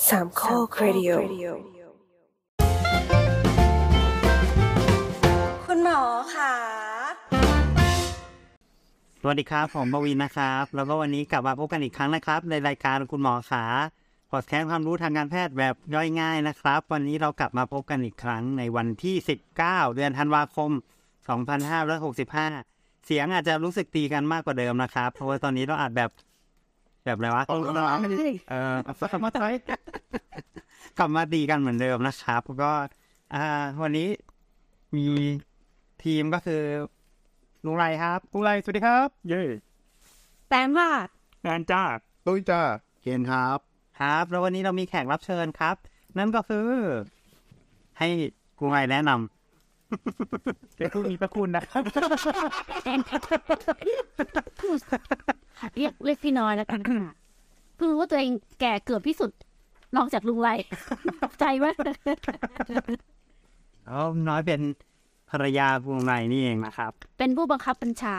สามข้อครดิโอคุณหมอค่ะสวัสดีครับผมปวินนะครับแล้วก็วันนี้กลับมาพบกันอีกครั้งนะครับในรายการคุณหมอขาพอดแคสต์ความรู้ทางการแพทย์แบบย่อยง่ายนะครับวันนี้เรากลับมาพบกันอีกครั้งในวันที่19เดือนธันวาคม2565เสียงอาจจะรู้สึกตีกันมากกว่าเดิมนะครับเพราะว่าตอนนี้เราอัดแบบอะไรวะกลับมาดีกันเหมือนเดิมนะครับก็วันนี้มีทีมก็คือลุงไรครับลุงไรสวัสดีครับเย้แตมค่ะงานจ้าตุ้ยจ้าเคนครับครับแล้ววันนี้เรามีแขกรับเชิญครับนั่นก็คือให้ลุงไรแนะนำเป็นผู้มีพระคุณนะครับเรียกพี่น้อยแล้วกันค่ะเพิ่งรู้ว่าตัวเองแก่เกือบที่สุดนอกจากลุงไรตกใจไหมน้อยเป็นภรรยาลุงไรนี่เองนะครับเป็นผู้บังคับบัญชา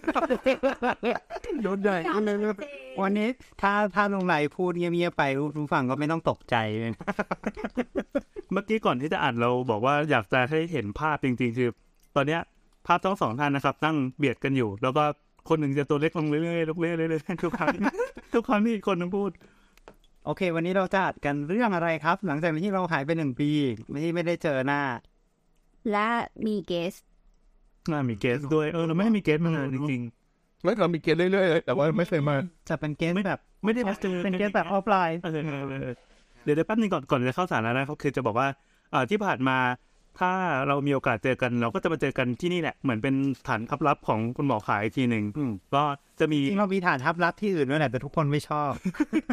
โดนใหญ่วันนี้ถ้าลุงไรพูดเงียบๆไปรู้ฟังก็ไม่ต้องตกใจเมื่อกี้ก่อนที่จะอ่านเราบอกว่าอยากจะให้เห็นภาพจริงๆคือตอนเนี้ยภาพทั้งสองท่านนะครับนั่งเบียดกันอยู่แล้วก็คนหนึ่งจะตัวเล็กลงเรื่อยๆลงเรื่อยๆทุกครั้งที่คนนึงพูดโอเควันนี้เราจะอัดกันเรื่องอะไรครับหลังจากที่เราหายไป1 ปีไม่ได้เจอหน้าและมีเกสด้วยเราไม่ได้มีเกสมานานจริงๆแล้วเรามีเกสเรื่อยๆแต่ว่าไม่เคยมาจะเป็นเกสแบบไม่ได้เจอเป็นเกสแบบออฟไลน์เดี๋ยวแป๊บนึงก่อนจะเข้าสาระนะเขาคือจะบอกว่าที่ผ่านมาถ้าเรามีโอกาสเจอกันเราก็จะมาเจอกันที่นี่แหละเหมือนเป็นฐานทัพลับของคุณหมอขายทีหนึ่งก็จะมีจริงเรามีฐานทัพลับที่อื่นด้วยแหละแต่ทุกคนไม่ชอบ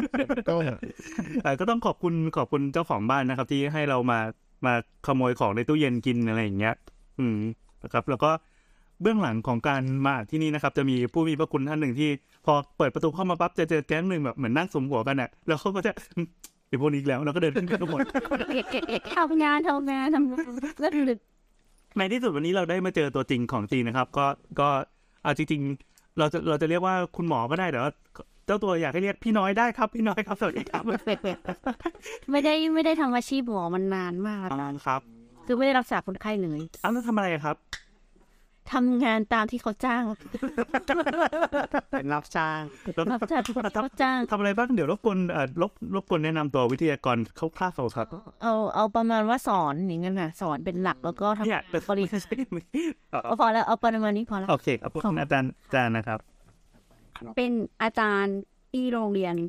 ก็ต้องขอบคุณเจ้าของบ้านนะครับที่ให้เรามาขโมยของในตู้เย็นกินอะไรอย่างเงี้ยนะครับแล้วก็เบื้องหลังของการมาที่นี่นะครับจะมีผู้มีพระคุณท่านหนึ่งที่พอเปิดประตูเข้ามาปั๊บจะเจอแก๊งหนึ่งแบบเหมือนนั่งสมหัวกันเนี่ยแล้วเขาก็จะไอ้พวกนี้แล้วเราก็เดินขึ้นกันทุกคนทำงานแล้วในที่สุดวันนี้เราได้มาเจอตัวจริงของจริงนะครับก็จริงๆเราจะเรียกว่าคุณหมอก็ได้แต่ว่าเจ้าตัวอยากให้เรียกพี่น้อยได้ครับพี่น้อยครับสวัสดีครับไม่ได้ทำอาชีพหมอมันนานมากนานครับคือไม่ได้รักษาคนไข้เลยแล้วทำอะไรครับทำงานตามที่เขาจ้างเป็นรับจ้างทำอะไรบ้างเดี๋ยวรบกวนแนะนำตัววิทยากรเขาคร่าวๆครับเอาประมาณว่าสอนอย่างนั้นนะสอนเป็นหลักแล้วก็ทำบริษัทพอแล้วเอาประมาณนี้พอแล้วโอเคครับผมอาจารย์นะครับเป็นอาจารย์ที่โรงเรียน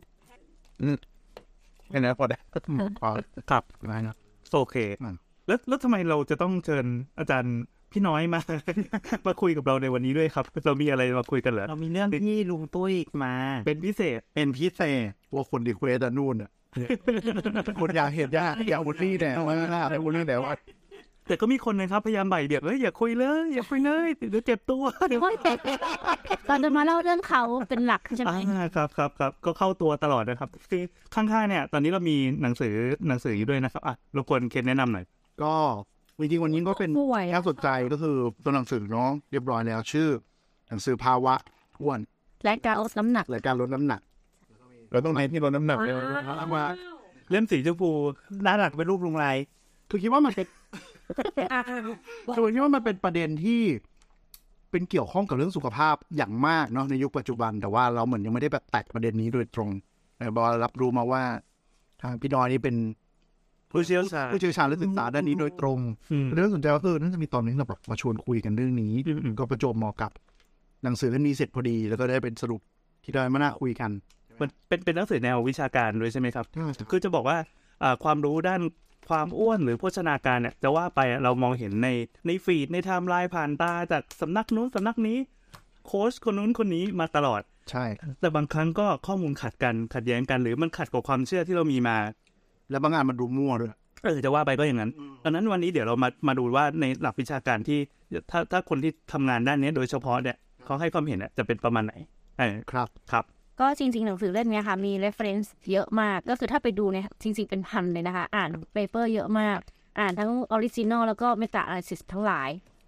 เป็นอะไรพอได้ครับนะโอเคแล้วทำไมเราจะต้องเชิญอาจารย์พี่น้อยมาคุยกับเราในวันนี้ด้วยครับเรามีอะไรมาคุยกันเหรอเรามีเรื่องที่ลุงตุ้ยมาเป็นพิเศษว่าคนดีเควสนู่นอ่ะคนอยากเห็นอยากบุลลี่แน่ว่าบุลลี่แน่ว่าแต่ก็มีคนนะครับพยายามบ่ายเบี่ยงอย่าคุยเลยเดี๋ยวเจ็บตัวตอนจะมาเล่าเรื่องเขาเป็นหลักใช่ไหมครับก็เข้าตัวตลอดนะครับคือข้างๆเนี่ยตอนนี้เรามีหนังสืออยู่ด้วยนะครับรบกวนเคนแนะนำหน่อยก็จริงๆวันนี้ก็เป็นน่าสนใจก็คือตัวหนังสือน้องเรียบร้อยแล้วชื่อหนังสือภาวะอ้วนและการลดน้ำหนักเราต้องให้ที่ลดน้ำหนักเลยว่าเล่มสีชมพูด้านหลังเป็นรูปลุงไรคือคิดว่ามันเป็นประเด็นที่เป็นเกี่ยวข้องกับเรื่องสุขภาพอย่างมากเนาะในยุคปัจจุบันแต่ว่าเราเหมือนยังไม่ได้แบบแตะประเด็นนี้โดยตรงแต่พอรับรู้มาว่าทางพี่น้อยนี่เป็นผู้เชี่ยวชาญและศึกษาด้านนี้โดยตรงเรื่องสนใจก็คือน่าจะมีตอนนี้เราแบบมาชวนคุยกันเรื่องนี้ก็ประจวบเหมาะกับหนังสือเล่มนี้เสร็จพอดีแล้วก็ได้เป็นสรุปที่ได้มาน่าคุยกันมันเป็นหนังสือแนววิชาการด้วยใช่ไหมครับคือจะบอกว่าความรู้ด้านความอ้วนหรือโภชนาการเนี่ยจะว่าไปเรามองเห็นในฟีดในไทม์ไลน์ผ่านตาจากสำนักนู้นสำนักนี้โค้ชคนนู้นคนนี้มาตลอดใช่แต่บางครั้งก็ข้อมูลขัดแย้งกันหรือมันขัดกับความเชื่อที่เรามีมาแล้วบางงานมันดูมั่วด้วยจะว่าไปก็อย่างนั้นดังนั้นวันนี้เดี๋ยวเรามาดูว่าในหลักวิชาการที่ถ้าคนที่ทำงานด้านนี้โดยเฉพาะเนี่ยเขาให้ความเห็นจะเป็นประมาณไหนครับก็จริงๆหนังสือเล่มนี้ค่ะมี reference เยอะมากก็คือถ้าไปดูเนี่ยจริงๆเป็นพันเลยนะคะอ่าน paper เยอะมากอ่านทั้ง original แล้วก็ meta analysis ทั้งหลาย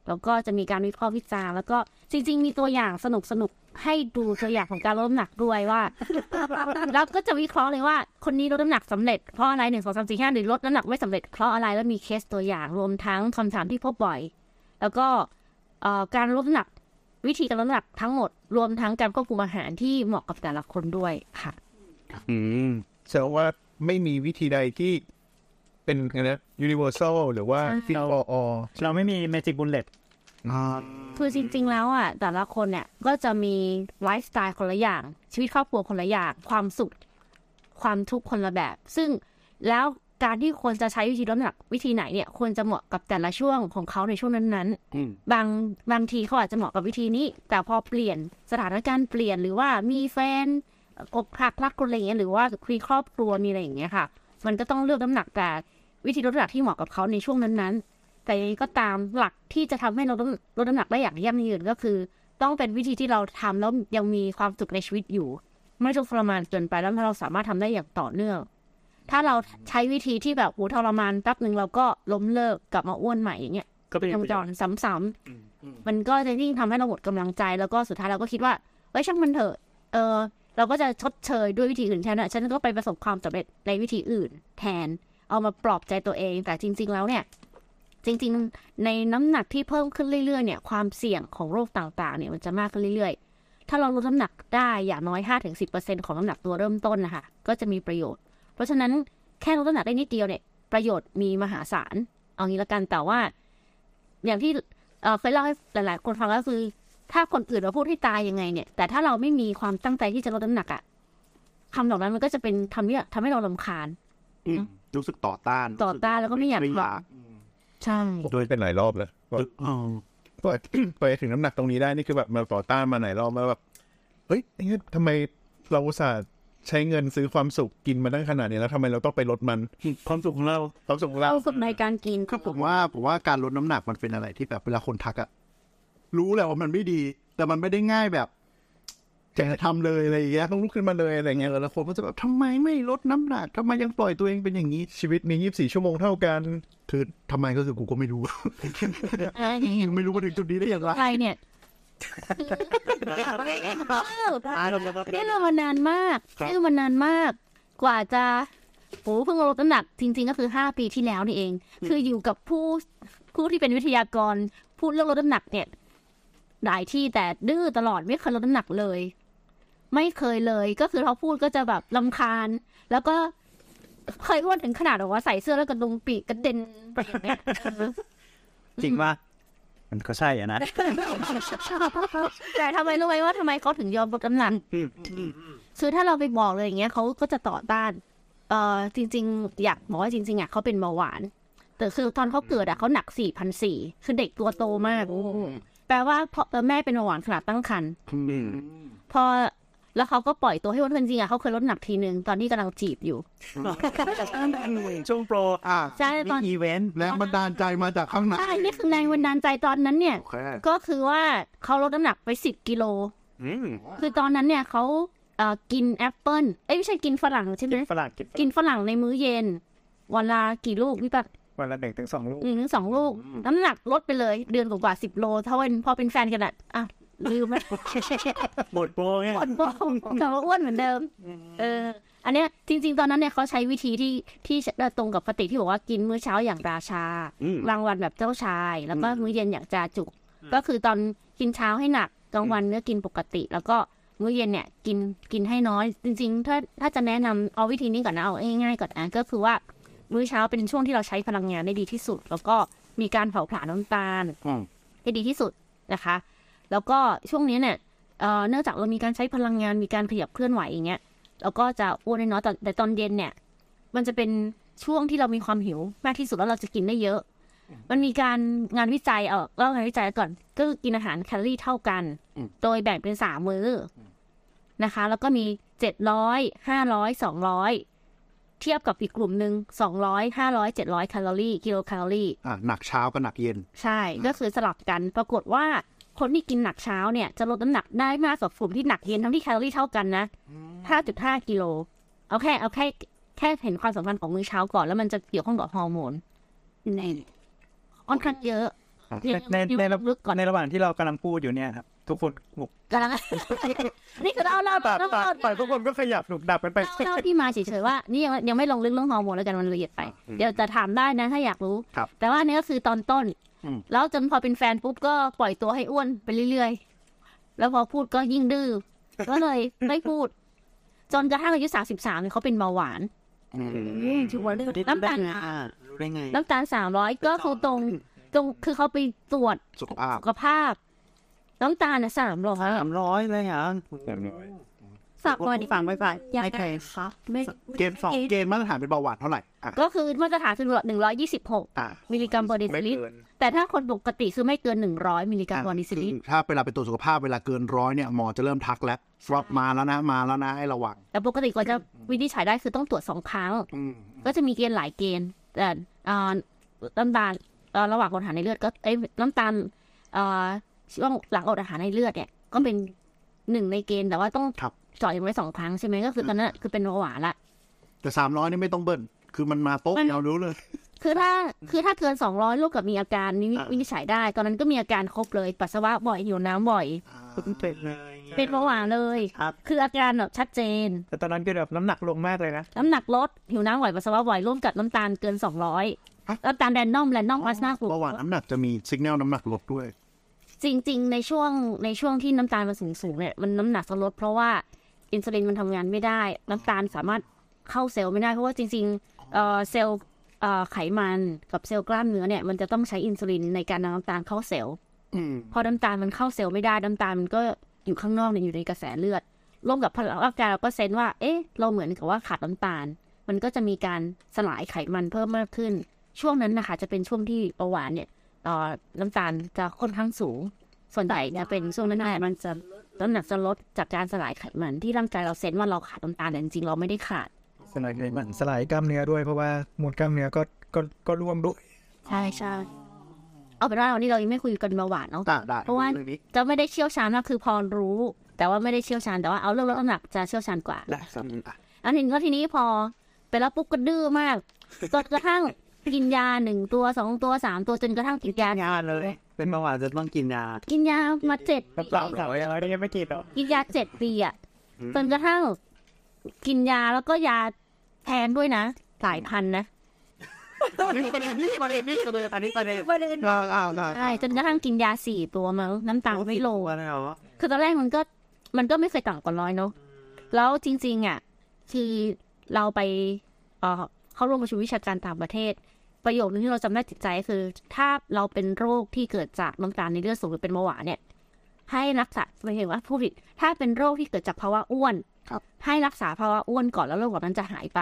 แล้วก็จะมีการวิเคราะห์วิจารณ์แล้วก็จริงๆมีตัวอย่างสนุกๆให้ดูตัวอย่างของการลดน้ำหนักด้วยว่า แล้วก็จะวิเคราะห์เลยว่าคนนี้ลดน้ำหนักสำเร็จเพราะอะไร1 2 3 4 5หรือลดน้ำหนักไม่สำเร็จเพราะอะไรแล้วมีเคสตัวอย่างรวมทั้งคำถามที่พบบ่อยแล้วก็การลดน้ำหนักวิธีการลดน้ำหนักทั้งหมดรวมทั้งการควบคุมอาหารที่เหมาะกับแต่ละคนด้วยค่ะแสดงว่าไม่มีวิธีใดที่เป็นนะ universal หรือว่า fit for all เราไม่มี magic bullet คือจริงๆแล้วอ่ะแต่ละคนเนี่ยก็จะมีไลฟ์สไตล์คนละอย่างชีวิตครอบครัวคนละอย่างความสุขความทุกข์คนละแบบซึ่งแล้วการที่คนจะใช้วิธีลดน้ำหนักวิธีไหนเนี่ยควรจะเหมาะกับแต่ละช่วงของเขาในช่วงนั้นๆบางทีเขาอาจจะเหมาะกับวิธีนี้แต่พอเปลี่ยนสถานการณ์เปลี่ยนหรือว่ามีแฟนอกหักรักคนอะไรอย่างเงี้ยหรือว่าคุยครอบครัวมีอะไรอย่างเงี้ยค่ะมันก็ต้องเลือกน้ำหนักแต่วิธีลดน้ำหนักที่เหมาะกับเขาในช่วงนั้นๆแต่ก็ตามหลักที่จะทำให้เราลดน้ำหนักได้อย่างยั่งยืนก็คือต้องเป็นวิธีที่เราทำแล้วยังมีความสุขในชีวิตอยู่ไม่ทุกข์ทรมานเกินไปแล้วเราสามารถทำได้อย่างต่อเนื่องถ้าเราใช้วิธีที่แบบทรมานแป๊บนึงเราก็ล้มเลิกกลับมาอ้วนใหม่อย่างเงี้ยก็เป็นจอนซ้ำๆมันก็จะยิ่งทำให้เราหมดกำลังใจแล้วก็สุดท้ายเราก็คิดว่าช่างมันเถอะเราก็จะชดเชยด้วยวิธีอื่นแทนฉันก็ไปประสบความสำเร็จในวิธีอื่นแทนเอามาปลอบใจตัวเองแต่จริงๆแล้วเนี่ยจริงๆในน้ำหนักที่เพิ่มขึ้นเรื่อยๆเนี่ยความเสี่ยงของโรคต่างๆเนี่ยมันจะมากขึ้นเรื่อยๆถ้าเราลดน้ำหนักได้อย่างน้อย 5-10% ของน้ำหนักตัวเริ่มต้นนะคะก็จะมีประโยชน์เพราะฉะนั้นแค่ลดน้ำหนักได้นิดเดียวเนี่ยประโยชน์มีมหาศาลเอางี้ละกันแต่ว่าอย่างที่เคยเล่าให้หลายๆคนฟังก็คือถ้าคนอื่นมาพูดให้ตายยังไงเนี่ยแต่ถ้าเราไม่มีความตั้งใจที่จะลดน้ำหนักอะคำเหล่านั้นมันก็จะเป็นทำให้เรารำคาญรู้สึกต่อต้านแล้วก็ไม่อยากทำใช่โดยเป็นหลายรอบเลยไปถึงน้ำหนักตรงนี้ได้นี่คือแบบมาต่อต้านมาหลายรอบมาแบบเฮ้ยทำไมเราอุตส่าห์ใช้เงินซื้อความสุขกินมาได้ขนาดนี้แล้วทำไมเราต้องไปลดมันความสุขของเราในการกินคือผมว่าการลดน้ำหนักมันเป็นอะไรที่แบบเวลาคนทักอะรู้แหละว่ามันไม่ดีแต่มันไม่ได้ง่ายแบบจะทำเลยอะไรอย่างเงี้ยต้องลุกขึ้นมาเลยอะไรเงี้ยแล้วคนก็จะแบบทำไมไม่ลดน้ำหนักทำไมยังปล่อยตัวเองเป็นอย่างนี้ชีวิตมี24 ชั่วโมงเท่ากันคือทำไมก็คือกูก็ไม่รู้ ยังไม่รู้ว่าถึงจุดนี้ได้อย่างไรใครเนี่ยนี่เรามานานมากกว่าจะเพิ่งลดน้ำหนักจริงๆก็คือ5 ปีที่แล้วนี่เองคืออยู่กับผู้ที่เป็นวิทยากรพูดเรื่องลดน้ำหนักเนี่ยหลายที่แต่ดื้อตลอดไม่เคยลดน้ำหนักเลยไม่เคยเลยก็คือเขาพูดก็จะแบบรำคาญแล้วก็เคยอ้วนถึงขนาดว่าใส่เสื้อแล้วกระดุมปีกกระเด็นไปอย่างเงี้ยจริงป่ะมันก็ใช่อ่ะนะแต่ทำไมรู้ไหมว่าทำไมเขาถึงยอมลดน้ำหนักคือถ้าเราไปบอกเลยอย่างเงี้ยเขาก็จะต่อต้านจริงๆอยากบอกว่าจริงๆอ่ะเขาเป็นเบาหวานแต่คือตอนเขาเกิดอ่ะเขาหนัก 4,400 คือเด็กตัวโตมากแปลว่าพ่อแม่เป็นเบาหวานขนาดตั้งครรภ์พอแล้วเขาก็ปล่อยตัวให้อ้วนขึ้นจริงอ่ะเขาเคยลดหนักทีนึงตอนที่กำลังจีบอยู่ช่วงโปรใช่ตอนอีเวนต์แรงบันดาลใจมาจากข้างในใช่นี่คือแรงบันดาลใจตอนนั้นเนี่ยก็คือว่าเขาลดน้ำหนักไป10 กิโลคือตอนนั้นเนี่ยเขากินแอปเปิ้ลไม่ใช่กินฝรั่งใช่ไหมกินฝรั่งในมื้อเย็นวันละกี่ลูกพี่ปั๊บวันละ1-2 ลูก 1-2 ลูกน้ำหนักลดไปเลยเดือนกว่า10 โลเท่าวันพอเป็นแฟนกันอ่ะลืมไหมหมดโปรเนี่ยหมดโปรกลับมาอ้วนเหมือนเดิมอันเนี้ยจริงๆตอนนั้นเนี่ยเขาใช้วิธีที่ตรงกับปฏิที่บอกว่ากินมื้อเช้าอย่างราชารางวัลแบบเจ้าชายแล้วก็มื้อเย็นอย่างจาจุกก็คือตอนกินเช้าให้หนักกลางวันเนื้อกินปกติแล้วก็มื้อเย็นเนี่ยกินให้น้อยจริงๆถ้าจะแนะนำเอาวิธีนี้ก่อนนะเอาง่ายๆก่อนก็คือว่ามื้อเช้าเป็นช่วงที่เราใช้พลังงานได้ดีที่สุดแล้วก็มีการเผาผลาญน้ำตาลได้ดีที่สุดนะคะแล้วก็ช่วงนี้เนี่ยเนื่องจากเรามีการใช้พลังงานมีการขยับเคลื่อนไหวอย่างเงี้ยเราก็จะอ้วนน้อยแต่ตอนเย็นเนี่ยมันจะเป็นช่วงที่เรามีความหิวมากที่สุดแล้วเราจะกินได้เยอะมันมีการงานวิจัยเล่างานวิจัยก่อนก็คือกินอาหารแคลอรี่เท่ากันโดยแบ่งเป็น3 มื้อนะคะแล้วก็มี700 500 200เทียบกับอีกกลุ่มนึง200 500 700แคลอรี่กิโลแคลอรี่หนักเช้ากับหนักเย็นใช่ก็คือสลับกันปรากฏว่าคนที่กินหนักเช้าเนี่ยจะลดน้ำหนักได้มากกว่ากลุ่มที่หนักเย็นทั้งที่แคลอรี่เท่ากันนะ 5.5 กิโลเอาแค่เห็นความสำคัญของมื้อเช้าก่อนแล้วมันจะเกี่ยวข้องกับฮอร์โมนค่อนข้างเยอะในระหว่างที่เรากำลังพูดอยู่เนี่ยครับทุกคนกำลัง นี่คือเราฝ่ายทุกคนก็ขยับหนุกดับกันไปเล่าที่มาเฉยๆว่านี่ยังไม่ลงลึกเรื่องฮอร์โมนแล้วกันมันละเอียดไปเดี๋ยวจะถามได้นะถ้าอยากรู้แต่ว่านี่ก็คือตอนต้นแล้วจนพอเป็นแฟนปุ๊บก็ปล่อยตัวให้อ้วนไปเรื่อยๆแล้วพอพูดก็ยิ่งดื้อก็เลยไม่พูดจนกระทั่งอายุ33เนี่ยเขาเป็นเบาหวานน้ำตาลรู้ได้ไงน้ำตาล300ก็คือตรงคือเขาไปตรวจสุขภาพน้ำตาล300 เลยเหรอฝากวันฟังไม่ฟังยังไงคะเกณฑ์มาตรฐานเป็นเบาหวานเท่าไหร่ก็คือมาตรฐานคือ126มิลลิกรัมต่อเดซิลิตรแต่ถ้าคนปกติคือไม่เกิน100มิลลิกรัมต่อเดซิลิตรถ้าเวลาไปตรวจสุขภาพเวลาเกิน100เนี่ยหมอจะเริ่มทักแล้วว่ามาแล้วนะให้ระวังแต่ปกติกว่าจะวินิจฉัยได้คือต้องตรวจ2ครั้งก็จะมีเกณฑ์หลายเกณฑ์แต่น้ำตาลระหว่างอดอาหารในเลือดก็น้ำตาลช่วงหลังอดอาหารในเลือดเนี่ยก็เป็น1ในเกณฑ์แต่ว่าต้องเจาะอย่างไว้2ครั้งใช่ไหมก็คือตอนนั้นคือเป็นเบาหวานละแต่300นี่ไม่ต้องเบิ้ลคือมันมาโป๊ะเรารู้เลยคือถ้าเกิน200ลูกกับมีอาการวินิจฉัยได้ตอนนั้นก็มีอาการครบเลยปัสสาวะบ่อยหิวน้ำบ่อยเป็นเบาหวานเลยคืออาการแบบชัดเจนแต่ตอนนั้นก็แบบน้ำหนักลงมากเลยนะน้ำหนักลดหิวน้ำบ่อยปัสสาวะบ่อยร่วมกับน้ำตาลเกิน200น้ำตาลแรนดอมพลาสมาเบาหวานน้ำหนักจะมีสัญญาณน้ำหนักลดด้วยจริงๆในช่วงที่น้ำตาลมันสูงเนี่ยมันน้ำหนักจะลดเพราะว่าอินซูลินมันทำงานไม่ได้น้ำตาลสามารถเข้าเซลล์ไม่ได้เพราะว่าจริงๆเซลล์ไขมันกับเซลล์กล้ามเนื้อเนี่ยมันจะต้องใช้อินซูลินในการนำน้ำตาลเข้าเซลล์พอน้ำตาลมันเข้าเซลล์ไม่ได้น้ำตาลมันก็อยู่ข้างนอกเนี่ยอยู่ในกระแสเลือดร่วมกับร่างกายเราก็เซนว่าเราเหมือนกับว่าขาดน้ำตาลมันก็จะมีการสลายไขมันเพิ่มมากขึ้นช่วงนั้นนะคะจะเป็นช่วงที่เบาหวานเนี่ยน้ำตาลจะค่อนข้างสูงส่วนใหญ่เนี่ยเป็นช่วงนั้นมันจะน้ำหนักจะลดจากการสลายไขมันที่ร่างกายเราเซนว่าเราขาดน้ำตาลแต่จริงๆเราไม่ได้ขาดสลายไขมันสลายกล้ามเนื้อด้วยเพราะว่ามวลกล้ามเนื้อก็ร่วมด้วยใช่เอาเป็นว่าวันนี้เรายังไม่คุยกันเบาหวานเนาะเพราะว่าจะไม่ได้เชี่ยวชาญนะคือพอรู้แต่ว่าไม่ได้เชี่ยวชาญแต่ว่าเอาเรื่องลดน้ำหนักจะเชี่ยวชาญกว่าอันนี้พอไปแล้วปุ๊บก็ดื้อมากจนกระทั่งกินยา1ตัว2ตัว3ตัวจนกระทั่งติดยาเลยเป็นเบาหวานจะต้องกินยามา7ปียังไม่กินหรอกินยา7ปีอ่ะจนกระทั่งกินยาแล้วก็ยาแทนด้วยนะหลายพันนะใช่จนกระทั่งกินยา4ตัวมั้งน้ำตาลไม่ลงคือตอนแรกมันก็ไม่เคยต่ำกว่า100เนาะแล้วจริงๆอ่ะคือเราไปเข้าร่วมประชุมวิชาการต่างประเทศประโยคนึงที่เราจำได้ติดใจคือถ้าเราเป็นโรคที่เกิดจากน้ำตาลในเลือดสูงหรือเป็นเบาหวานเนี่ยให้รักษาหมายถึงว่าผู้ผิดถ้าเป็นโรคที่เกิดจากภาวะอ้วนให้รักษาภาวะอ้วนก่อนแล้วโรคแบบนั้นจะหายไป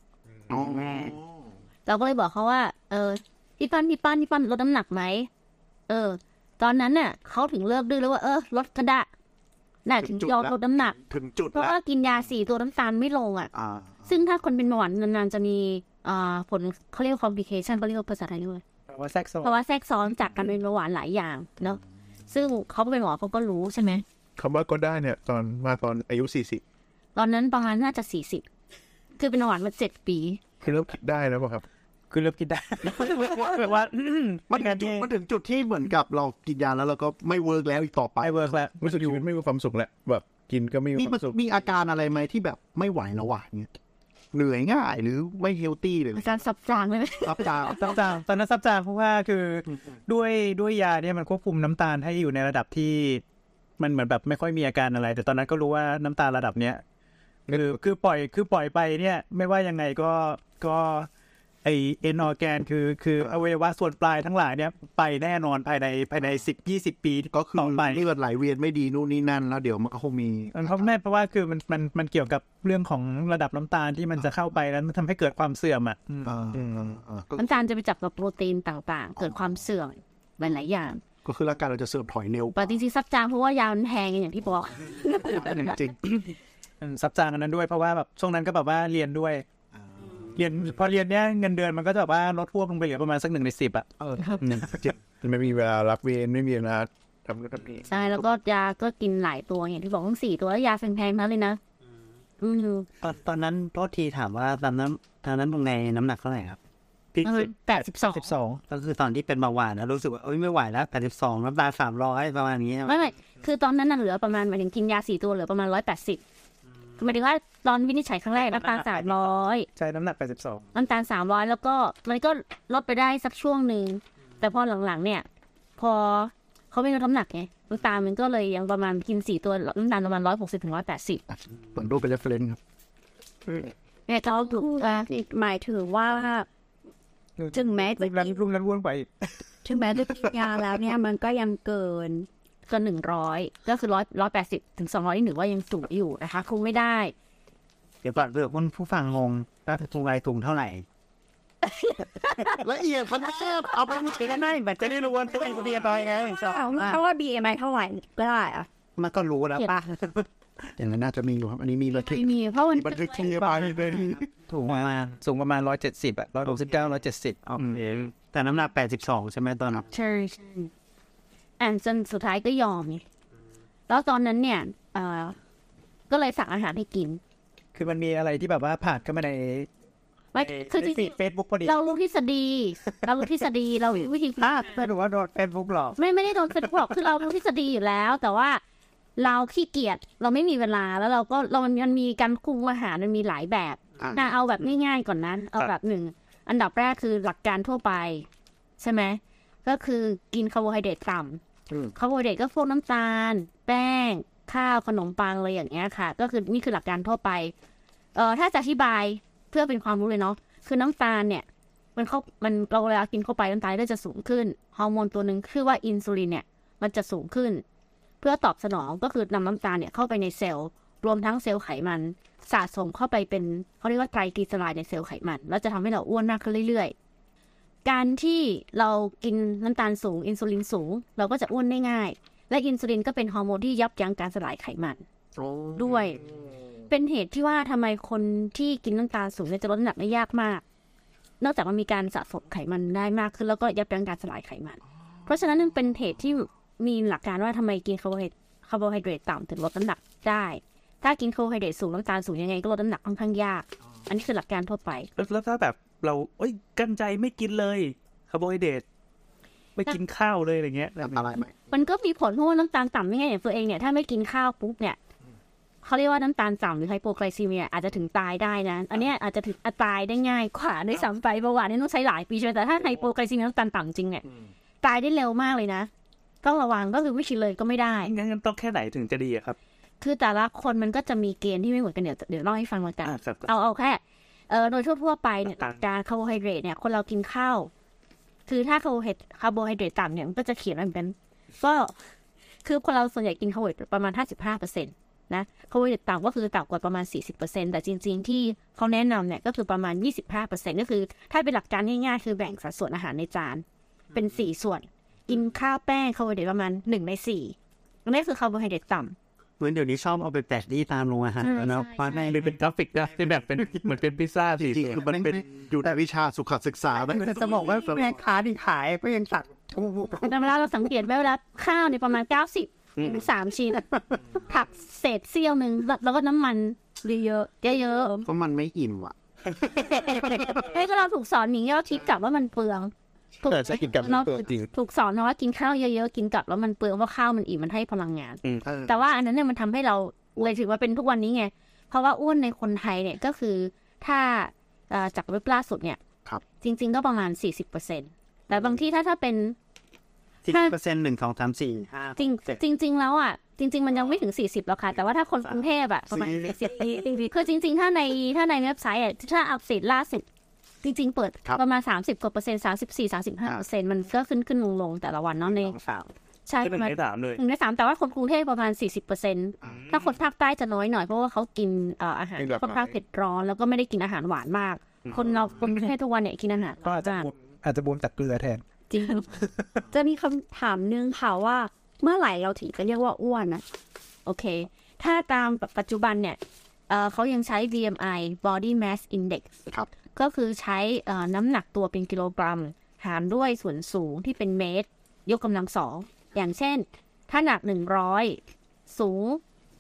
เราก็เลยบอกเขาว่าพี่ปั้นลดน้ำหนักไหมตอนนั้นเนี่ยเขาถึงเลิกดื้อแล้วว่าลดก็ได้น่าถึงยอมลดน้ำหนักถึงจุดเพราะว่ากินยา4ตัวน้ำตาลไม่ลงซึ่งถ้าคนเป็นเบาหวานนานๆจะมีผลเขาเรียก complication เขาเรียกภาษาไทยด้วยภาวะแทรกซ้อนจากการเป็นเบาหวานหลายอย่างเนาะซึ่งเขาเป็นหมอเขาก็รู้ใช่ไหมคำว่าก็ได้เนี่ยตอนอายุ40 ตอนนั้นประมาณน่าจะ40คือเป็นเบาหวานมา7ปีคือเริ่มคิดได้แล้วป่ะครับคือเริ่มคิดได้แบบว่ามันถึงจุดที่เหมือนกับเรากินยาแล้วเราก็ไม่เวิร์กแล้วอีกต่อไปไม่เวิร์กแล้วรู้สึกชีวิตไม่มีความสุขแล้วแบบกินก็ไม่มีความสุขมีอาการอะไรไหมที่แบบไม่ไหวแล้ววะเงี้ยเหนื่อยง่ายหรือไม่เฮลตี้เลยอาการซับจางเลยซับจางตอนนั้นซับจางเพราะว่าคือด้วยยาเนี่ยมันควบคุมน้ำตาลให้อยู่ในระดับที่มันเหมือนแบบไม่ค่อยมีอาการอะไรแต่ตอนนั้นก็รู้ว่าน้ำตาลระดับเนี้ยคือปล่อยไปเนี่ยไม่ว่ายังไงก็ไอเอ็นออร์แกนคืออวัยวะส่วนปลายทั้งหลายเนี่ยไปแน่นอนภายใน10-20 ปีก็คือนี่เกิดไหลเวียนไม่ดีนู่นนี่นั่นแล้วเดี๋ยวมันก็คงมีเพราะว่าคือมันเกี่ยวกับเรื่องของระดับน้ำตาลที่มันจะเข้าไปแล้วมันทำให้เกิดความเสื่อมน้ำตาลจะไปจับกับโปรตีนต่างๆเกิดความเสื่อมหลายๆอย่างก็คือร่างกายเราจะเสื่อมถอยเร็วแต่จริงๆซับจางเพราะว่ายามันแพงอย่างที่บอกจริงซับจางอันนั้นด้วยเพราะว่าแบบช่วงนั้นก็แบบว่าเรียนด้วยพอเรียนเนี้ยเงินเดือนมันก็จะแบบว่าลดพวกลงไปเหลือประมาณสัก1 ใน 10 ไม่มีเวลารับเวรไม่มีเวลาทำนี่ใช่แล้วก็ยาก็กินหลายตัวอย่างที่บอกต้อง4 ตัวแล้วยาแพงๆนั้นเลยนะตอนนั้นโทษทีถามว่าตอนนั้นตรงในน้ำหนักเท่าไหร่ครับที่สุด 82 ก็คือตอนที่เป็นเบาหวานแล้วรู้สึกว่าไม่ไหวแล้ว82น้ำตาล300ประมาณนี้ไม่คือตอนนั้นน่ะเหลือประมาณหมายถึงกินยา4ตัวเหลือประมาณ180หมายถึงว่าตอนวินิจฉัยครั้งแรกน้ำตาล300 ใช่น้ำหนัก82 น้ำตาล300แล้วก็มันก็ลดไปได้สักช่วงหนึ่งแต่พอหลังๆเนี่ยพอเขาไม่ลดน้ำหนักไงน้ำตาลมันก็เลยยังประมาณกิน4ตัวน้ำตาลประมาณ160 ถึง 180 ผลรูปเป็น reference ครับเนี่ยเขาถูกหมายถึงว่า ถึงแม้จะรุ่งนั้นวนไปถึงแม้จะกินยาแล้วเนี่ยมันก็ยังเกินก็100ก็คือ180 ถึง 200นี่ถือว่ายังสูงอยู่นะคะคงไม่ได้เดี๋ยวก่อนเผื่อคนผู้ฟังงงว่าถุงไรถุงเท่าไหร่ละเอียดพันแทบเอาไปไม่ถึงได้มันจะได้รู้ว่าตัวเองเรียนไปไงเพราะว่า BMI เท่าไหร่ก็ได้อะมันก็รู้แล้วป่ะอย่างนั้นน่าจะมีอยู่ครับอันนี้มีบันทึกไม่มีเพราะมันบันทึกที่ไปเลยถูกมาสูงประมาณ170อ่ะ169 170 แต่น้ำหนัก82ใช่ไหมตอนนั้นใช่จนสุดท้ายก็ยอมไงแล้วตอนนั้นเนี่ยก็เลยสั่งอาหารให้กินคือมันมีอะไรที่แบบว่าผ่านเข้ามาในไม่คือจริงเฟซบุ๊กพอดีๆเรารู้ทฤษฎีเราวิธีไม่รู้ว่าโดนเฟซบุ๊กหรอกไม่ได้โดนเฟซบุ๊กคือเรารู้ทฤษฎีอยู่แล้ว แต่ว่าเราขี้เกียจเราไม่มีเวลาแล้วเราก็มันมีการคุมอาหารมันมีหลายแบบน่าเอาแบบง่ายๆก่อนนั้นเอาแบบหนึ่งอันดับแรกคือหลักการทั่วไปใช่ไหมก็คือกินคาร์โบไฮเดรตต่ำคาร์โบไฮเดรตก็พวกน้ำตาลแป้งข้าวขนมปังอะไรอย่างเงี้ยค่ะก็คือนี่คือหลักการทั่วไปถ้าจะอธิบายเพื่อเป็นความรู้เลยเนาะคือน้ำตาลเนี่ยมันเราเวลากินเข้าไปน้ำตาลก็จะสูงขึ้นฮอร์โมนตัวหนึ่งคือว่าอินซูลินเนี่ยมันจะสูงขึ้นเพื่อตอบสนองก็คือนำน้ำตาลเนี่ยเข้าไปในเซลล์รวมทั้งเซลล์ไขมันสะสมเข้าไปเป็นเขาเรียกว่าไตรกลีเซอไรด์ในเซลล์ไขมันแล้วจะทำให้เราอ้วนมากขึ้นเรื่อยๆการที่เรากินน้ำตาลสูงอินซูลินสูงเราก็จะอ้วนได้ง่ายและอินซูลินก็เป็นฮอร์โมนที่ยับยั้งการสลายไขมันด้วยเป็นเหตุที่ว่าทำไมคนที่กินน้ำตาลสูงจะลดน้ำหนักได้ยากมากนอกจากมันมีการสะสมไขมันได้มากขึ้นแล้วก็ยับยั้งการสลายไขมันเพราะฉะนั้นมันเป็นเหตุที่มีหลักการว่าทำไมกินคาร์โบไฮเดรตต่ำถึงลดน้ำหนักได้ถ้ากินคาร์โบไฮเดรตสูงน้ำตาลสูงยังไงก็ลดน้ำหนักค่อนข้างยากอันนี้คือหลักการทั่วไปแล้วถ้าแบบเรากั้นใจไม่กินเลยคาร์โบไฮเดรตไม่กินข้าวเลยอะไรเงี้ยอะไรไหมมันก็มีผลเพราะว่าน้ำตาลต่ำไม่ไงอย่างตัวเองเนี่ยถ้าไม่กินข้าวปุ๊บเนี่ยเขาเรียกว่าน้ำตาลต่ำหรือไฮโปไกลซีเมียอาจจะถึงตายได้นะอันนี้อาจจะถึงตายได้ง่ายกว่าด้วยซ้ำไปเบาหวานนี่ต้องใช้หลายปีใช่ไหมแต่ถ้าไฮโปไกลซีเมียน้ำตาลต่ำจริงเนี่ยตายได้เร็วมากเลยนะต้องระวังก็คือไม่กินเลยก็ไม่ได้งั้นต้องแค่ไหนถึงจะดีอะครับคือแต่ละคนมันก็จะมีเกณฑ์ที่ไม่เหมือนกันเดี๋ยวเล่าให้ฟังกันเอาแค่โดยทั่วไปเนี่ยการคาร์โบไฮเดรตเนี่ยคนเรากินข้าวคือถ้าคาร์โบไฮเดรตต่ำเนี่ยมันก็จะเขียนเหมือนกันก็คือคนเราส่วนใหญ่กินคาร์โบไฮเดรตประมาณ 55%นะคาร์โบไฮเดรตต่ำก็คือต่ำกว่าประมาณ 40% แต่จริงๆที่เขาแนะนำเนี่ยก็คือประมาณ 25% ก็คือถ้าเป็นหลักการง่ายๆคือแบ่งสัดส่วนอาหารในจานเป็น4ส่วนกินข้าวแป้งคาร์โบไฮเดรตประมาณ1 ใน 4นั่นคือคาร์โบไฮเดรตต่ำเหมือนเดี๋ยวนี้ชอบเอาไปแปะที่ตามโรงอาหารนะเพราะในเป็นกราฟิกนะที่แบบเป็นเหมือนเป็นพิซซ่าจริงๆคือมันเป็นอยู่แต่วิชาสุขศึกษาไม่จะบอกว่าแม่ค้าที่ขายก็ยังตัดแต่เวลาเราสังเกตเวลาข้าวเนี่ยประมาณ90 3 ชิ้นผักเศษเสี้ยวนึงแล้วก็น้ำมันเยอะเพราะมันไม่อิ่มว่ะให้ก็เราถูกสอนอย่างนี้เราคิดกลับว่ามันเปลืองถูกสอนว่ากินข้าวเยอะๆกินกลับแล้วมันเปลืองว่าข้าวมันอิ่มมันให้พลังงานแต่ว่าอันนั้นเนี่ยมันทำให้เราเลยถือว่าเป็นทุกวันนี้ไงเพราะว่าอ้วนในคนไทยเนี่ยก็คือถ้าจากเว็บล่าสุดเนี่ยจริงๆก็ประมาณ 40% แต่บางที่ถ้าเป็น 10% 1 2 3 4 5 จริงแล้วอ่ะจริงๆมันยังไม่ถึง40แล้วค่ะแต่ว่าถ้าคนกรุงเทพอ่ะประมาณ40คือจริงๆถ้าในเว็บไซต์อ่ะถ้าอัปเดตล่าสุดจริงๆเปิดประมาณ30 กว่าเปอร์เซ็นต์ 34-35% มันก็ขึ้นลงแต่ละวันเนาะในใช่ประมาณ1 ใน 3เลย 1 ใน 3แต่ว่าคนกรุงเทพประมาณ 40% ถ้าคนภาคใต้จะน้อยหน่อยเพราะว่าเขากินอาหารค่อนข้างเผ็ดร้อนแล้วก็ไม่ได้กินอาหารหวานมากคนกรุงเทพทุกวันเนี่ยกินอาหารก็อาจจะบวมจากเกลือแทนจริงจะมีคำถามนึงค่ะว่าเมื่อไหร่เราถึงจะเรียกว่าอ้วนนะโอเคถ้าตามปัจจุบันเนี่ยเขายังใช้ BMI Body Mass Index ก็คือใช้น้ำหนักตัวเป็นกิโลกรัมหารด้วยส่วนสูงที่เป็นเมตรยกกำลัง2อย่างเช่นถ้าหนัก100สูง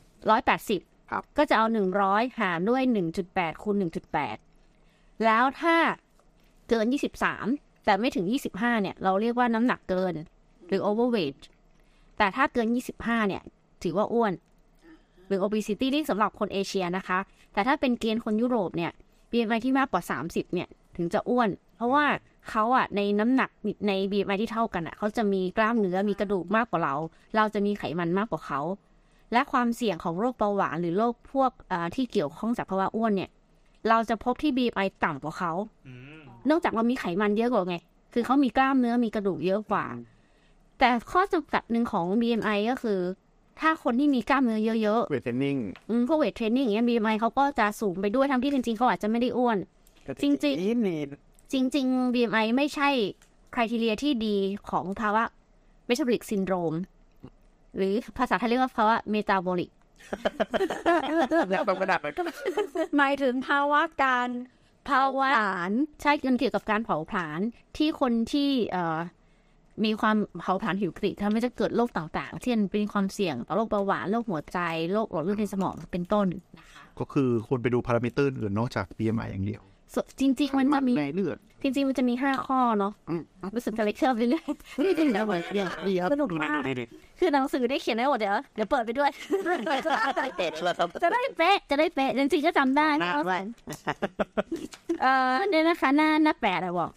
180ก็จะเอา100หารด้วย 1.8 คูณ 1.8 แล้วถ้าเกิน23แต่ไม่ถึง25เนี่ยเราเรียกว่าน้ำหนักเกินหรือ overweight แต่ถ้าเกิน25เนี่ยถือว่าอ้วนหรือ obesity นี่สำหรับคนเอเชียนะคะแต่ถ้าเป็นเกณฑ์คนยุโรปเนี่ย BMI ที่มากกว่า30เนี่ยถึงจะอ้วนเพราะว่าเขาอะในน้ำหนักใน BMI ที่เท่ากันอะเขาจะมีกล้ามเนื้อมีกระดูกมากกว่าเราจะมีไขมันมากกว่าเขาและความเสี่ยงของโรคเบาหวานหรือโรคพวกที่เกี่ยวข้องจากภาวะอ้วนเนี่ยเราจะพบที่ BMI ต่ำกว่าเขาเนื่องจากเรามีไขมันเยอะกว่าไงคือเขามีกล้ามเนื้อมีกระดูกเยอะกว่าแต่ข้อจำกัดหนึ่งของ BMI ก็คือถ้าคนที่มีกล้ามเนื้อเยอะๆเวทเทรนนิ่งพวกเวทเทรนนิ่งอย่างเงี้ย BMI เขาก็จะสูงไปด้วยทั้งที่จริงๆเขาอาจจะไม่ได้อ้วนจริง BMI ไม่ใช่criteria ที่ดีของภาวะ metabolic syndrome หรือภาษาไทยเรียกว่าภาวะ metabolic แล้วต้องกระดาษมันก็หมายถึงภาวะผลาญใช่เกี่ยวกับการเผาผลาญที่คนที่มีความเผาผลาญผิวกริทำให้จะเกิดโรคต่างๆเช่นเป็นความเสี่ยงต่อโรคเบาหวานโรคหัวใจโรคหลอดเลือดในสมองเป็นต้นนะคะก็คือควรไปดูพารามิเตอร์อื่นนอกจาก BMI อย่างเดียวจริงๆมันจะมีเลือดจริงๆมันจะมี5ข้อเนาะรู้สึกจะเล็กเชื่อไปเรื่อยนี่จริงแล้วเหมือนสนุกมากคือหนังสือได้เขียนไว้หมดเดี๋ยวเปิดไปด้วยจะได้เป๊ะจริงๆก็จำได้นะเนี่ยนะคะหน้า8อะบอก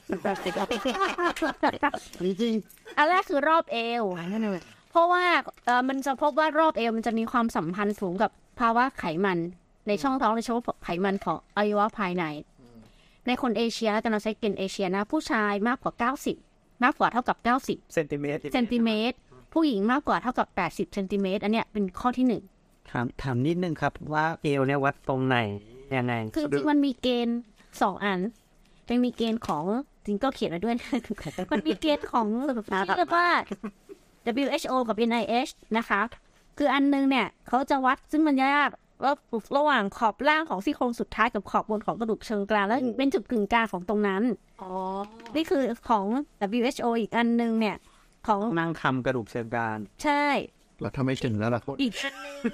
จริงอันแรกคือรอบเอวเพราะว่ามันจะพบว่ารอบเอวมันจะมีความสัมพันธ์สูงกับภาวะไขมันในช่องท้องโดยเฉพาะไขมันของอวัยวะภายในในคนเอเชียแต่เราใช้เกณฑ์เอเชียนะผู้ชายมากกว่า90มากกว่าเท่ากับ90เซนติเมตรผู้หญิงมากกว่าเท่ากับ80เซนติเมตรอันเนี้ยเป็นข้อที่1 ถามนิดนึงครับว่าเอวเนี่ยวัดตรงไหนยังไงคือจริงมันมีเกณฑ์2อันเป็นมีเกณฑ์ของจริงก็เขียนไว้ด้วยมันมีเกณฑ์ของเรียกว่า WHO กับ NIH นะคะคืออันนึงเนี่ยเขาจะวัดซึ่งมันยากว่าระหว่างขอบล่างของซี่โครงสุดท้ายกับขอบบนของกระดูกเชิงกรานแล้วเป็นจุดกึ่งกลางของตรงนั้นนี่คือของ WHO อีกอันนึงเนี่ยของนั่งคำกระดูกเชิงกรานใช่แล้วทำไมถึงแล้วล่ะอีก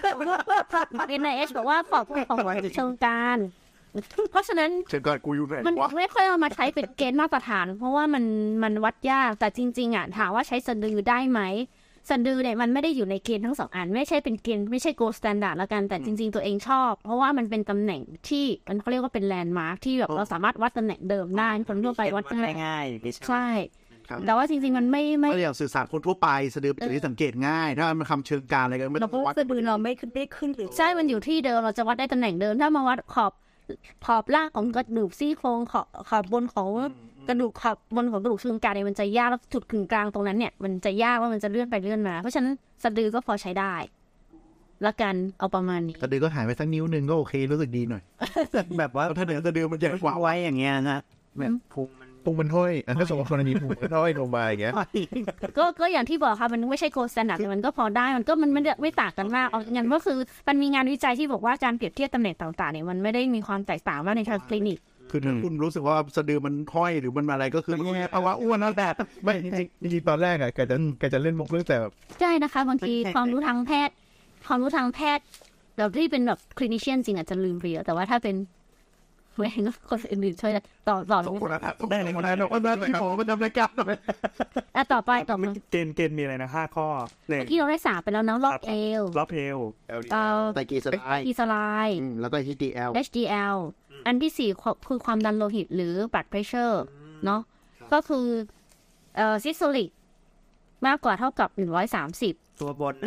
NIH บอกว่าขอบของเชิงกรานเพราะฉะนั้นเชิงกรานกูอยู่ไหนมันไม่ค่อยเอามาใช้เป็นเกณฑ์มาตรฐานเพราะว่ามันวัดยากแต่จริงๆอ่ะถามว่าใช้สะดือได้ไหมสะดือเนี่ยมันไม่ได้อยู่ในเกณฑ์ทั้ง2อันไม่ใช่เป็นเกณฑ์ไม่ใช่ gold standard ละกันแต่จริงๆตัวเองชอบเพราะว่ามันเป็นตำแหน่งที่เขาเรียกว่าเป็นแลนด์มาร์คที่แบบเราสามารถวัดตำแหน่งเดิมได้คนทั่วไปวัดง่ายใช่แต่ว่าจริงๆมันไม่อย่างสื่อสารคนทั่วไปสะดือเป็นที่สังเกตง่ายถ้ามันคำเชิงการอะไรกันไม่ต้องวัดสะดือเราไม่ขึ้นหรือใช่มันอยู่ที่เดิมเราจะวัดได้ตำแหน่งเดิมถ้ามาวัดขอบล่างของกระดูกซี่โครงขอบบนของกระดูกขอบบนของกระดูกเชิงกรานเนี่ยมันจะยากแล้วจุดกึ่งกลางตรงนั้นเนี่ยมันจะยากว่ามันจะเลื่อนไปเลื่อนมาเพราะฉะนั้นสะดือก็พอใช้ได้ละกันเอาประมาณนี้สะดือก็หายไปสักนิ้วนึงก็โอเครู้สึกดีหน่อยแบบว่าถ้าเดินสะดือมันใหญ่กว่าไว้อย่างเงี้ยนะแบบพุงมันห้อยถ้าสมมติคนมีพุงมันห้อยลงมาอย่างเงี้ยก็อย่างที่บอกค่ะมันไม่ใช่โกลด์สแตนดาร์ดแต่มันก็พอได้มันไม่ต่างกันมากเอางั้นก็คือมันมีงานวิจัยที่บอกว่าการเปรียบเทียบตำแหน่งต่างๆเนี่ยมันไม่ได้มีความแตกต่างมากในทางคลินิกคือถ้าคุณรู้สึกว่าสะดือมันห้อยหรือมันอะไรก็คือภาวะอ้วนนั่นแหละไม่จริงตอนแรกอะแกจะเล่นมุกเรื่องแต่แบบใช่นะคะบางทีความรู้ทางแพทย์เราที่เป็นแบบคลินิเชียนจริงอาจจะลืมไปเยอะแต่ว่าถ้าเป็นแม่งคนอื่นช่วยต่อได้เลยคนนั้นว่าได้ของมันทำรายการต่อไปต่อไปเกณฑ์มีอะไรนะ5ข้อที่เราได้3ไปแล้วนะรอบเอวไตรกลีเซอไรด์แล้วก็ HDL อันที่4คือความดันโลหิตหรือ blood pressure เนาะก็คือsystolic มากกว่าเท่ากับ130 ตัวบน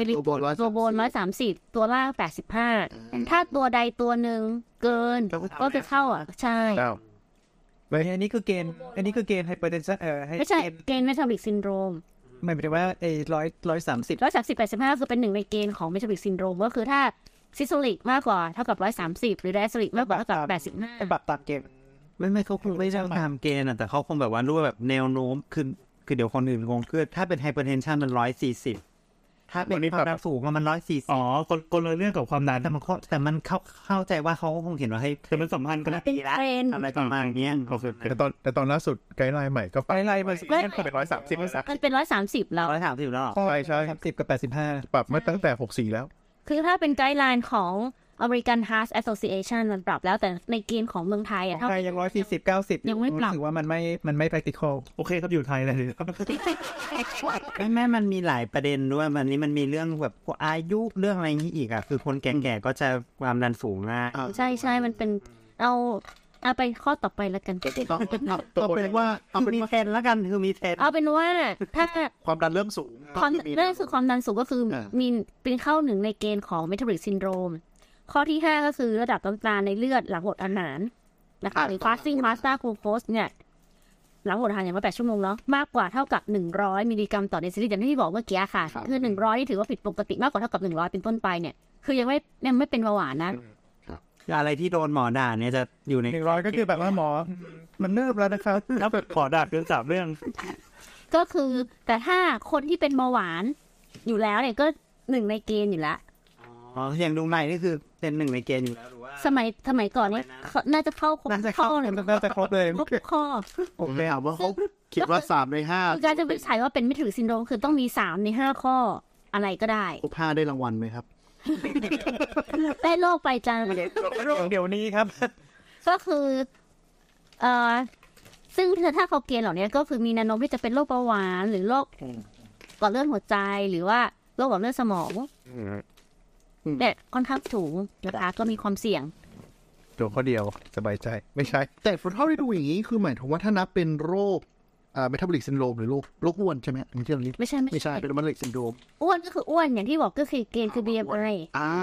130ตัวล่าง85ถ้าตัวใดตัวหนึ่งเกินก็จะเข้าใช่อันนี้คือเกณฑ์hypertension ไม่ใช่เกณฑ์ metabolic syndrome หมายถึงว่า130 85คือเป็นหนึ่งในเกณฑ์ของ metabolic syndrome ก็คือถ้าsystolic มากกว่าเท่ากับ130หรือ diastolic มากกว่าเท่ากับ85 เป็นแบบตามเกณฑ์ไม่เขาคงไม่ใช่ตามเกณฑ์แต่เขาคงแบบว่ารู้แบบแนวโน้มคือเดี๋ยวคนอื่นงงคือถ้าเป็น hypertension มัน140ถ้าเป็นความดันสูงมัน140 คนละเรื่องกับความดันแต่มันเข้าใจว่าเขาคงเห็นว่าให้แต่มันสัมพันธ์กันนะอะไรประมาณนี้แต่ตอนล่าสุดไกด์ไลน์ใหม่ก็ไกด์ไลน์มันเป็น130 มันเป็น130แล้ว 130แล้วใช่ 10กับ85 ปรับมาตั้งแต่64แล้วคือถ้าเป็นไกด์ไลน์ของ American Heart Association มันปรับแล้วแต่ในเกณฑ์ของเมืองไทยอ่ะไทยยัง140-90 ยังไม่ปรับรู้สึกว่ามันไม่ practical โอเคครับอยู่ไทยเลยครับแม่มันมีหลายประเด็นด้วยวันนี้มันมีเรื่องแบบพวกอายุเรื่องอะไรอย่างนี้อีกอ่ะคือคนแก่ๆก็จะความดันสูงง่ายใช่มันเป็นเอาไปข้อต่อไปแล้วกันต้องเป็นว่าเอาเป็นมีว่าเทรนแล้วกันคือมีเทรนเอาเป็นว่าถ้าความดันเริ่มสูงเรื่องคือความดันสูงก็คือมีเป็นเข้าหนึ่งในเกณฑ์ของ metabolic syndrome ข้อที่ 5 ก็คือระดับน้ำตาลในเลือดหลังอดอาหารนะคะหรือ fasting plasma glucose เนี่ยหลังอดอาหารอย่างน้อย8 ชั่วโมงแล้วมากกว่าเท่ากับ100มิลลิกรัมต่อเดซิลิตรอย่างที่บอกเมื่อกี้ค่ะคือ100นี่ถือว่าผิดปกติมากกว่าเท่ากับ100เป็นต้นไปเนี่ยคือยังไม่เป็นเบาหวานนะอะไรที่โดนหมอด่าเนี่ยจะอยู่ใน 100ก็คือแบบว่าหมอมันเนิบแล้วนะครับถ้าแบบขอดาบเรื่อง3เรื่องก็คือแต่ถ้าคนที่เป็นเบาหวานอยู่แล้วเนี่ยก็1ในเกณฑ์อยู่แล้วอย่างดูใหม่นี่คือเป็น1ในเกณฑ์อยู่แล้วหรือว่าสมัยก่อนเนี่ยน่าจะเข้าข้อเลยน่าจะครบเลยครบข้อโอเคเอาว่าเขาคิดว่า3ใน5 คือการจะวิจัยว่าเป็นmetabolic syndromeคือต้องมี3ใน5ข้ออะไรก็ได้ครบ5ได้รางวัลไหมครับได้โรคไปจังเดี๋ยวนี้ครับก็คือซึ่งถ้าเขาเกณฑ์เหล่านี้ก็คือมีแนวโน้มที่จะเป็นโรคเบาหวานหรือโรคหลอดเลือดหัวใจหรือว่าโรคหลอดเลือดสมองเนี่ยค่อนข้างสูงนะคะก็มีความเสี่ยงตัวข้อเดียวสบายใจไม่ใช่แต่เท่าที่ดูอย่างนี้คือหมายถึงว่าถ้านับเป็นโรคmetabolic syndrome หรือโรคอ้วนใช่ไหมอันนี้ไม่ใช่เป็น metabolic syndrome อ้วนก็คืออ้วนอย่างที่บอกก็คือเกณฑ์คือ BMI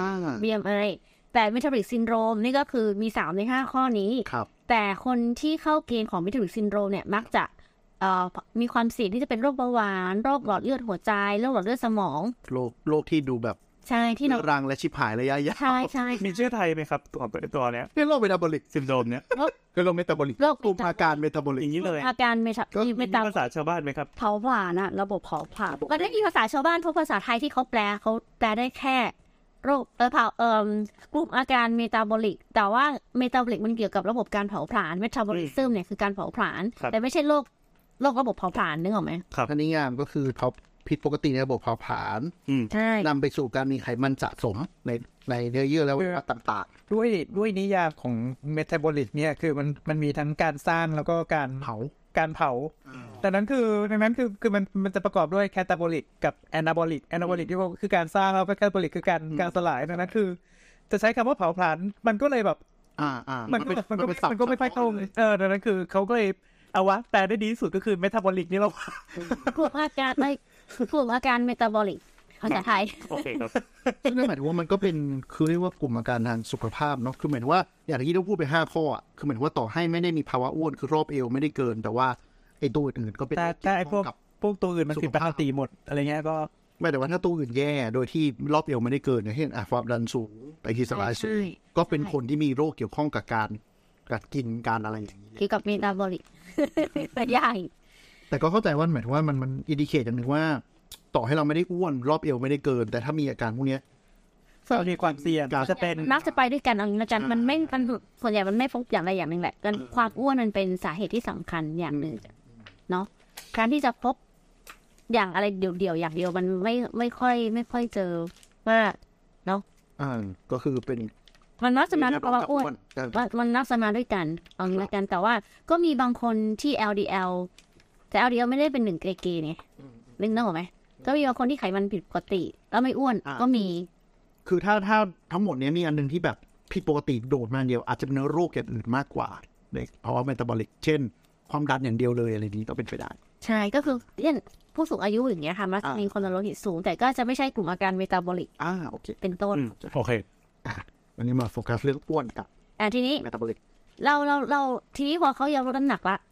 BMI แต่ metabolic syndrome นี่ก็คือมี3ใน5ข้อนี้แต่คนที่เข้าเกณฑ์ของ metabolic syndrome เนี่ยมักจะมีความเสี่ยงที่จะเป็นโรคเบาหวานโรคหลอดเลือดหัวใจโรคหลอดเลือดสมองโรคที่ดูแบบใช่ที่รังและชิบหายระยะยาวใช่มีชื่อไทยไหมครับตัวเนี้ยเป็นโรค metabolic syndrome เนี้ยเป็นโรค metabolic โรคกลุ่มอาการ metabolic อย่างนี้เลยอาการมีภาษาชาวบ้านไหมครับเผาผลาญอะระบบเผาผลาญก็ได้มีภาษาชาวบ้านเพราะภาษาไทยที่เขาแปลได้แค่โรคกลุ่มอาการ metabolic แต่ว่า metabolic มันเกี่ยวกับระบบการเผาผลาญ metabolism เนี่ยคือการเผาผลาญแต่ไม่ใช่โรคระบบเผาผลาญนึกออกไหมครับอันนี้งานก็คือเผาผิดปกติในระบบเผาผลาญใช่นำไปสู่การมีไขมันสะสมในเนื้อเยื่อแล้วต่างๆด้วยนิยามของ metabolic เนี่ยคือมันมีทั้งการสร้างแล้วก็การเผาดังนั้นคือมันจะประกอบด้วย catabolic กับ anabolic ที่ว่าคือการสร้างแล้วก็ catabolic คือการสลายดังนั้นคือจะใช้คำว่าเผาผลาญมันก็เลยแบบมันก็ไม่ค่อยเข้าเลยดังนั้นคือเขาก็เลยเอาวะแต่ได้ดีที่สุดก็คือ metabolic นี่เรากลุ่มอาการ metabolic ภาษาไทยโอเคครับซึ่งหมายถึงว่ามันก็เป็นคือเรียกว่ากลุ่มอาการทางสุขภาพเนาะคือหมายถึงว่าอย่างที่เราพูดไป5ข้ออ่ะคือหมายถึงว่าต่อให้ไม่ได้มีภาวะอ้วนคือรอบเอวไม่ได้เกินแต่ว่าไอ้ตัวอื่นก็เป็นแต่ไอ้พวกตัวอื่นมันผิดปกติหมดอะไรเงี้ยก็ไม่แต่ว่าถ้าตัวอื่นแย่โดยที่รอบเอวไม่ได้เกินอย่างเช่นความดันสูงไตรกลีเซอไรด์สูงก็เป็นคนที่มีโรคเกี่ยวข้องกับการกินการอะไรอย่างนี้เกี่ยวกับ metabolic เป็นใหญ่แต่ก็เข้าใจว่าหมายถึงว่ามันอินดิเคตอย่างหนึ่งว่าต่อให้เราไม่ได้อ้วนรอบเอวไม่ได้เกินแต่ถ้ามีอาการพวกนี้เรามีความเสี่ยงจะเป็นมักจะไปด้วยกันอาจารย์มันไม่ส่วนใหญ่มันไม่พบอย่างใดอย่างหนึ่งแหละกันความอ้วนมันเป็นสาเหตุที่สำคัญอย่างหนึ่งเนาะการที่จะพบอย่างอะไรเดี่ยวอย่างเดียวมันไม่ค่อยเจอมากเนาะก็คือเป็นมันนักสมาด้วยภาวะอ้วนมันนักสมาด้วยกันเอางี้ละกันแต่ว่าก็มีบางคนที่ LDL แต่ LDL ไม่ได้เป็น1 เกณฑ์ไงนึกออกไหมก็มีบางคนที่ไขมันผิดปกติแล้วไม่อ้วนก็มีคือถ้าทั้งหมดนี้มีอันนึงที่แบบผิดปกติโดดมาเดียวอาจจะเป็นโรคอย่างอื่นมากกว่าเด็กเพราะว่าเมตาบอลิกเช่นความดันอย่างเดียวเลยอะไรนี้ก็เป็นไปได้ใช่ก็คือเช่นผู้สูงอายุอย่างเงี้ยค่ะมักมีคอเลสเตอรอลสูงแต่ก็จะไม่ใช่กลุ่มอาการเมตาบอลิกโอเคเป็นต้นโอเควันนี้มาโฟกัสเรื่องอ้วนกับทีนี้เมตาบอลิกเราทีนี้พอเขายอมลดน้ำหนักละ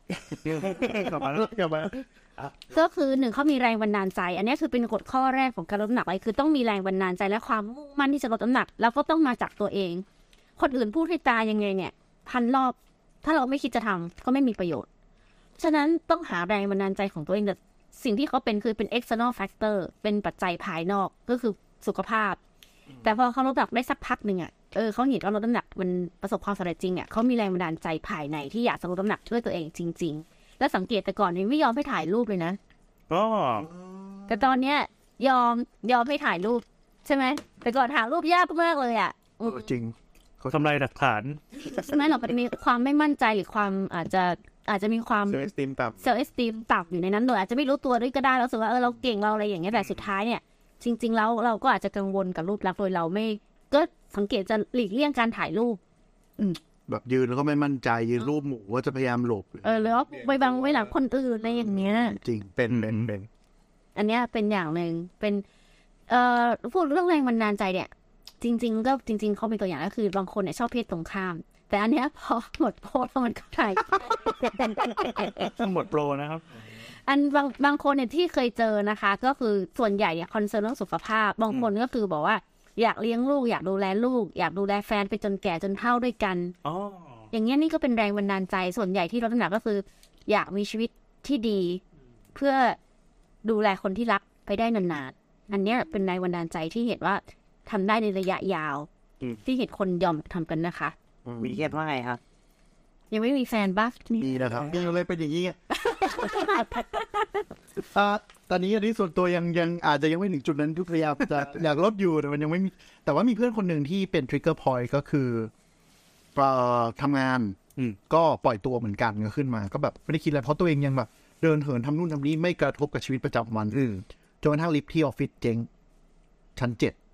ก็คือ1เขามีแรงบันดาลใจอันนี้คือเป็นกฎข้อแรกของการลดน้ำหนักเลยคือต้องมีแรงบันดาลใจและความมุ่งมั่นที่จะลดน้ำหนักแล้วก็ต้องมาจากตัวเองคนอื่นพูดให้ตายยังไงเนี่ย1,000 รอบถ้าเราไม่คิดจะทำก็ไม่มีประโยชน์ฉะนั้นต้องหาแรงบันดาลใจของตัวเองแต่สิ่งที่เขาเป็นคือเป็น external factor เป็นปัจจัยภายนอกก็คือสุขภาพแต่พอเขาลดน้ำหนักได้สักพักนึงเขาเห็นว่าลดน้ำหนักมันประสบความสำเร็จจริงเขามีแรงบันดาลใจภายในที่อยากจะลดน้ำหนักด้วยตัวเองจริงๆแล้วสังเกตแต่ก่อนนี้ไม่ยอมให้ถ่ายรูปเลยนะแต่ตอนเนี้ยยอมให้ถ่ายรูปใช่ไหมแต่ก่อนถ่ายรูปยากมากเลยจริงทำลายหลักฐานฉะนั้นเรามีความไม่มั่นใจหรือความอาจจะมีความเซลล์เอสติมต่ำเซลล์เอสติมต่ำอยู่ในนั้นโดยอาจจะไม่รู้ตัวด้วยก็ได้แล้วรู้สึกว่าเราเก่งเราอะไรอย่างเงี้ยแต่สุดท้ายเนี่ยจริงๆแล้วเราก็อาจจะกังวลกับรูปลักษณ์โดยเราไม่ก็สังเกตจะหลีกเลี่ยงการถ่ายรูปแบบยืนแล้วก็ไม่มั่นใจยืนรูปหมูว่าจะพยายามหลบหรือว่าไปบังไว้หลังคนอื่นอะไรอย่างเงี้ยจริงเป็นอันเนี้ยเป็นอย่างหนึ่งเป็นพูดเรื่องแรงบันดาลใจเนี่ยจริงๆเขาเป็นตัวอย่างก็คือบางคนเนี่ยชอบเพศตรงข้ามแต่อันเนี้ยพอหมดโพสแล้วมันก็ถ่ายหมดโปรนะครับอันบางคนเนี่ยที่เคยเจอนะคะก็คือส่วนใหญ่เนี่ยคอนเซิร์นเรื่องสุขภาพบางคนก็คือบอกว่าอยากเลี้ยงลูกอยากดูแลลูกอยากดูแลแฟนไปจนแก่จนเฒ่าด้วยกันอย่างเงี้ยนี่ก็เป็นแรงบันดาลใจส่วนใหญ่ที่ลดน้ำหนักก็คืออยากมีชีวิตที่ดีเพื่อดูแลคนที่รักไปได้นานๆอันเนี้ยเป็นแรงบันดาลใจที่เห็นว่าทำได้ในระยะยาวที่เห็นคนยอมทำกันนะคะมีเคสว่าไงครับยังไม่มีแฟนบ้างดีนะครับยังเลยเป็นอย่างนี้ ตอนนี้อันนี้ส่วนตัวยังอาจจะยังไม่ถึงจุดนั้นที่พยายามจะอยากลดอยู่แต่มันยังไม่มีแต่ว่ามีเพื่อนคนหนึ่งที่เป็น trigger point ก็คือทำงานก็ปล่อยตัวเหมือนกันก็ขึ้นมาก็แบบไม่ได้คิดอะไรเพราะตัวเองยังแบบเดินเหินทำนู่นทำนี่ไม่กระทบกับชีวิตประจำวันจนกระทั่งลิฟต์ที่ออฟฟิศเจ๊งชั้น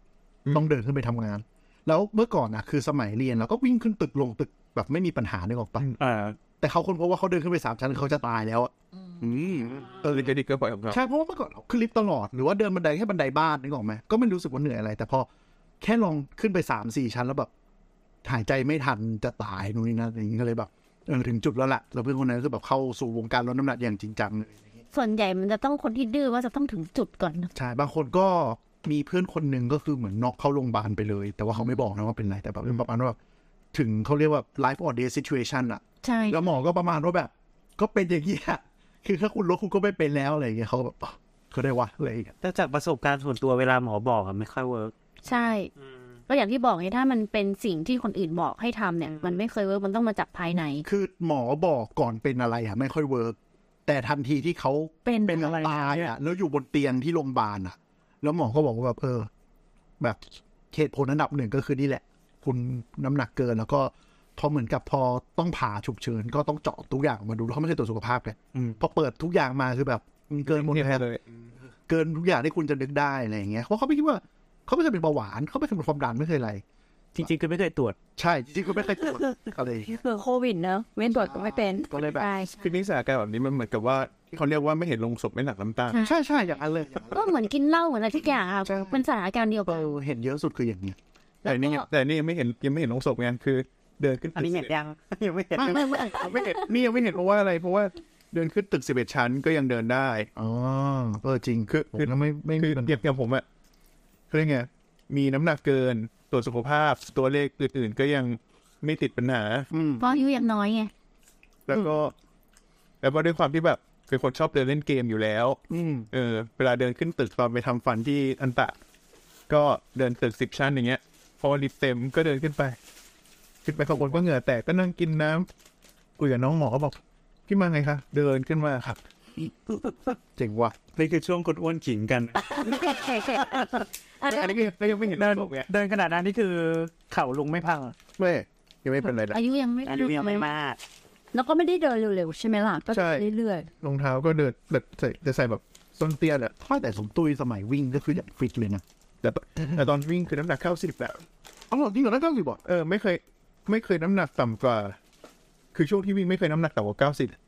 7ต้องเดินขึ้นไปทำงานแล้วเมื่อก่อนนะคือสมัยเรียนเราก็วิ่งขึ้นตึกลงตึกแบบไม่มีปัญหานึกออกปะแต่เขาคนพบว่าเขาเดินขึ้นไป3 ชั้นเขาจะตายแล้วจะดีเกินไปของเราใช่เพราะว่าเมื่อก่อนเราขึ้นลิฟต์ตลอดหรือว่าเดินบันไดแค่บันไดบ้านนึกออกไหมก็ไม่รู้สึกว่าเหนื่อยอะไรแต่พอแค่ลองขึ้นไป3-4 ชั้นแล้วแบบหายใจไม่ทันจะตายนู่นนี่นั่นอย่างนี้ก็เลยแบบถึงจุดแล้วแหละแล้วเพื่อนคนนั้นคือแบบเข้าสู่วงการลดน้ำหนักอย่างจริงจังเลยส่วนใหญ่มันจะต้องคนที่ดื้อว่าจะต้องถึงจุดก่อนใช่บางคนก็มีเพื่อนคนหนึ่งก็คือเหมือนน็อกเข้าโรงพยาบาลไปเลยแต่ว่าเขาไม่บอกนะว่าเป็นไรแต่แบบเป็นประมาณว่าถึงเขาเรียกว่า life or death situation อะใช่แล้วหมอก็ประมาณว่าแบบก็เป็นอย่างนี้คือถ้าคุณลดคุณก็ไม่เป็นแล้วอะไรอย่างเงี้ยเขาแบบเขาได้วะอะไรอย่างเงี้ยแต่จากประสบการณ์ส่วนตัวเวลาหมอบอกอะไม่ค่อยเวิร์กใช่ก็อย่างที่บอกไงถ้ามันเป็นสิ่งที่คนอื่นบอกให้ทำเนี่ยมันไม่เคยเวิร์กมันต้องมาจากภายในคือหมอบอกก่อนเป็นอะไรอะไม่ค่อยเวิร์กแต่ทันทีที่เขาเป็นอะไรตายอะแล้วอยู่บนเตียงที่โรงพยาบาลอะแล้วหมอก็บอกว่าแบบแบบเหตุผลอันดับหนึ่งก็คือนี่แหละคุณน้ำหนักเกินแล้วก็พอเหมือนกับพอต้องผ่าฉุกเฉินก็ต้องเจาะทุกอย่างมาดูเขาไม่เคยตรวจสุขภาพเลยพอเปิดทุกอย่างมาคือแบบเกินหมดเลยเกินทุกอย่างที่คุณจะนึกได้อะไรอย่างเงี้ยเพราะเขาไม่คิดว่าเขาไม่เคยเป็นเบาหวานเขาไม่เคยเป็นความดันไม่เคยอะไรจริงๆคือไม่เคยตรวจใช่จริงๆคือไม่เคยตรวจอะไรคือโควิดเนอะไม่ตรวจก็ไม่เป็นก็เลยแบบคือนิสัยการแบบนี้มันเหมือนกับว่าเขาเรียกว่าไม่เห็นลงศพไม่หนักน้ำตาใช่ใช่อย่างนั้นเลยก็เหมือนกินเหล้าเหมือนอะไรทุกอย่างครับเป็นสถานการณ์เดียวกันเห็นเยอะสุดคืออย่างนี้แต่นี่ยังไม่เห็นลงศพไงคือเดินขึ้นอันนี้เห็นยังไม่เห็นไม่เห็นนี่ยังไม่เห็นเพราะว่าอะไรเพราะว่าเดินขึ้นตึก11 ชั้นก็ยังเดินได้จริงคือไม่คือเทียบผมอะเขาเรียกไงมีน้ำหนักเกินตรวจสุขภาพตัวเลขอื่นๆก็ยังไม่ติดปัญหาเพราะอายุยังน้อยไงแล้วก็ด้วยความที่แบบเป็นคนชอบเดินเล่นเกมอยู่แล้วเวลาเดินขึ้นตึกตอนไปทำฟันที่อันตะก็เดินตึก10 ชั้นอย่างเงี้ยพอลิฟต์เต็มก็เดินขึ้นไปข้างบนก็เหงื่อแตกก็นั่งกินน้ำคุยกับน้องหมอก็บอกพี่มาไงคะเดินขึ้นมาครับเจ๋งว่ะนี่คือช่วงคนอ้วนขิงกันอันนี้ก็ยังไม่เห็นเดินขนาดนั้นนี่คือเข่าลุงไม่พังไม่ยังไม่เป็นไรอายุยังไม่มากแล้วก็ไม่ได้เดินเร็วๆใช่ไหมล่ะก็เรื่อยๆรองเท้าก็เดินแบบใส่แบบส้นเตี้ยแหละแต่สมตุยสมัยวิ่งก็คืออย่างฟิตเลยนะแต่ตอนวิ่งคือน้ำหนัก90แบบจริงเหรอ90บ่ไม่เคยน้ำหนักต่ำกว่าคือช่วงที่วิ่งไม่เคยน้ำหนักต่ำกว่า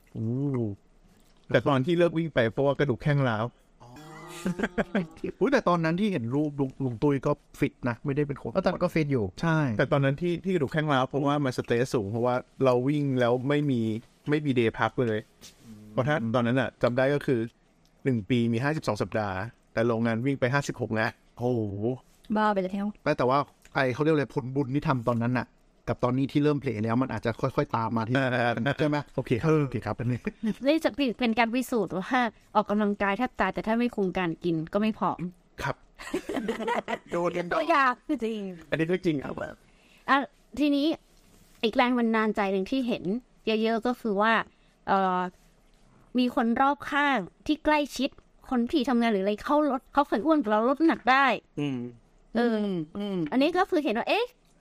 90แต่ตอนที่เลิกวิ่งไปเพราะว่ากระดูกแข้งร้าวแต่ตอนนั้นที่เห็นรูปลุงตุ้ยก็ฟิตนะไม่ได้เป็นคนตอนก็ฟิตอยู่ใช่แต่ตอนนั้นที่กระดูกแข้งร้าวเพราะว่ามันสเตรสสูงเพราะว่าเราวิ่งแล้วไม่มีเดย์พักเลยเพราะถ้าตอนนั้นอ่ะจำได้ก็คือ1 ปีมี52 สัปดาห์แต่โรงงานวิ่งไป56นะโอ้โหบ้าไปแล้วแต่ว่าเขาเรียกอะไรผลบุญที่ทำตอนนั้นน่ะกับตอนนี้ที่เริ่มเพลย์แล้วมันอาจจะค่อยๆตามมาที่ใช่ไหมโอเคครับเป็นนี่จะเป็นการพิสูจน์ว่าออกกำลังกายแทบตายแต่ถ้าไม่คุมการกินก็ไม่ผอมครับโดนกันตัวยากจริงอันนี้ก็จริงครับทีนี้อีกแรงบันดาลใจหนึ่งที่เห็นเยอะๆก็คือว่ามีคนรอบข้างที่ใกล้ชิดคนที่ทำงานหรืออะไรเขาเคยอ้วนเราลดน้ำหนักได้อันนี้ก็คือเห็นว่า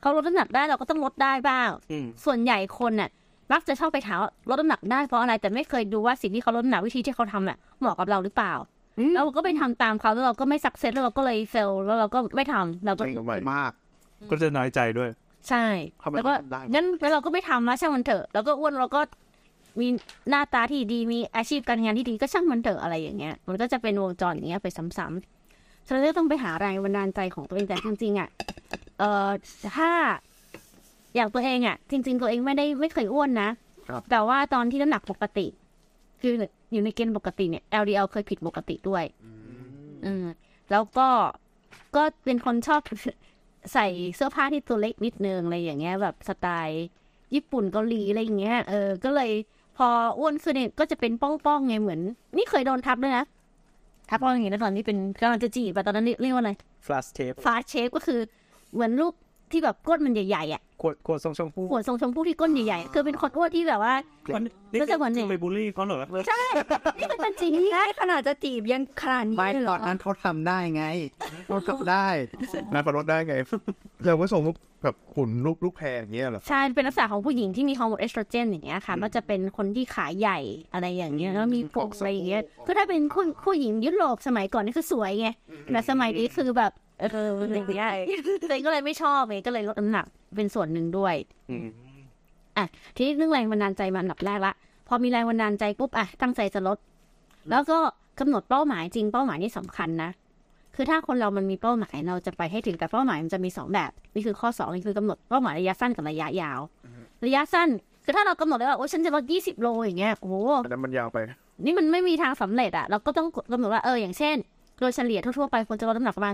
เขาลดน้ำหนักได้เราก็ต้องลดได้บ้างส่วนใหญ่คนน่ะมักจะชอบไปถามลดน้ำหนักได้เพราะอะไรแต่ไม่เคยดูว่าสิ่งที่เขาลดน้ำหนักวิธีที่เขาทำน่ะเหมาะกับเราหรือเปล่าแล้วเราก็ไปทำตามเขาแล้วเราก็ไม่สักเซสแล้วเราก็เลยเฟลแล้วเราก็ไม่ทำเราก็มากก็จะน้อยใจด้วยใช่แล้วก็งั้นเราก็ไม่ทำแล้วช่างมันเถอะแล้วก็อ้วนเราก็มีหน้าตาที่ดีมีอาชีพการงานที่ดีก็ช่างมันเถอะอะไรอย่างเงี้ยมันก็จะเป็นวงจรอย่างเงี้ยไปซ้ำๆฉะนั้นต้องไปหาแรงบันดาลใจของตัวเองแต่จริงๆอ่ะถ้าอย่างตัวเองอ่ะจริงๆตัวเองไม่เคยอ้วนนะแต่ว่าตอนที่น้ำหนักปกติคืออยู่ในเกณฑ์ปกติเนี่ย LDL เคยผิดปกติด้วยแล้วก็เป็นคนชอบใส่เสื้อผ้าที่ตัวเล็กนิดนึงอะไรอย่างเงี้ยแบบสไตล์ญี่ปุ่นเกาหลีอะไรอย่างเงี้ยก็เลยพออ้วนขึ้นเนี่ยก็จะเป็นป้องๆไงเหมือนนี่เคยโดนทับด้วยนะทับป้องอย่างนี้แล้วตอนนี้เป็นกำลังจะจีบตอนนั้นเรียกว่าอะไร flash shape ก็คือเหมือนรูปที่แบบก้นมันใหญ่ๆอ่ะขวดทรงชมพู่ขวดทรงชมพู่ที่ก้นใหญ่ๆคือเป็นคนอ้วนที่แบบว่าก็จะเหมือนเนี่ยไปบูลลี่เขาเหรอใช่นี่เป็นจริงได้ขนาดจะจีบยังขนาดนี้ไม่ตอนนั้นเขาทำได้ไงเขาทำได้นายพอลดได้ไงเราก็ส่งรูปแบบหุ่นรูปแพรอย่างเงี้ยเหรอใช่เป็นลักษณะของผู้หญิงที่มีฮอร์โมนเอสโตรเจนอย่างเงี้ยค่ะก็จะเป็นคนที่ขาใหญ่อะไรอย่างเงี้ยแล้วมีปกอะไรอย่างเงี้ยก็ถ้าเป็นผู้หญิงยุโรปสมัยก่อนนี่คือสวยไงแต่สมัยนี้คือแบบอะไรอย่างเงี้ยเลยก็เลยไม่ชอบไงก็เลยลดน้ำหนักเป็นส่วนหนึ่งด้วยทีนี้เรื่องแรงบันดาลใจมาอันดับแรกละพอมีแรงบันดาลใจปุ๊บตั้งใจจะลดแล้วก็กำหนดเป้าหมายจริงเป้าหมายนี่สำคัญนะคือถ้าคนเรามันมีเป้าหมายเราจะไปให้ถึงแต่เป้าหมายมันจะมี2แบบนี่คือข้อ2นี่คือกำหนดเป้าหมายระยะสั้นกับระยะยาวระยะสั้นคือถ้าเรากำหนดได้ว่าโอ้ฉันจะลด20โลอย่างเงี้ยโอ้โหนั้นมันยาวไปนี่มันไม่มีทางสำเร็จเราก็ต้องกำหนดว่าอย่างเช่นโดยเฉลี่ยทั่วๆไปคนจะลดน้ำหนักประมาณ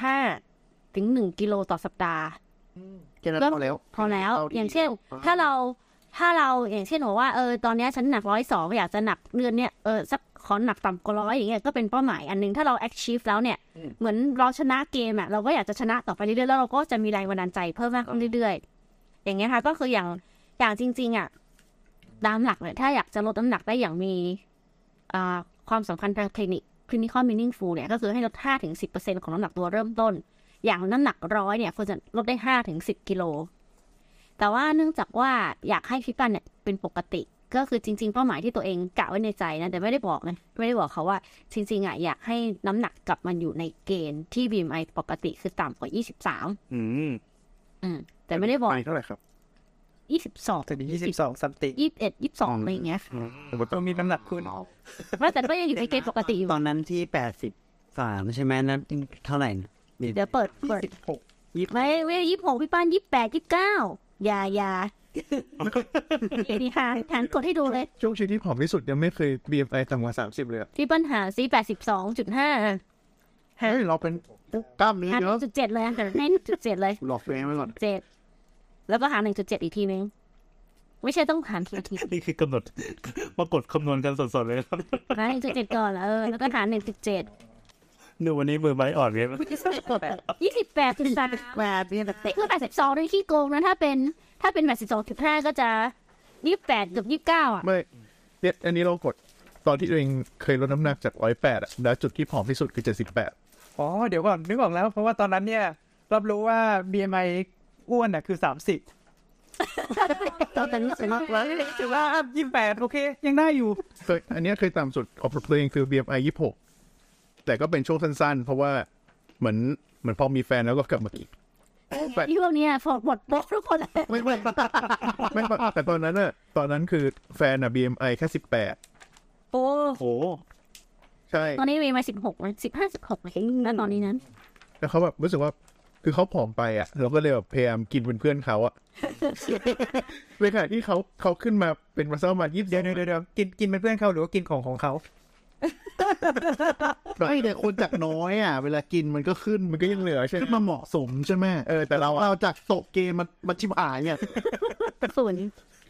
0.5 ถึง 1 กิโลต่อสัปดาห์พอแล้วอย่างเช่นถ้าเราอย่างเช่นบอกว่าตอนนี้ฉันหนัก102อยากจะหนักเดือนเนี้ยสักขอหนักต่ำกว่า100อย่างเงี้ยก็เป็นเป้าหมายอันนึงถ้าเรา achieve แล้วเนี่ยเหมือนเราชนะเกมเราก็อยากจะชนะต่อไปเรื่อยๆแล้วเราก็จะมีแรงบันดาลใจเพิ่มมากขึ้นเรื่อยๆอย่างเงี้ยค่ะก็คืออย่างจริงๆตามหลักเลยถ้าอยากจะลดน้ำหนักได้อย่างมีความสำคัญทางclinical meaningful เนี่ยก็คือให้ลด 5-10% ของน้ำหนักตัวเริ่มต้นอย่างน้ำหนัก100เนี่ยควรจะลดได้ 5-10 กิโลแต่ว่าเนื่องจากว่าอยากให้พี่ปั้นเนี่ยเป็นปกติก็คือจริงๆเป้าหมายที่ตัวเองกะไว้ในใจนะแต่ไม่ได้บอกเขาว่าจริงๆอยากให้น้ำหนักกลับมาอยู่ในเกณฑ์ที่ BMI ปกติคือต่ำกว่า23แต่ไม่ได้บอกเท่าไหร่ครับ 22 แต่22 something 21 22อะไรอย่างเงี้ยต้องมีน้ำหนักขึ้นแต่ก็ยังอยู่ในเกณฑ์ปกติอยู่ตอนนั้นที่83ใช่ไหมนั้นเท่าไหร่เดี๋ยวเปิด26ไม่26พี่ป้าน28 29อย่านี่ค่ะฐานกดให้ดูเลยช่วงชีวิตที่ผอมที่สุดยังไม่เคย BMI ต่ำกว่า30เลยพี่ปัญหาซิ 82.5 เฮ้ยเราเป็นกล้ามเนื้อเยอะ 1.7 เลยแต่ให้ 1.7 เลยหลอกตัวเองไว้ก่อน 7แล้วก็หา 1.7 อีกทีนึงไม่ใช่ต้องหารทีนี่คือกำหนดมากดคำนวณกันสดๆเลยครับหา 1.7 ก่อนแล้วก็หา 1.7 ดูวันนี้มือไม้อ่อนไง 28.3เนี่ยเตะคือ82นี่ขี้โกงนะถ้าเป็น82.5ก็จะ28กับ29 ไม่เนี่ยอันนี้เรากดตอนที่ตัวเองเคยลดน้ำหนักจาก108แล้วจุดที่ผอมที่สุดคือ78 เดี๋ยวก่อนนึกออกแล้วเพราะว่าตอนนั้นเนี่ยรับรู้ว่า BMI อ้วนคือ30 ตอนนั้นสมากแล้วถือว่า28โอเคยังได้อยู่อันนี้เคยต่ำสุดของตัวเองคือ BMI 26แต่ก็เป็นช่วงสั้นๆเพราะว่าเหมือนพอมีแฟนแล้วก็กลับมาอีกที่พวกนี้หมดโป๊ะทุกคนไม่แต่ตอนนั้นคือแฟนBMI แค่18 โอ้โหใช่ตอนนี้BMI 16 15 16เองนะตอนนี้นั้นแล้วเขาแบบรู้สึกว่าคือเขาผอมไปเราก็เลยแบบพยายามกินเป็นเพื่อนเขาในขณะที่เขาขึ้นมาเป็นมาสักประมาณ20 เดี๋ยวกินเป็นเพื่อนเขาหรือว่ากินของเขาไอ้เด็กคนจากน้อยเวลากินมันก็ขึ้นมันก็ยังเหลือใช่ไหมมาเหมาะสมใช่ไหมแต่เราจากตกเกมมันชิมหายเนี่ยศูนย์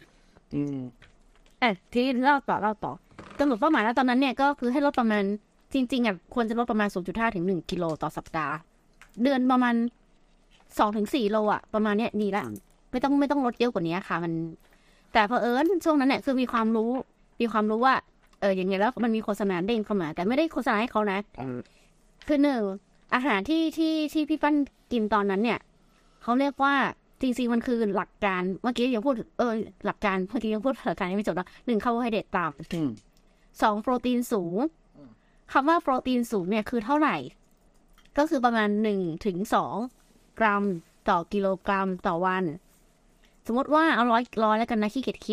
ที่เล่าต่อกำหนดเป้าหมายแล้วตอนนั้นเนี่ยก็คือให้ลดประมาณจริงๆควรจะลดประมาณ 0.5 ถึง 1 กิโลต่อสัปดาห์เดือนประมาณ 2-4 โลประมาณเนี้ยดีละไม่ต้องลดเยอะกว่านี้ค่ะมันแต่เผอิญช่วงนั้นเนี่ยคือมีความรู้ว่าอย่างเงี้ยแล้วมันมีโฆษณาเด้งเข้ามาแต่ไม่ได้โฆษณาให้เขานะคือ1อาหารที่พี่ปั้นกินตอนนั้นเนี่ยเขาเรียกว่าจริงๆมันคือหลักการเมื่อกี้ยังพูดหลักการเมื่อกี้ยังพูดหลักการยังไม่จบนะ1คาร์โบไฮเดรตต่ำ2โปรตีนสูงคำว่าโปรตีนสูงเนี่ยคือเท่าไหร่ก็คือประมาณ1 ถึง 2 กรัมต่อกิโลกรัมต่อวันสมมติว่าเอา100แล้วกันนะขี้เกียจคิด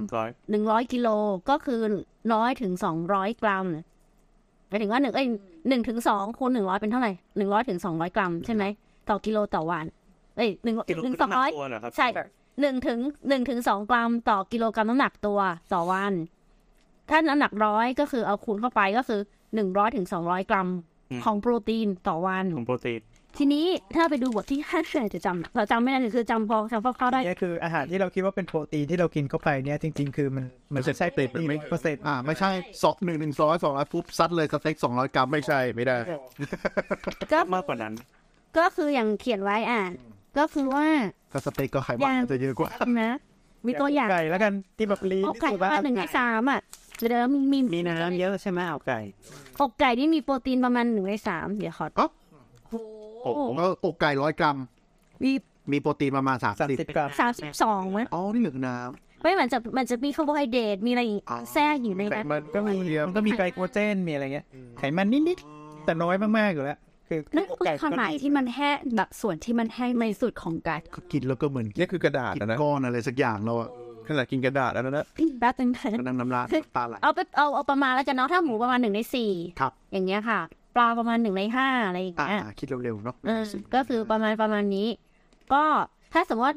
100กิโลก็คือ100 ถึง 200 กรัมหมายถึงว่า1 ถึง 2คูณ100เป็นเท่าไหร่100 ถึง 200 กรัมใช่ไหมต่อกิโลต่อวัน1 200ใช่1 ถึง 2 กรัมต่อกิโลกรัมน้ำหนักตัวต่อวันถ้าน้ำหนัก100ก็คือเอาคูณเข้าไปก็คือ100 ถึง 200 กรัมของโปรตีนต่อวันของโปรตีนทีนี้ถ้าไปดูบทที่5จะจำเราจำไม่ได้คือจำพอเข้าได้นี่คืออาหารที่เราคิดว่าเป็นโปรตีนที่เรากินเข้าไปเนี่ยจริงๆคือมันจะใช่เปรตไม่เปอร์เซ็นต์ไม่ใช่1 ถึง 200ปุ๊บซัดเลยสเต็ก200 กรัมไม่ใช่ไม่ได้ก็มากกว่านั้นก็คืออย่างเขียนไว้ก็คือว่าสเต็กก็ไขมันจะเยอะกว่านะมีตัวอย่างไก่แล้วกันที่แบบลีไก่ว่า1 ใน 3เดี๋ยวมีน้ำเยอะใช่ไหมเอาไก่อกไก่ที่มีโปรตีนประมาณ1 ใน 3เดี๋ยวขออกไก่100 กรัมมีโปรตีนประมาณ30 กรัม 32มั้ยนี่เหลือน้ำไม่มันจะมีคาร์โบไฮเดรตมีอะไรแทรกอยู่ในนั้นมันก็มีไกลโคเจนมีอะไรเงี้ยไขมันนิดๆแต่น้อยมากๆอยู่แล้วคือไก่ขนาดที่มันแห้งแบบส่วนที่มันแห้งในสุดของไก่กินแล้วก็เหมือนนี่คือกระดาษนะก้อนอะไรสักอย่างเราขนาดกินกระดาษแล้วนะแป๊บนึงน้ำลายตาไหลเอาประมาณแล้วกันเนาะถ้าหมูประมาณ1 ใน 4 ครับอย่างเงี้ยค่ะปลาประมาณ1 ใน 5อะไรอย่างเงี้ยคิดเร็วๆเนาะก็คือประมาณนี้ก็ถ้าสมมติว่า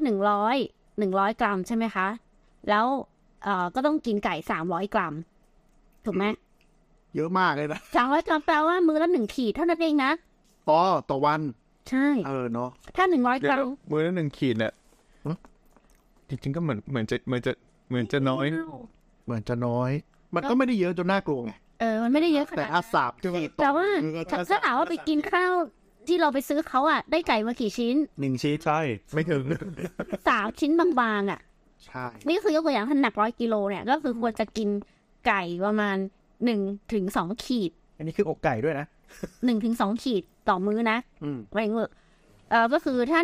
100 กรัมใช่ไหมคะแล้วก็ต้องกินไก่300 กรัมถูกไหมเยอะมากเลยนะ 300 กรัมแปลว่ามื้อละ1 ขีดเท่านั้นเองนะต่อวันใช่เนาะถ้า100 กรัมมื้อละ1 ขีดเนี่ยจริงๆก็เหมือนจะน้อยมันก็ไม่ได้เยอะจนน่ากลัวไงมันไม่ได้เยอะขนาดแต่ขีดแต่ว่าถ้าถามว่าไปกินข้าวที่เราไปซื้อเขาได้ไก่มากี่ชิ้น 1 ชิ้นใช่ไม่ถึง 3 ชิ้นบางใช่นี่คือยกตัวอย่างถ้าหนัก100 กิโลเนี่ยก็คือควรจะกินไก่ประมาณ1 ถึง 2 ขีดอันนี้คืออกไก่ด้วยนะ 1 ถึง 2 ขีดต่อมื้อนะอะไรเงี้ยก็คือถ้า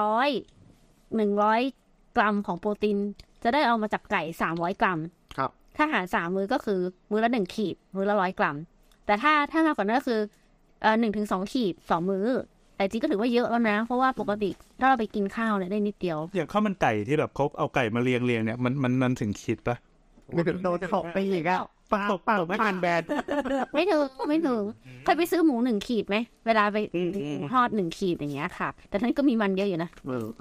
100 กรัมของโปรตีนจะได้เอามาจากไก่300 กรัมครับถ้าหาร3 มื้อก็คือมื้อละ1 ขีดมื้อละ100 กรัมแต่ถ้ามากกว่านั้นก็คือ1 ถึง 2 ขีดต่อมื้อแต่จริงก็ถือว่าเยอะแล้วนะเพราะว่าปกติถ้าเราไปกินข้าวเนี่ยได้นิดเดียวอย่างข้าวมันไก่ที่แบบเขาเอาไก่มาเรียงเนี่ยมันถึงขีดปะไม่ถึงโดนขอบไปอีกอ่ะเปล่าไม่ทานแบนไม่ถึงเคยไปซื้อหมู1 ขีดไหมเวลาไปทอด1 ขีดอย่างเงี้ยค่ะแต่ท่านก็มีมันเยอะอยู่นะ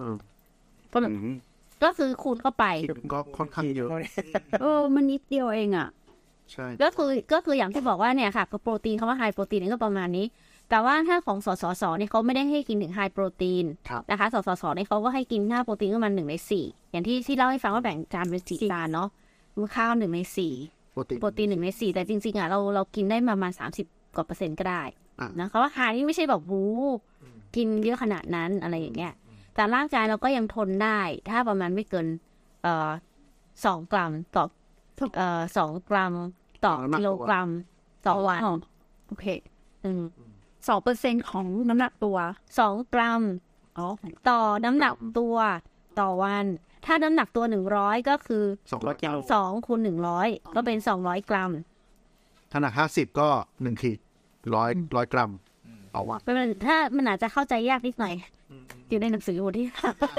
ก็คือคูณเข้าไปก็ค่อนข้างเยอะมันนิดเดียวเองอ่ะใช่ก็คืออย่างที่บอกว่าเนี่ยค่ะโปรตีนคำว่าไฮโปรตีนนี่ก็ประมาณนี้แต่ว่าถ้าของสสเนี่ยเขาไม่ได้ให้กินถึงไฮโปรตีนนะคะสสเนี่ยเขาก็ให้กินค่าโปรตีนประมาณ1 ใน 4อย่างที่เล่าให้ฟังว่าแบ่งจานเป็น4 จานเนาะข้าว1 ใน 4โปรตีน1 ใน 4แต่จริงๆอ่ะเรากินได้ประมาณ30 กว่า%ก็ได้นะคะว่าไฮนี่ไม่ใช่แบบกินเยอะขนาดนั้นอะไรอย่างเงี้ยแต่ร่างกายเราก็ยังทนได้ถ้าประมาณไม่เกิน2 กรัมต่อ2 กรัมต่อกิโลกรัมต่อวันโอเค2% ของน้ำหนักตัว 2 กรัมต่อน้ำหนักตัวต่อวันถ้าน้ำหนักตัว100ก็คือ 200 กรัม 2 คูณ 100ก็เป็น200 กรัมถ้าหนัก50ก็1 ขีด100 กรัมต่อวันถ้ามันอาจจะเข้าใจยากนิดหน่อยอยู่ในหนังสือบทที่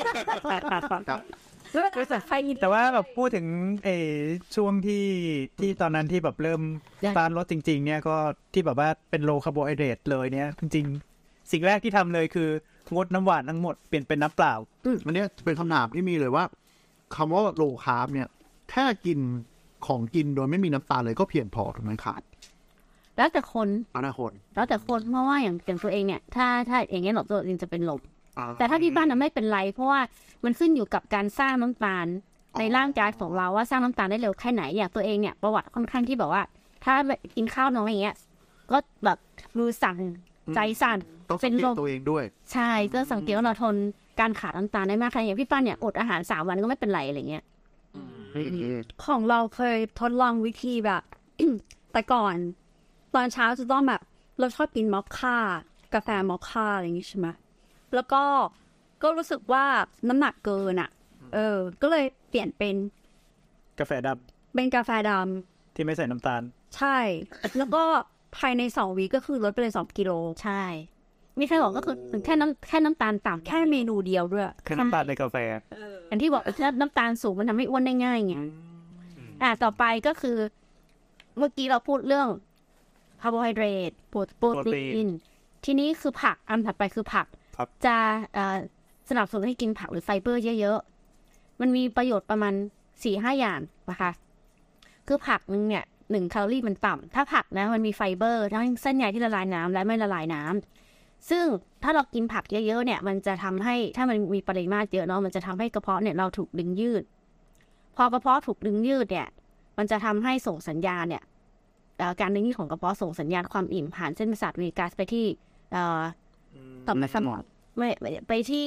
แต่ว่าแบบพูดถึงช่วงที่ตอนนั้นที่แบบเริ่มตานลดจริงๆเนี่ยก็ที่แบบว่าเป็นโลคาร์โบไฮเดรตเลยเนี่ยจริงๆสิ่งแรกที่ทำเลยคืองดน้ำหวานทั้งหมดเปลี่ยนเป็นน้ำเปล่าอันนี้เป็นคำถามที่มีเลยว่าคำว่าโลคาร์บเนี่ยแค่กินของกินโดยไม่มีน้ำตาลเลยก็เพียงพอถูกไหมขาดแล้วแต่คนแล้วแต่คนเพราะว่าอย่างตัวเองเนี่ยถ้าอย่างเงี้ยหลบตัวเองจะเป็นลมแต่ถ้าที่บ้านน่ะไม่เป็นไรเพราะว่ามันขึ้นอยู่กับการสร้างน้ำตาลในร่างกายของเราว่าสร้างน้ำตาลได้เร็วแค่ไหนอย่างตัวเองเนี่ยประวัติค่อนข้างที่แบบว่าถ้ากินข้าวน้อยอย่างเงี้ยก็แบบมือสั่นใจสั่นเป็นลมตัวเองด้วยใช่ก็สังเกตว่าเราทนการขาดน้ำตาลได้มากใครอย่างพี่ป้านเนี่ยอดอาหาร3 วันก็ไม่เป็นไรอะไรเงี้ยของเราเคยทดลองวิธีแบบ แต่ก่อนตอนเช้าจะต้องแบบเราชอบกินมอคค่ากาแฟมอคค่าอะไรอย่างงี้ใช่ไหมแล้วก็ก็รู้สึกว่าน้ำหนักเกินอ่ะก็เลยเปลี่ยนเป็นกาแฟดเป็นกาแฟดำที่ไม่ใส่น้ำตาลำใช่ แล้วก็ภายใน2 วีก็คือลดไปเลย2 กิโลใช่มีใครบอกก็คือแค่น้ำตาลต่ำแค่เมนูเดียวด้วยแค่น้ำตาลในกาแฟอันที่บอกถ้าน้ำตาลสูงมันทำให้อ้วนได้ง่ายไงต่อไปก็คือเมื่อกี้เราพูดเรื่องคาร์โบไฮเดรตโปรตีนทีนี้คือผักอันถัดไปคือผักจะสนับสนุนให้กินผักหรือไฟเบอร์เยอะๆมันมีประโยชน์ประมาณ 4-5 อย่างนะคะคือผักนึงเนี่ย1 แคลอรี่มันต่ำถ้าผักนะมันมีไฟเบอร์ทั้งเส้นใยที่ละลายน้ำและไม่ละลายน้ำซึ่งถ้าเรากินผักเยอะๆเนี่ยมันจะทำให้ถ้ามันมีปริมาตรเยอะเนาะมันจะทำให้กระเพาะเนี่ยเราถูกดึงยืดพอกระเพาะถูกดึงยืดเนี่ยมันจะทำให้ส่งสัญญาณเนี่ยการดึงยืดของกระเพาะส่งสัญญาณความอิ่มผ่านเส้นประสาทเวกัสไปที่ต่อมในสมองไม่ไปที่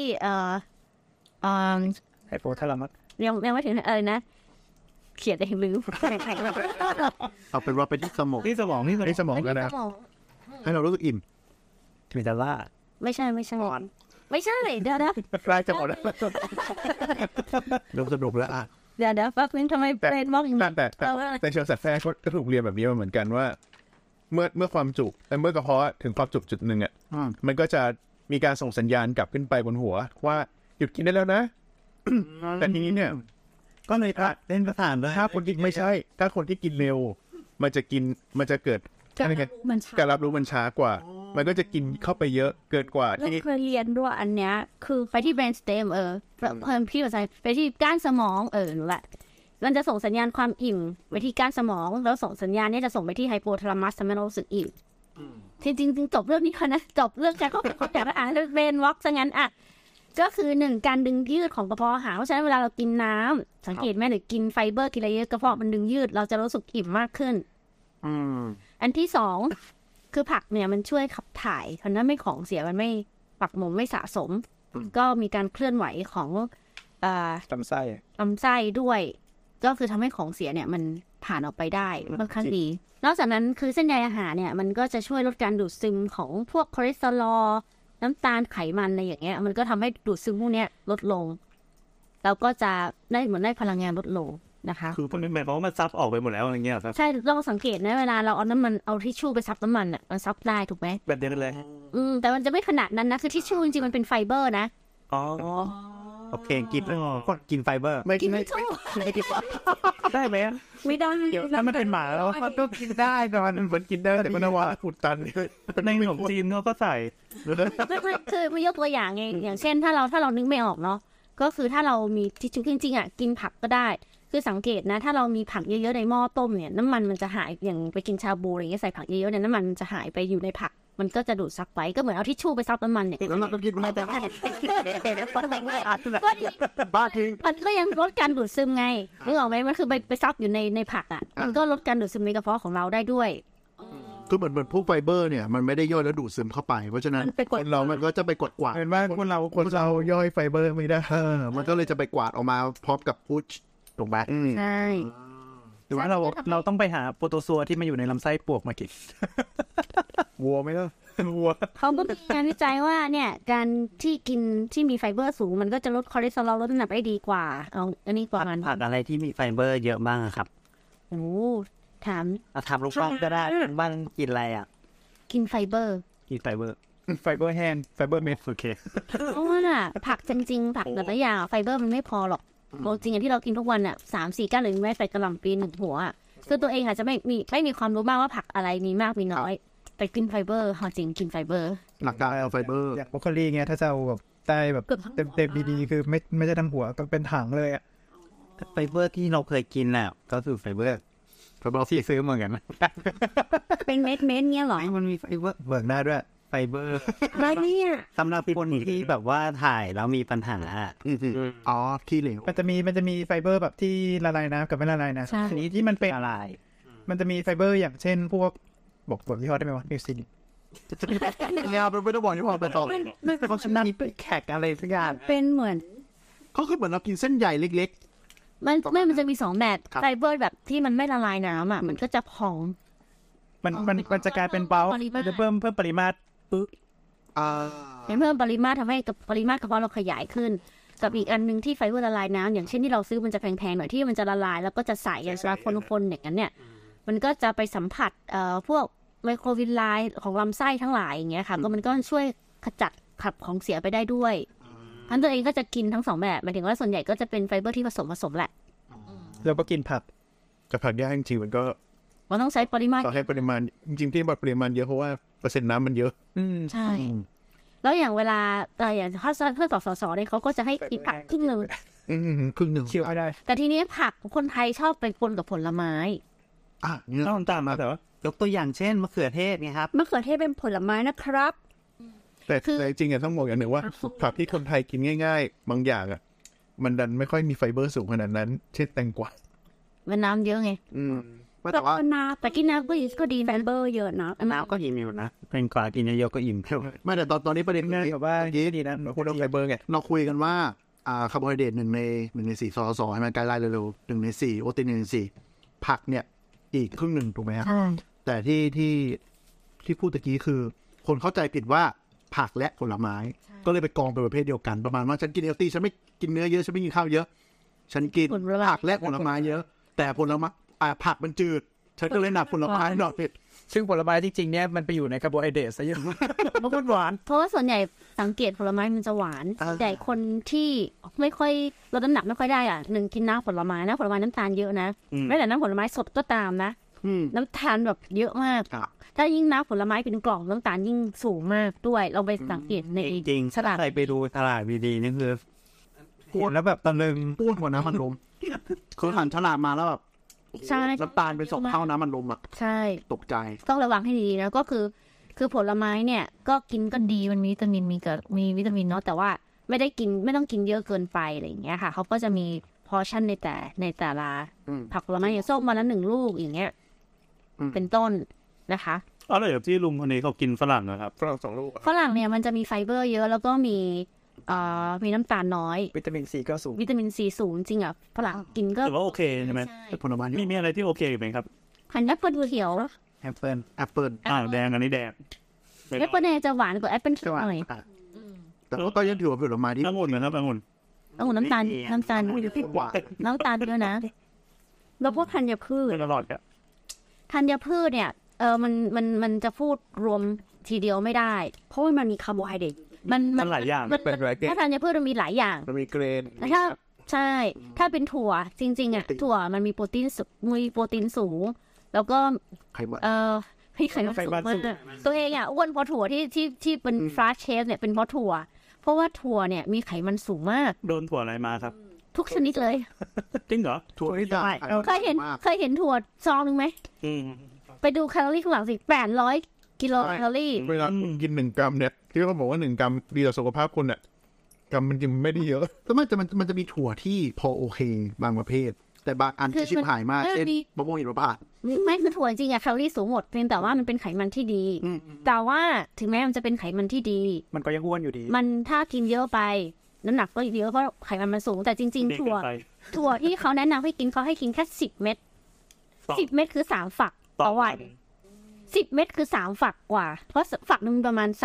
ไฮโปทาลามัสยังไม่ถึงอะไรนะเขียนแต่ลืมเอาเป็นว่าไปที่สมองที่สมองก็ได้ให้เรารู้สึกอิ่มมิดาล่าไม่ใช่ไม่ใช่เดี๋ยวใกล้จะหมดแล้วเริ่มสนุกแล้วเดี๋ยวแป๊บนึงทำไมเป็นมอกอย่างนี้แต่เชิงสัตว์แท้ก็ถูกเรียนแบบนี้มาเหมือนกันว่าเมื่อความจุเมื่อกระเพาะถึงความจุจุดหนึ่งอ่ะมันก็จะมีการส่งสัญญาณกลับขึ้นไปบนหัวว่าหยุดกินได้แล้วนะแต่ทีนี้เนี่ยก็เลยเล่นประสานเลยถ้าคนที่ไม่ใช่ถ้าคนที่กินเร็วมันจะเกิดการรับรู้มันช้ากว่ามันก็จะกินเข้าไปเยอะเกินกว่าที่เคยเรียนด้วยอันเนี้ยคือไปที่ brain stem เพิ่มพี่ภาษาไปที่ก้านสมองนั่นแหละมันจะส่งสัญญาณความอิ่มไปที่ก้านสมองแล้วส่งสัญญาณนี้จะส่งไปที่ไฮโปทาลามัสทำให้เรารู้สึกอิ่มจริงจบเรื่องนี้ค่ะนะจบเรื่องการเข้าใจอ่านเรื่องเบรนวอล์กซะงั้นก็คือ1การดึงยืดของกระเพาะอาหารเพราะฉะนั้นเวลาเรากินน้ำสังเกตไหมหรือกินไฟเบอร์กินอะไรเยอะกระเพาะมันดึงยืดเราจะรู้สึกอิ่มมากขึ้นอันที่2คือผักเนี่ยมันช่วยขับถ่ายเพราะนั้นไม่ของเสียมันไม่ปักหมมไม่สะสมก็มีการเคลื่อนไหวของลำไส้ด้วยก็คือทำให้ของเสียเนี่ยมันผ่านออกไปได้ค่อนข้างดีนอกจากนั้นคือเส้นใยอาหารเนี่ยมันก็จะช่วยลดการดูดซึมของพวกคอเลสเตอรอลน้ำตาลไขมันอะไรอย่างเงี้ยมันก็ทำให้ดูดซึมพวกนี้ลดลงแล้วก็จะได้เหมือนได้พลังงานลดลงนะคะคือพวกนี้หมายความว่ามันซับออกไปหมดแล้วอะไรเงี้ยครับใช่ลองสังเกตนะเวลาเราเอาน้ำมันเอาทิชชู่ไปซับน้ำมันอ่ะมันซับได้ถูกไหมแบบเดียวกันเลยแต่มันจะไม่ขนาดนั้นนะคือทิชชู่จริงๆมันเป็นไฟเบอร์นะโอเคกินไฟเบอร์ไม่กินได้ไหมไม่ได้ถ้ามันเป็นหมาแล้วมันก็กินได้แต่มันเหมือนกินได้แต่มันว่าอุดตันในขนมจีนเขาก็ใส่คือไม่ยกตัวอย่างไงอย่างเช่นถ้าเรานึกไม่ออกเนาะก็คือถ้าเรามีทิชชู่จริงๆกินผักก็ได้คือสังเกตนะถ้าเรามีผักเยอะๆในหม้อต้มเนี่ยน้ำมันมันจะหายอย่างไปกินชาบูอะไรอย่างเงี้ยใส่ผักเยอะๆเนี่ยน้ำมันมันจะหายไปอยู่ในผักมันก็จะดูดซับไว้ก็เหมือนเอาทิชชู่ไปซับน้ำมันเนี่ยแล้วเราก็กินไม่ได้บ้าทิ้งมันก็ยังลดการดูดซึมไงนึกออกไหมมันคือไปซับอยู่ในผักมันก็ลดการดูดซึมในกระเพาะของเราได้ด้วยคือเหมือนพวกไฟเบอร์เนี่ยมันไม่ได้ย่อยแล้วดูดซึมเข้าไปเพราะฉะนั้นคนเรามันก็จะไปกดกวาดเห็นว่าคนเราย่อยไฟเบอร์ไม่ได้มันก็เลยจะไปกวาดออกมาพร้อมกับพุชตรงแบกใช่หรือว่าเราต้องไปหาโปรโตซัวที่มาอยู่ในลำไส้ปวกมากินวัวไหมล่ะวัวเขาก็มีการวิจัยว่าเนี่ยการที่กินที่มีไฟเบอร์สูงมันก็จะลดคอเลสเตอรอลลดน้ำหนักได้ดีกว่าอันนี้กว่ามันผักอะไรที่มีไฟเบอร์เยอะบ้างครับถามลูกบ้านก็ได้บ้านกินอะไรกินไฟเบอร์แห้งไฟเบอร์เม็ดโอเคเพราะว่าผักจริงๆผักแต่ละอย่างไฟเบอร์มันไม่พอหรอกจริงอย่างที่เรากินทุกวัน3-4 ก้านหรือแม้แต่กระหล่ำปี1 หัวคือตัวเองอาจจะไม่มีความรู้มากว่าผักอะไรมีมากมีน้อยแต่กินไฟเบอร์จริงกินไฟเบอร์หลักการเอาไฟเบอร์อย่างบรอกโคลีเงี้ยถ้าจะเอาแบบได้แบบเต็มดีๆคือไม่ใช่ทั้งหัวก็เป็นถังเลยไฟเบอร์ที่เราเคยกินก็คือไฟเบอร์ที่ซื้อเหมือนกันเป็นเม็ดเงี้ยหรอมันมีไฟเบอร์เบิกได้ด้วยไฟเบอร์ได้เนี่ยสำหรับคนที่แบบว่าถ่ายแล้วมีปัญหาขี้เหลวมันจะมีไฟเบอร์แบบที่ละลายน้ำกับไม่ละลายน้ำทีนี้ที่มันเป็นละลายมันจะมีไฟเบอร์อย่างเช่นพวกบอกยี่ห้อได้ไหมวะมิวซิลินเนี่ยเป็นไม่ต้องบอกยี่ห้อเป็นต่อไม่เป็นของฉันนั่นเป็นแขกอะไรสักอย่างเป็นเหมือนเขาคือเหมือนเรากินเส้นใหญ่เล็กๆมันจะมี2แบบไฟเบอร์แบบที่มันไม่ละลายน้ำมันก็จะพองมันจะกลายเป็นเบาจะเพิ่มปริมาตรเพิ่มปริมาตรทำให้ปริมาตรกระเพาะเราขยายขึ้นกับอีกอันนึงที่ไฟเบอร์ละลายน้ำอย่างเช่นที่เราซื้อมันจะแพงๆหน่อยที่มันจะละลายแล้วก็จะใสอย่างเวลาคนๆอย่างนั้นเนี่ยมันก็จะไปสัมผัสพวกไมโครวิลไลของลำไส้ทั้งหลายอย่างเงี้ยค่ะก็มันก็ช่วยขจัดขับของเสียไปได้ด้วยอันตัวเองก็จะกินทั้ง2แบบหมายถึงว่าส่วนใหญ่ก็จะเป็นไฟเบอร์ที่ผสมแหละแล้วก็กินผักกับผักย่างจริงๆมันก็ต้องใช้ปริมาณต่อให้ปริมาณจริงๆที่บอกปริมาณเยอะเพราะว่าเปอร์เซ็นต์น้ำมันเยอะใช่แล้วอย่างเวลาอย่างถ้าเพื่อนสสเนี่ยเขาก็จะให้กินผักครึ่งนึงเคี่ยวได้แต่ทีนี้ผักคนไทยชอบไปปนกับผลไม้นี่ต้องตามมาแต่ว่ายกตัวอย่างเช่นมะเขือเทศไงครับมะเขือเทศเป็นผลไม้นะครับแต่จริงๆต้องบอกอย่างหนึ่งว่าผักที่คนไทยกินง่ายๆบางอย่างมันดันไม่ค่อยมีไฟเบอร์สูงขนาดนั้นเช่นแตงกวามันน้ำเยอะไงแต่ว่าแต่กินน้ำก็ดีไฟเบอร์เยอะนะน้ำก็อิ่มอยู่นะแตงกวากินเยอะๆก็อิ่มไม่แต่ตอนนี้ประเด็นง่ายกับว่าดีนะเราพูดเรื่องไฟเบอร์ไงเราคุยกันว่าคาร์โบไฮเดรต1 ใน 4สสให้มันใกล้ๆเร็วๆ1 ใน 4โปรตีน1 ใน 4ผักเนี่ยอีกครึ่งหนึ่งถูกไหมครับแต่ที่พูดตะกี้คือคนเข้าใจผิดว่าผักและผลไม้ก็เลยไปกองเป็นประเภทเดียวกันประมาณว่าฉันกินเฮลตี้ฉันไม่กินเนื้อเยอะฉันไม่กินข้าวเยอะฉันกินผักและผลไม้เยอะแต่ผลไม้ผักมันจืดฉันก็เลยหนักผลไม้หน่อยผิดซึ่งผลไม้จริงๆเนี่ยมันไปอยู่ในคาร์โบไฮเดรตซะเยอะมันหวานเพราะว่าส่วนใหญ่สังเกตผลไม้มันจะหวานแต่คนที่ไม่ค่อยลดน้ำหนักไม่ค่อยได้1กินน้ำผลไม้นะผลไม้น้ำตาลเยอะนะแม้แต่น้ำผลไม้สดก็ตามนะน้ำตาลแบบเยอะมากถ้ายิ่งน้ำผลไม้เป็นกล่องน้ำตาลยิ่งสูงมากด้วยเราไปสังเกตในจริงๆใครไปดูตลาดดีๆนี่คือพูดแล้วแบบตะลึงพูดหัวน้ำมันลมคือหันฉลากมาแล้วแบบใช่น้ำตาลเป็น2 เท่าน้ำมันลมใช่ตกใจต้องระวังให้ดีนะก็คือผลไม้เนี่ยก็กินก็ดีมันมีวิตามินมีวิตามินเนาะแต่ว่าไม่ต้องกินเยอะเกินไปอะไรอย่างเงี้ยค่ะเขาก็จะมีพอชั่นในแต่ละผักผลไม้อย่างส้มวันละ1 ลูกอย่างเงี้ยเป็นต้นนะคะอะไรแบบที่ลุงคนนี้เขากินฝรั่งนะครับฝรั่ง2 ลูกฝรั่งเนี่ยมันจะมีไฟเบอร์เยอะแล้วก็มีน้ำตาลน้อยวิตามินซีก็สูงวิตามินซีสูงจริงฝรั่งกินก็ถือว่าโอเคใช่ไหมผลไม้มีอะไรที่โอเคไหมครับพันแอปเปิลเขียวแอปเปิลแดงอันนี้แดงแอปเปิลแดงจะหวานกว่าแอปเปิลเขียวหน่อยแต่ก็ยังถือว่าผลไม้ที่องุ่นนะครับองุ่นน้ำตาลน้ำตาลเยอะนะแล้วพวกธัญพืชตลอดอ่ะธัญพืชเนี่ยมันจะพูดรวมทีเดียวไม่ได้เพราะว่ามันมีคาร์โบไฮเดรตมันหลายอย่างถ้าธัญพืชมันมีหลายอย่างมันมีเกรนใช่ถ้าเป็นถั่วจริงๆถั่วมันมีโปรตีนสูงแล้วก็ไขมันไขมันสูงตัวเองอ้วนเพราะถั่วที่เป็นฟลาชเชฟเนี่ยเป็นเพราะถั่วเพราะว่าถั่วเนี่ยมีไขมันสูงมากโดนถั่วอะไรมาครับทุกชนิดเลยจริงเหรอถั่วที่ได้เคยเห็นถั่วซองนึงไหมไปดูแคลอรี่ข้างหลังสิ800 กิโลแคลอรี่เวลากิน1 กรัมเนี่ยที่เขาบอกว่า1 กรัมดีต่อสุขภาพคุณกรัมมันจริงไม่ได้เยอะแต่มันจะมีถั่วที่พอโอเคบางประเภทแต่บางอันที่ชิบหายมากเช่นมะม่วงหิมพานต์ไม่คือถั่วจริงแคลอรี่สูงหมดเพียงแต่ว่ามันเป็นไขมันที่ดีแต่ว่าถึงแม้มันจะเป็นไขมันที่ดีมันก็ยังอ้วนอยู่ดีมันถ้ากินเยอะไปน้ำหนักก็เยอะเพราะไขมันสูงแต่จริงๆถั่วที่เขาแนะนำให้กินเขาให้กินแค่10 เม็ด10 เม็ดคือ3 ฝักต่อวัน10 เม็ดคือ3 ฝักกว่าเพราะฝักนึงประมาณ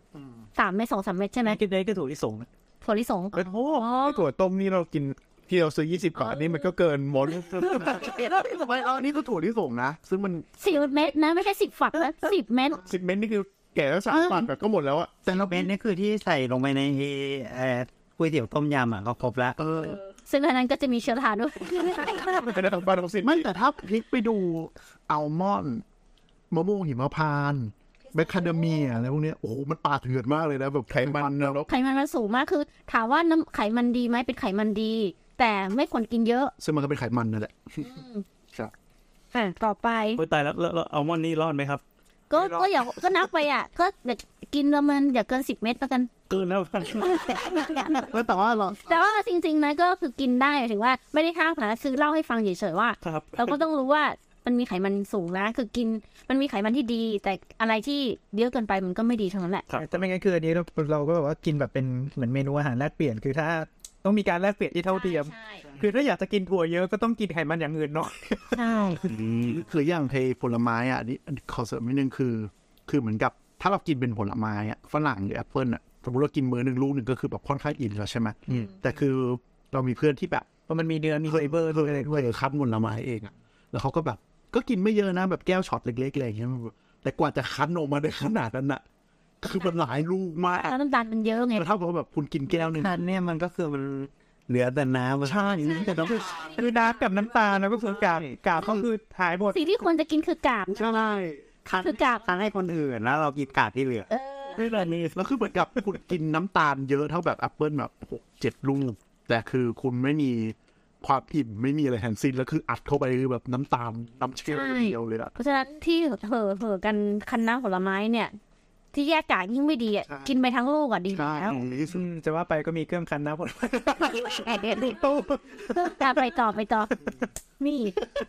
3 เม็ด 2-3 เม็ดใช่ไหมกินได้ก็ถั่วลิสงโอ้ถั่วต้มนี่เรากินที่เราซื้อ20 บาทนี่มันก็เกินหมดนี่ก็ถั่วลิสงนะซึ่งมัน 10 เม็ดนะไม่ใช่10 ฝักนะ10 เม็ด 10 เม็ดนี่คือแก่แล้ว3 ฝักก็หมดแล้วแต่ละเม็ดนี่คือที่ใส่ลงไปในก๋วยเตี๋ยวต้มยำก็ครบแล้วซึ่งอันนั้นก็จะมีเชื้อราด้วยไม่แต่ถ้าพลิกไปดูอัลมอนด์มะม่วงหิมพานต์แมคคาเดเมียอะไรพวกนี้โอ้โหมันป่าเถื่อนมากเลยนะแบบไขมันไขมันมันสูงมากคือถามว่าน้ำไขมันดีไหมเป็นไขมันดีแต่ไม่ควรกินเยอะซึ่งมันก็เป็นไขมันนั่นแหละครับต่อไปตายแล้วอัลมอนด์นี่รอดไหมครับก็อย่าก็นับไปก็กินแล้วมันอย่าเกิน10 เม็ดแล้วกันเกินแล้วแต่ว่าจริงๆนะก็คือกินได้ถึงว่าไม่ได้ห้ามนะคือเล่าให้ฟังเฉยๆว่าเราก็ต้องรู้ว่ามันมีไขมันสูงนะคือกินมันมีไขมันที่ดีแต่อะไรที่เยอะเกินไปมันก็ไม่ดีทั้งนั้นแหละแต่ไม่งั้นคืออันนี้เราก็แบบว่ากินแบบเป็นเหมือนเมนูอาหารแลกเปลี่ยนคือถ้าต้องมีการแลกเปลี่ยนที่เท่าเทียมคือถ้าอยากจะกินถั่วเยอะก็ต้องกินไขมันอย่างอื่นเนาะใช่คืออย่างผลไม้นี่ขอเสริมนิดนึงคือเหมือนกับถ้าเรากินเป็นผลไม้ฝรั่งหรือแอปเปิ้ลสมมติเรากินมื้อหนึ่งลูกหนึ่งก็คือแบบค่อนข้างอิ่มแล้วใช่ไหมแต่คือเรามีเพื่อนที่แบบเพราะมันมีเนื้อมีไฟเบอร์ด้วยอะไรด้วยคั้นผลไม้เองอะแล้วเขาก็แบบก็กินไม่เยอะนะแบบแก้วช็อตเล็กๆอะไรอย่างเงี้ยแต่กว่าจะคั้นออกมาได้ขนาดนั้นน่ะคือมันหลายลูกมากแล้วน้ำตาลมันเยอะไงเท่ากับแบบคุณกินแก้วนึงนั่นเนี่ยมันก็คือมันเหลือแต่น้ำใช่แต่น้ำคือน้ำกับน้ำตาลนะก็คือกากก็คือหายหมดสิ่งที่ควรจะกินคือกาบใช่คั้นคือกาบคั้นให้คนอื่นแล้วเรากินกากที่เหลือไม่เลยนี่แล้วคือเหมือนกับคุณกินน้ำตาลเยอะเท่าแบบแอปเปิลแบบ6-7 ลูกแต่คือคุณไม่มีความอิ่มไม่มีอะไรทั้งสิ้นแล้วคืออัดเข้าไปคือแบบน้ำตาลน้ำเชื่อมเดียวเลยอะเพราะฉะนั้นที่เห่อกันคั้นน้ำผลไม้เนี่ยที่แยกกากยิ่งไม่ดีอ่ะกินไปทั้งลูกอ่ะดีใช่แล้วจะว่าไปก็มีเครื่องคั้นน้ำผลไม้การไปต่อนี่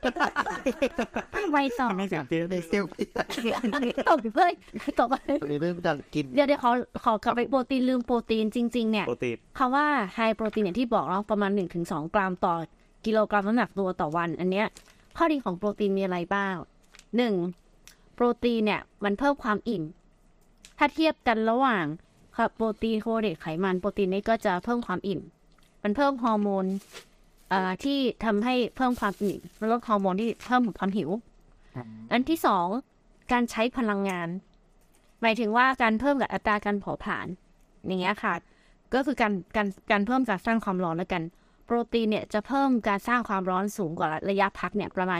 ไปต่อไม่เสียงเตี้ยเลยเตี้ยตบเพื่อนตบเริ่มจะกินเดี๋ยวขอกลับไปโปรตีนลืมโปรตีนจริงๆเนี่ยโปรตีนคำว่าไฮโปรตีนอย่างที่บอกเนาะประมาณ 1-2 กรัมต่อกิโลกรัมน้ำหนักตัวต่อวัน อันเนี้ยข้อดีของโปรตีนมีอะไรบ้าง 1. โปรตีนเนี่ยมันเพิ่มความอิ่มถ้าเทียบกันระหว่างโปรตีนคาร์โบไฮเดรตไขมันโปรตีนนี่ก็จะเพิ่มความอิ่มมันเพิ่มฮอร์โมนที่ทำให้เพิ่มความอิ่มลดฮอร์โมนที่เพิ่มความหิวอันที่สองการใช้พลังงานหมายถึงว่าการเพิ่มกับอัตราการเผาผลาญอย่างเงี้ยค่ะก็คือการเพิ่มการสร้างความร้อนแล้วกันโปรตีนเนี่ยจะเพิ่มการสร้างความร้อนสูงกว่าระยะพักเนี่ยประมาณ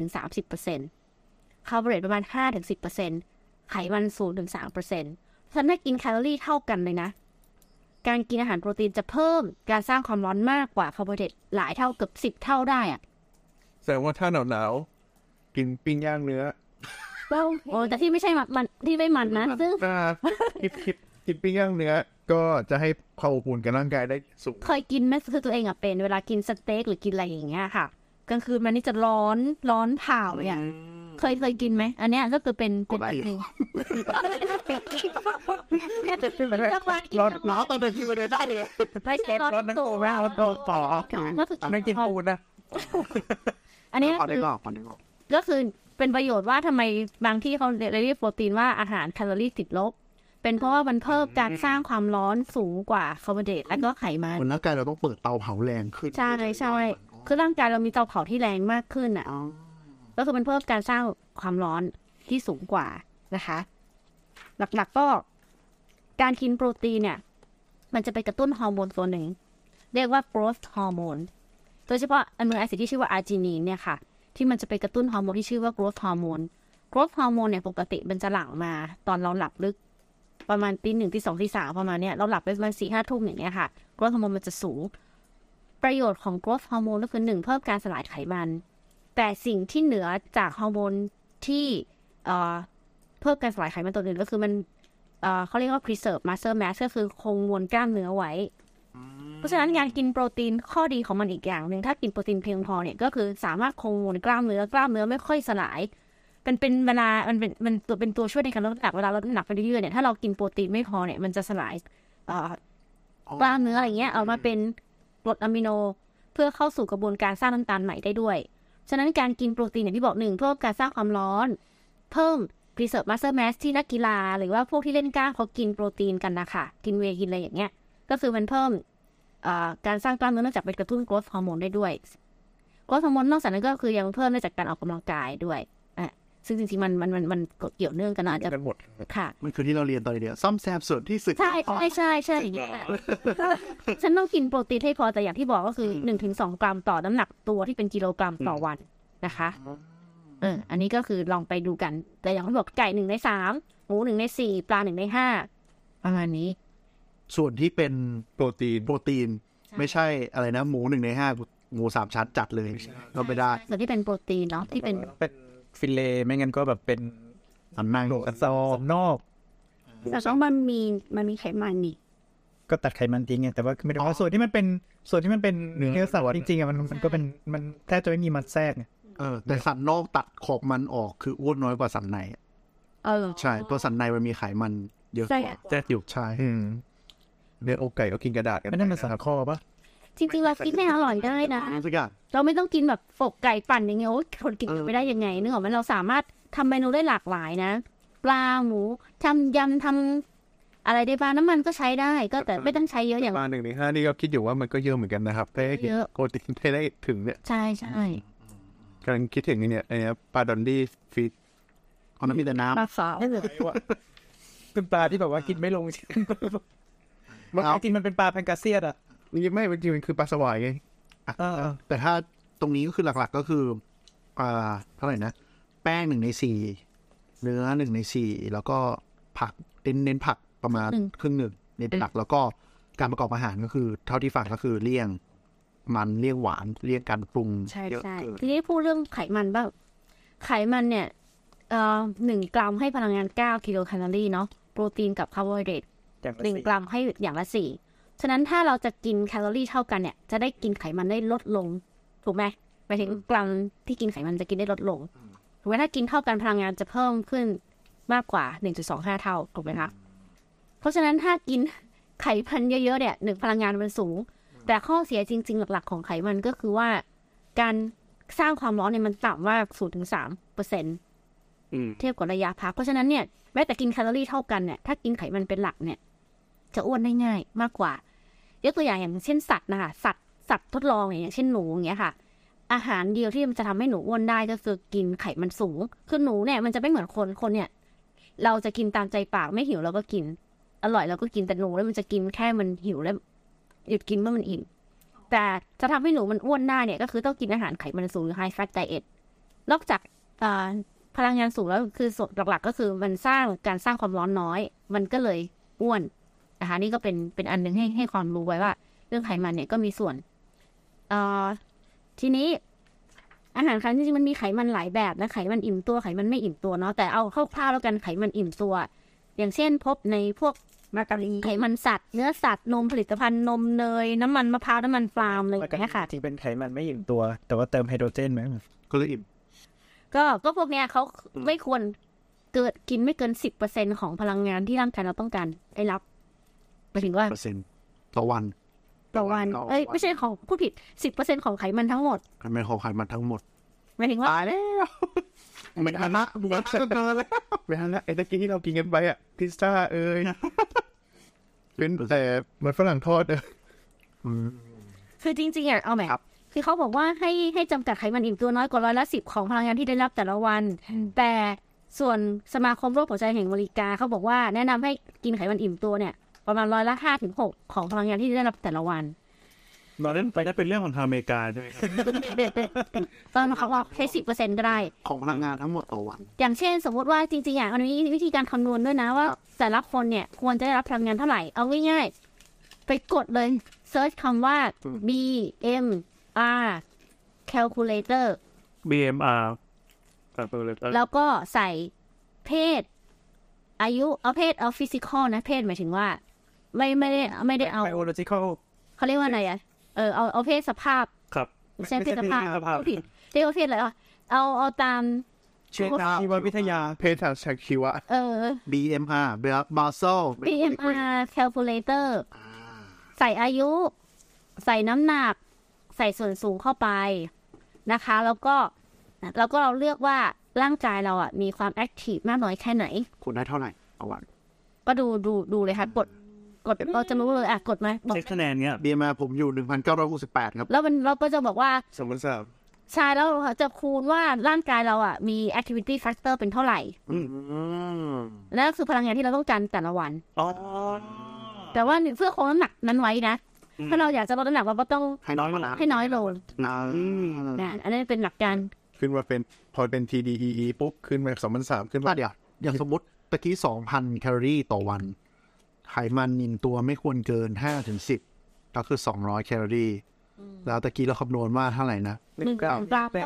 20-30%คาร์โบไฮเดรตประมาณ 5-10%ไขมัน 0-3%ฉะนั้นถ้ากินแคลอรี่เท่ากันเลยนะการกินอาหารโปรตีนจะเพิ่มการสร้างความร้อนมากกว่าคาร์โบไฮเดรตหลายเท่าเกือบ10 เท่าได้อะแสดงว่าถ้าหนาวๆกินปิ้งย่างเนื้อโอ้แต่ที่ไม่ใช่มันที่ไม่มันนะซึ่งกินปิ้งย่างเนื้อก็จะให้ความอบอุ่นกับร่างกายได้สูงเคยกินไหมคือตัวเองอะเป็นเวลากินสเต็กหรือกินอะไรอย่างเงี้ยค่ะกลางคืนมันนี่จะร้อนเผาอย่างเคยกินไหมอันเนี้ยก็คือเป็นอันหนึ่งร้อนหนาวตอนเด็กที่ไม่ได้เลยไม่ใช่ร้อนตัวเราต่อก็คือไม่กินปูนนะอันนี้ขอได้ก่อนก็คือเป็นประโยชน์ว่าทำไมบางที่เขาเรียกโปรตีนว่าอาหารแคลอรี่ติดลบเป็นเพราะว่ามันเพิ่มการสร้างความร้อนสูงกว่าคาร์โบไฮเดรตและก็ไขมันร่างกายเราต้องเปิดเตาเผาแรงขึ้นใช่คือร่างกายเรามีเตาเผาที่แรงมากขึ้นอ่ะก็คือมันเพิ่มการสร้างความร้อนที่สูงกว่านะคะ หลักๆก็การกินโปรตีนเนี่ยมันจะไปกระตุ้นฮอร์โมนตัวหนึ่งเรียกว่า growth hormone โดยเฉพาะอะมิโนแอซิดที่ชื่อว่าอาร์จินีนเนี่ยค่ะที่มันจะไปกระตุ้นฮอร์โมนที่ชื่อว่า growth hormone growth hormone เนี่ยปกติมันจะหลั่งมาตอนเราหลับลึกประมาณตี 1 ตี 2 ตี 3ประมาณเนี้ยเราหลับไปประมาณ 4-5 ทุ่มอย่างเงี้ยค่ะ growth hormone มันจะสูงประโยชน์ของ growth hormone ก็คือ1เพิ่มการสลายไขมันแต่สิ่งที่เหนือจากฮอร์โมนที่เพิ่มการสลายไขมันตัวอื่นก็คือมันเขาเรียกว่า preserve muscle mass ก็คือคงมวลกล้ามเนื้อไว้เพราะฉะนั้นการกินโปรตีนข้อดีของมันอีกอย่างหนึ่งถ้ากินโปรตีนเพียงพอเนี่ยก็คือสามารถคงมวลกล้ามเนื้ไม่ค่อยสลายเป็นเวลามันเป็นตัวช่วยในการลดน้ำหนักเวลาลดน้ำหนักไปเรื่อยๆเนี่ยถ้าเรากินโปรตีนไม่พอเนี่ยมันจะสลายกล้ามเนื้ออะไรเงี้ยเอามาเป็นกรดอะมิโนเพื่อเข้าสู่กระบวนการสร้างน้ำตาลใหม่ได้ด้วยฉะนั้นการกินโปรตีนอย่างที่บอก1เพิ่มการสร้างความร้อนเพิ่ม preserve muscle mass ที่นักกีฬาหรือว่าพวกที่เล่นกล้ามเขากินโปรตีนกันนะคะกินเวย์กินอะไรอย่างเงี้ยก็คือมันเพิ่มการสร้างกล้ามเนื้อเนื่องจากเป็นกระตุ้น growth hormone ได้ด้วย growth hormone นอกจากนั้นก็คือยังเพิ่มได้จากการออกกำลังกายด้วยซึ่งจริงๆมันเกี่ยวเนื่องกันนะจะหมดค่ะมันคือที่เราเรียนตอนเดียวซ่อมแซมส่วนที่สึกใช่อย่างเงี้ยฉันต้องกินโปรตีนให้พอแต่อย่างที่บอกก็คือ 1-2 กรัมต่อน้ำหนักตัวที่เป็นกิโลกรัมต่อวันนะคะอันนี้ก็คือลองไปดูกันแต่อย่างที่บอกไก่1 ใน 3หมู1 ใน 4ปลา1 ใน 5ประมาณนี้ส่วนที่เป็นโปรตีนไม่ใช่อะไรนะหมู1 ใน 5หมู3 ชั้นจัดเลยก็ไม่ได้ส่วนที่เป็นโปรตีนเนาะที่เป็นฟิลเลไม่งั้นก็แบบเป็นสันในสันนอกแต่ต้องมันมีไขมันนี่ก็ตัดไขมันทิ้งไงแต่ว่าไม่ได้ส่วนที่มันเป็นเนื้อสัตว์จริงๆอ่ะมันก็เป็นมันแทบจะไม่มีมันแทรกไงแต่สันนอกตัดขอบมันออกคืออ้วนน้อยกว่าสันในใช่ตัวสันในมันมีไขมันเยอะกว่าแต่อยู่ใช่เนื้ออกไก่ก็กินกระดาษกันไม่ได้มันสันคอปะจริงๆเรากินไม่อร่อยได้นะเราไม่ต้องกินแบบฝกไก่ปั่นอย่างเงี้ยโอ้ยคนกินไม่ได้ยังไงนึกออกไหมเราสามารถทำเมนูได้หลากหลายนะปลาหมูทำยำทำอะไรได้บ้างน้ำมันก็ใช้ได้ก็แต่ไม่ต้องใช้เยอะอย่างปลา1 ใน 5นี่ก็คิดอยู่ว่ามันก็เยอะเหมือนกันนะครับได้เยอะโปรตีนได้ถึงเนี่ยใช่ใช่กำลังคิดถึงไอ้เนี่ยปลาดอนดี้ฟีดเพราะนั้นมีแต่น้ำปลาขาวเป็นปลาที่แบบว่ากินไม่ลงจริงจริงมันเป็นปลาแพนกาเซียสอ่ะนี่ไม่จริงๆมันคือปลาสวายไงแต่ถ้าตรงนี้ก็คือหลักๆก็คือเท่าไหร่นะแป้ง1 ใน 4เนื้อ1 ใน 4แล้วก็ผักเน้นผักประมาณครึ่งหนึ่งเน้นผักแล้วก็การประกอบอาหารก็คือ เท่าที่ฟังก็คือเลี่ยงมันเลี่ยงหวานเลี่ยงการปรุงใช่เยอะใช่เกินทีนี้พูดเรื่องไขมันบ้างไขมันเนี่ย1 กรัมให้พลังงาน9 กิโลแคลอรี่เนาะโปรตีนกับคาร์โบไฮเดรต1 กรัมให้อย่างละ4ฉะนั้นถ้าเราจะกินแคลอรี่เท่ากันเนี่ยจะได้กินไขมันได้ลดลงถูกไหมหมายถึงกรัมที่กินไขมันจะกินได้ลดลงถูกไหมถ้ากินเท่ากันพลังงานจะเพิ่มขึ้นมากกว่า 1.25 เท่าถูกไหมคะเพราะฉะนั้นถ้ากินไขมันเยอะๆเนี่ยพลังงานมันสูงแต่ข้อเสียจริงๆหลักๆของไขมันก็คือว่าการสร้างความร้อนเนี่ยมันต่ำมาก 0-3% เทียบกับระยะพักเพราะฉะนั้นเนี่ยแม้แต่กินแคลอรี่เท่ากันเนี่ยถ้ากินไขมันเป็นหลักเนี่ยจะอ้วนได้ง่ายมากกว่ายกตัวอย่างเช่นสัตว์นะคะสัตว์ทดลองอย่างเช่นหนูอย่างเงี้ยค่ะอาหารเดียวที่มันจะทำให้หนูอ้วนได้ก็คือกินไขมันสูงคือหนูเนี่ยมันจะไม่เหมือนคนเนี่ยเราจะกินตามใจปากไม่หิวเราก็กินอร่อยเราก็กินแต่หนูแล้วมันจะกินแค่มันหิวแล้วหยุดกินเมื่อมันอิ่มแต่จะทำให้หนูมันอ้วนได้เนี่ยก็คือต้องกินอาหารไขมันสูงหรือ high fat diet นอกจากพลังงานสูงแล้วคือหลักๆก็คือมันสร้างความร้อนน้อยมันก็เลยอ้วนนะคะนี่ก็เป็นอันนึงให้ความรู้ไว้ว่าเรื่องไขมันเนี่ยก็มีส่วนทีนี้อาหารจริงๆมันมีไขมันหลายแบบนะไขมันอิ่มตัวไขมันไม่อิ่มตัวเนาะแต่เอาคร่าวๆแล้วกันไขมันอิ่มตัวอย่างเช่นพบในพวกมาการีนไขมันสัตว์เนื้อสัตว์นมผลิตภัณฑ์นมเนยน้ำมันมะพร้าวน้ำมันปาล์มอะไรอย่างเงี้ยค่ะที่เป็นไขมันไม่อิ่มตัวแต่ว่าเติมไฮโดรเจนไหมก็เลยอิ่มก็พวกเนี้ยเขาไม่ควรกินไม่เกิน 10% ของพลังงานที่ร่างกายเราต้องการได้รับหมายถึงว่า 10%ต่อวันไม่ใช่ของพูดผิด 10% ของไขมันทั้งหมดไม่ของไขมันทั้งหมดหมายถึงว่าตายแล้วไม่ทันละไม่ทันละไอ้ตะกี้ที่เรากินกันไปอ่ะพิซซ่าเป็นแต่มันฝรั่งทอดคือจริงๆเอาไหมคือเขาบอกว่าให้จำกัดไขมันอิ่มตัวน้อยกว่า10%ของพลังงานที่ได้รับแต่ละวันแต่ส่วนสมาคมโรคหัวใจแห่งอเมริกาเขาบอกว่าแนะนำให้กินไขมันอิ่มตัวเนี่ยประมาณ5-6%ของพลังงานที่ได้รับแต่ละวันตอนนั้นไปได้เป็นเรื่องของทางอเมริกาใช่ไหมครับตอนเขาบอกแค่10%ก็ได้ของพลังงานทั้งหมดต่อวันอย่างเช่นสมมติว่าจริงๆมันมีวิธีการคำนวณด้วยนะว่าแต่ละคนเนี่ยควรจะได้รับพลังงานเท่าไหร่เอาง่ายๆไปกดเลยเซิร์ชคำว่า BMR calculator BMR แล้วก็ใส่เพศอายุเอาเพศเอา physical นะเพศหมายถึงว่าไม่ได้เอา biological เขาเรียกว่าอะไรเอาเพศสภาพครับไม่ใช่เพศสภาพผิดเรียกว่าเพศอะไรเอาตามชีววิทยาเพศทางชีวะ BMR Basel BMR calculator ใส่อายุใส่น้ำหนักใส่ส่วนสูงเข้าไปนะคะแล้วก็เราเลือกว่าร่างกายเรามีความแอคทีฟมากน้อยแค่ไหนคุณได้เท่าไหร่ต่อวันก็ดูเลยค่ะกดเราจะรู้เลยกดไหมเช็คคะแนนเงี้ย BMR ผมอยู่ 1,968 ครับแล้วเราก็จะบอกว่า 3,300 ใช่แล้วจะคูณว่าร่างกายเรามี activity factor เป็นเท่าไหร่นั่นคือพลังงานที่เราต้องการแต่ละวันแต่ว่าเพื่อคงน้ำหนักนั้นไว้นะถ้าเราอยากจะลดน้ำหนักเราก็ต้องให้น้อยลงนะอันนี้เป็นหลักการขึ้นมาเป็นพอเป็น TDEE ปุ๊บขึ้นมา 2,300 ขึ้นมาเดี๋ยวอย่างสมมติตะกี้ 2,000 แคลอรี่ต่อวันไขมันอิ่มตัวไม่ควรเกิน 5-10 ก็คือ 200 แคลอรี่แล้วตะกี้เราคำนวณว่าเท่าไหร่นะ 1 กรัม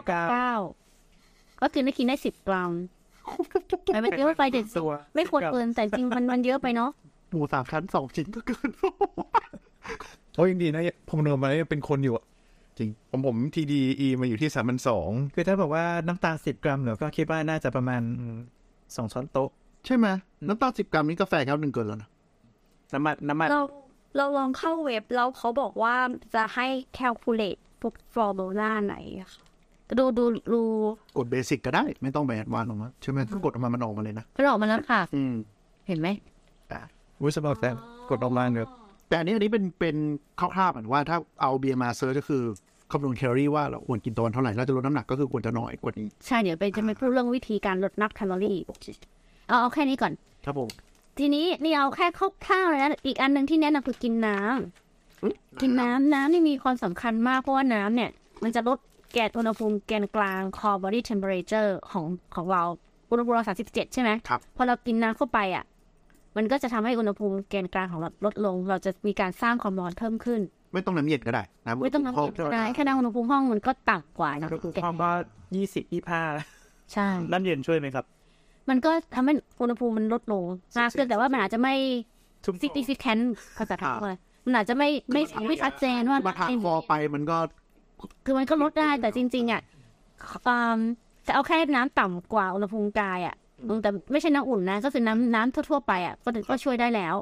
ก็คือได้กินได้10 กรัมไม่เยอะไปเด็ดตัวไม่ควรเกินแต่จริงมันเยอะไปเนาะหมู3 ชั้น 2 ชิ้นก็เกินโอ้ยดีนะผมเนินมาเป็นคนอยู่จริงผม TDE มาอยู่ที่ 3,200 คือถ้าบอกว่าน้ำตาล10 กรัมเนี่ยก็คิดว่าน่าจะประมาณ2 ช้อนโต๊ะใช่ไหมน้ำตาล10 กรัมนี่กาแฟแก้วนึงเกินแล้วนะน้ำมันเราลองเข้าเว็บแล้วเขาบอกว่าจะให้ calculate พวก formula ไหนค่ะดูกดเบสิกก็ได้ไม่ต้องไปแอดวานซ์ออกมาใช่ไหมถ้ากดออกมามันออกมาเลยนะก็ออกมาแล้วค่ะเห็นไหมวิสบอลแต่กดออกมาเนี่ยแต่อันนี้เป็นคร่าวๆเหมือนว่าถ้าเอาเบียร์มาเซิร์ชก็คือคำนวณแคลอรี่ว่าเราควรกินตัวเท่าไหร่เราจะลดน้ำหนักก็คือควรจะน้อยกว่านี้ใช่เดี๋ยวจะไปพูดเรื่องวิธีการลดนับแคลอรี่เอาแค่นี้ก่อนครับผมทีนี้นี่เอาแค่คร่าวๆเลยนะอีกอันนึงที่แนะนำคือกินน้ำกินน้ำนี่มีความสำคัญมากเพราะว่าน้ำเนี่ยมันจะลดแกนอุณหภูมิแกนกลาง core body temperature ของเราอุณหภูมิ37ใช่ไหมครับพอเรากินน้ำเข้าไปอ่ะมันก็จะทำให้อุณหภูมิแกนกลางของเราลดลงเราจะมีการสร้างความร้อนเพิ่มขึ้นไม่ต้องน้ำเย็นก็ได้ไม่ต้องน้ำเย็นก็ได้แค่น้ำอุณหภูมิห้องมันก็ต่ำกว่านะความว่า20-25 ใช่น้ำเย็นช่วยไหมครับมันก็ทำให้อุณหภูมิมันลดลงมากขึ้นแต่ว่ามันอาจจะไม่ significant ภาษาไทยเลยมันอาจจะไม่ชัดเจนว่ามาทางคอไปมันก็คือมันก็ลดได้แต่จริงๆอ่ะจะเอาแค่น้ำต่ำกว่าอุณหภูมิกายอ่ะแต่ไม่ใช่น้ำอุ่นนะก็คือน้ำทั่วๆไปอ่ะก็ช่วยได้แล้ว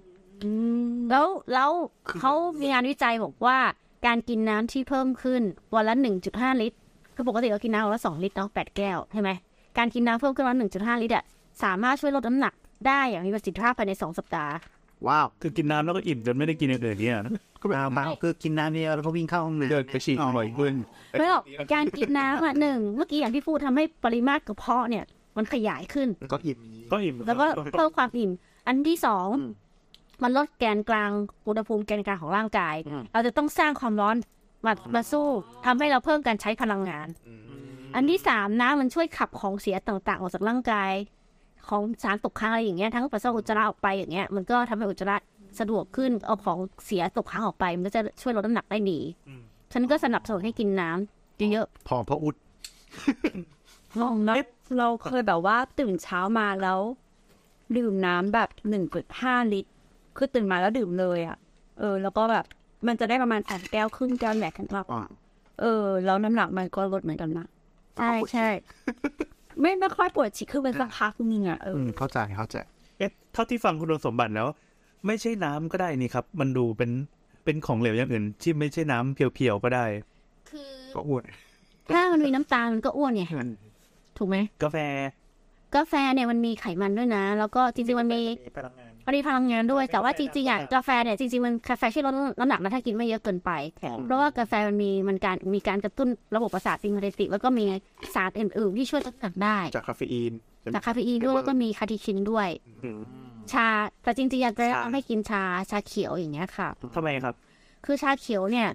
แล้วเขามีงานวิจัยบอกว่าการกินน้ำที่เพิ่มขึ้นวันละ 1.5 ลิตรคือปกติเรากินน้ำวันละ2 ลิตรเนาะ8 แก้วใช่ไหมการกินน้ำเพิ่มขึ้นวันละ 1.5 ลิตรอ่ะสามารถช่วยลดน้ำหนักได้อย่างมีประสิทธิภาพภายใน2 สัปดาห์ว้าวคือกินน้ำแล้วก็อิ่มจนไม่ได้กินอย่างอื่นเนี่ยนะก็แบบคือกินน้ำเนี่ยแล้วก็วิ่งเข้าห้องน้ำเดินไปฉี่บ่อยขึ้นไม่หรอกการกินน้ำอ่ะ1เมื่อกี้อย่างที่พูดทำให้ปริมาตรกระเพาะเนี่ยมันขยายขึ้นก็อิ่มแล้วก็เพิ่มความอิ่มอันที่2มันลดแกนกลางอุณหภูมิแกนกลางของร่างกายเราจะต้องสร้างความร้อนมาสู้ทำให้เราเพิ่มการใช้พลังงานอันที่3นะมันช่วยขับของเสียต่างๆออกจากร่างกายของสารตกค้างอะไรอย่างเงี้ยทั้งปัสสาวะอุจจาระออกไปอย่างเงี้ยมันก็ทำให้อุจจาระสะดวกขึ้นเอาของเสียตกค้างออกไปมันก็จะช่วยลดน้ำหนักได้ดีฉันก็สนับสนุนให้กินน้ำเยอะๆพอพระอุดลองนะเราเคยแบบว่าตื่นเช้ามาแล้วดื่มน้ำแบบ 1.5 ลิตรคือตื่นมาแล้วดื่มเลยอ่ะแล้วก็แบบมันจะได้ประมาณ8 แก้วครึ่งแก้วแหลกกันครับแล้วน้ำหนักมันก็ลดเหมือนกันนะใช่ไม่ค่อยปวดฉี่คือเป็นสักพักนึงอ่ะเข้าใจเท่าที่ฟังคุณสมบัติแล้วไม่ใช่น้ำก็ได้นี่ครับมันดูเป็นของเหลวอย่างอื่นที่ไม่ใช่น้ำเพียวๆก็ได้คือก็อ้วนถ้ามันมีน้ำตาลมันก็อ้วนไงถูกไหมกาแฟเนี่ยมันมีไขมันด้วยนะแล้วก็จริงๆมันมีพลังงานด้วยแต่ว่าจริงๆอ่ะกาแฟเนี่ยจริงๆมันกาแฟช่วยลดน้ำหนักนะถ้ากินไม่เยอะเกินไปเพราะว่ากาแฟมันมีการกระตุ้นระบบประสาทซิงเกิลติกแล้วก็มีสารอื่นๆที่ช่วยลดน้ำหนักได้จากคาเฟอีนด้วยแล้วก็มีคาเทคินด้วยชาแต่จริงๆอยากจะไม่กินชาเขียวอย่างเงี้ยค่ะทำไมครับคือชาเขียวเนี่ย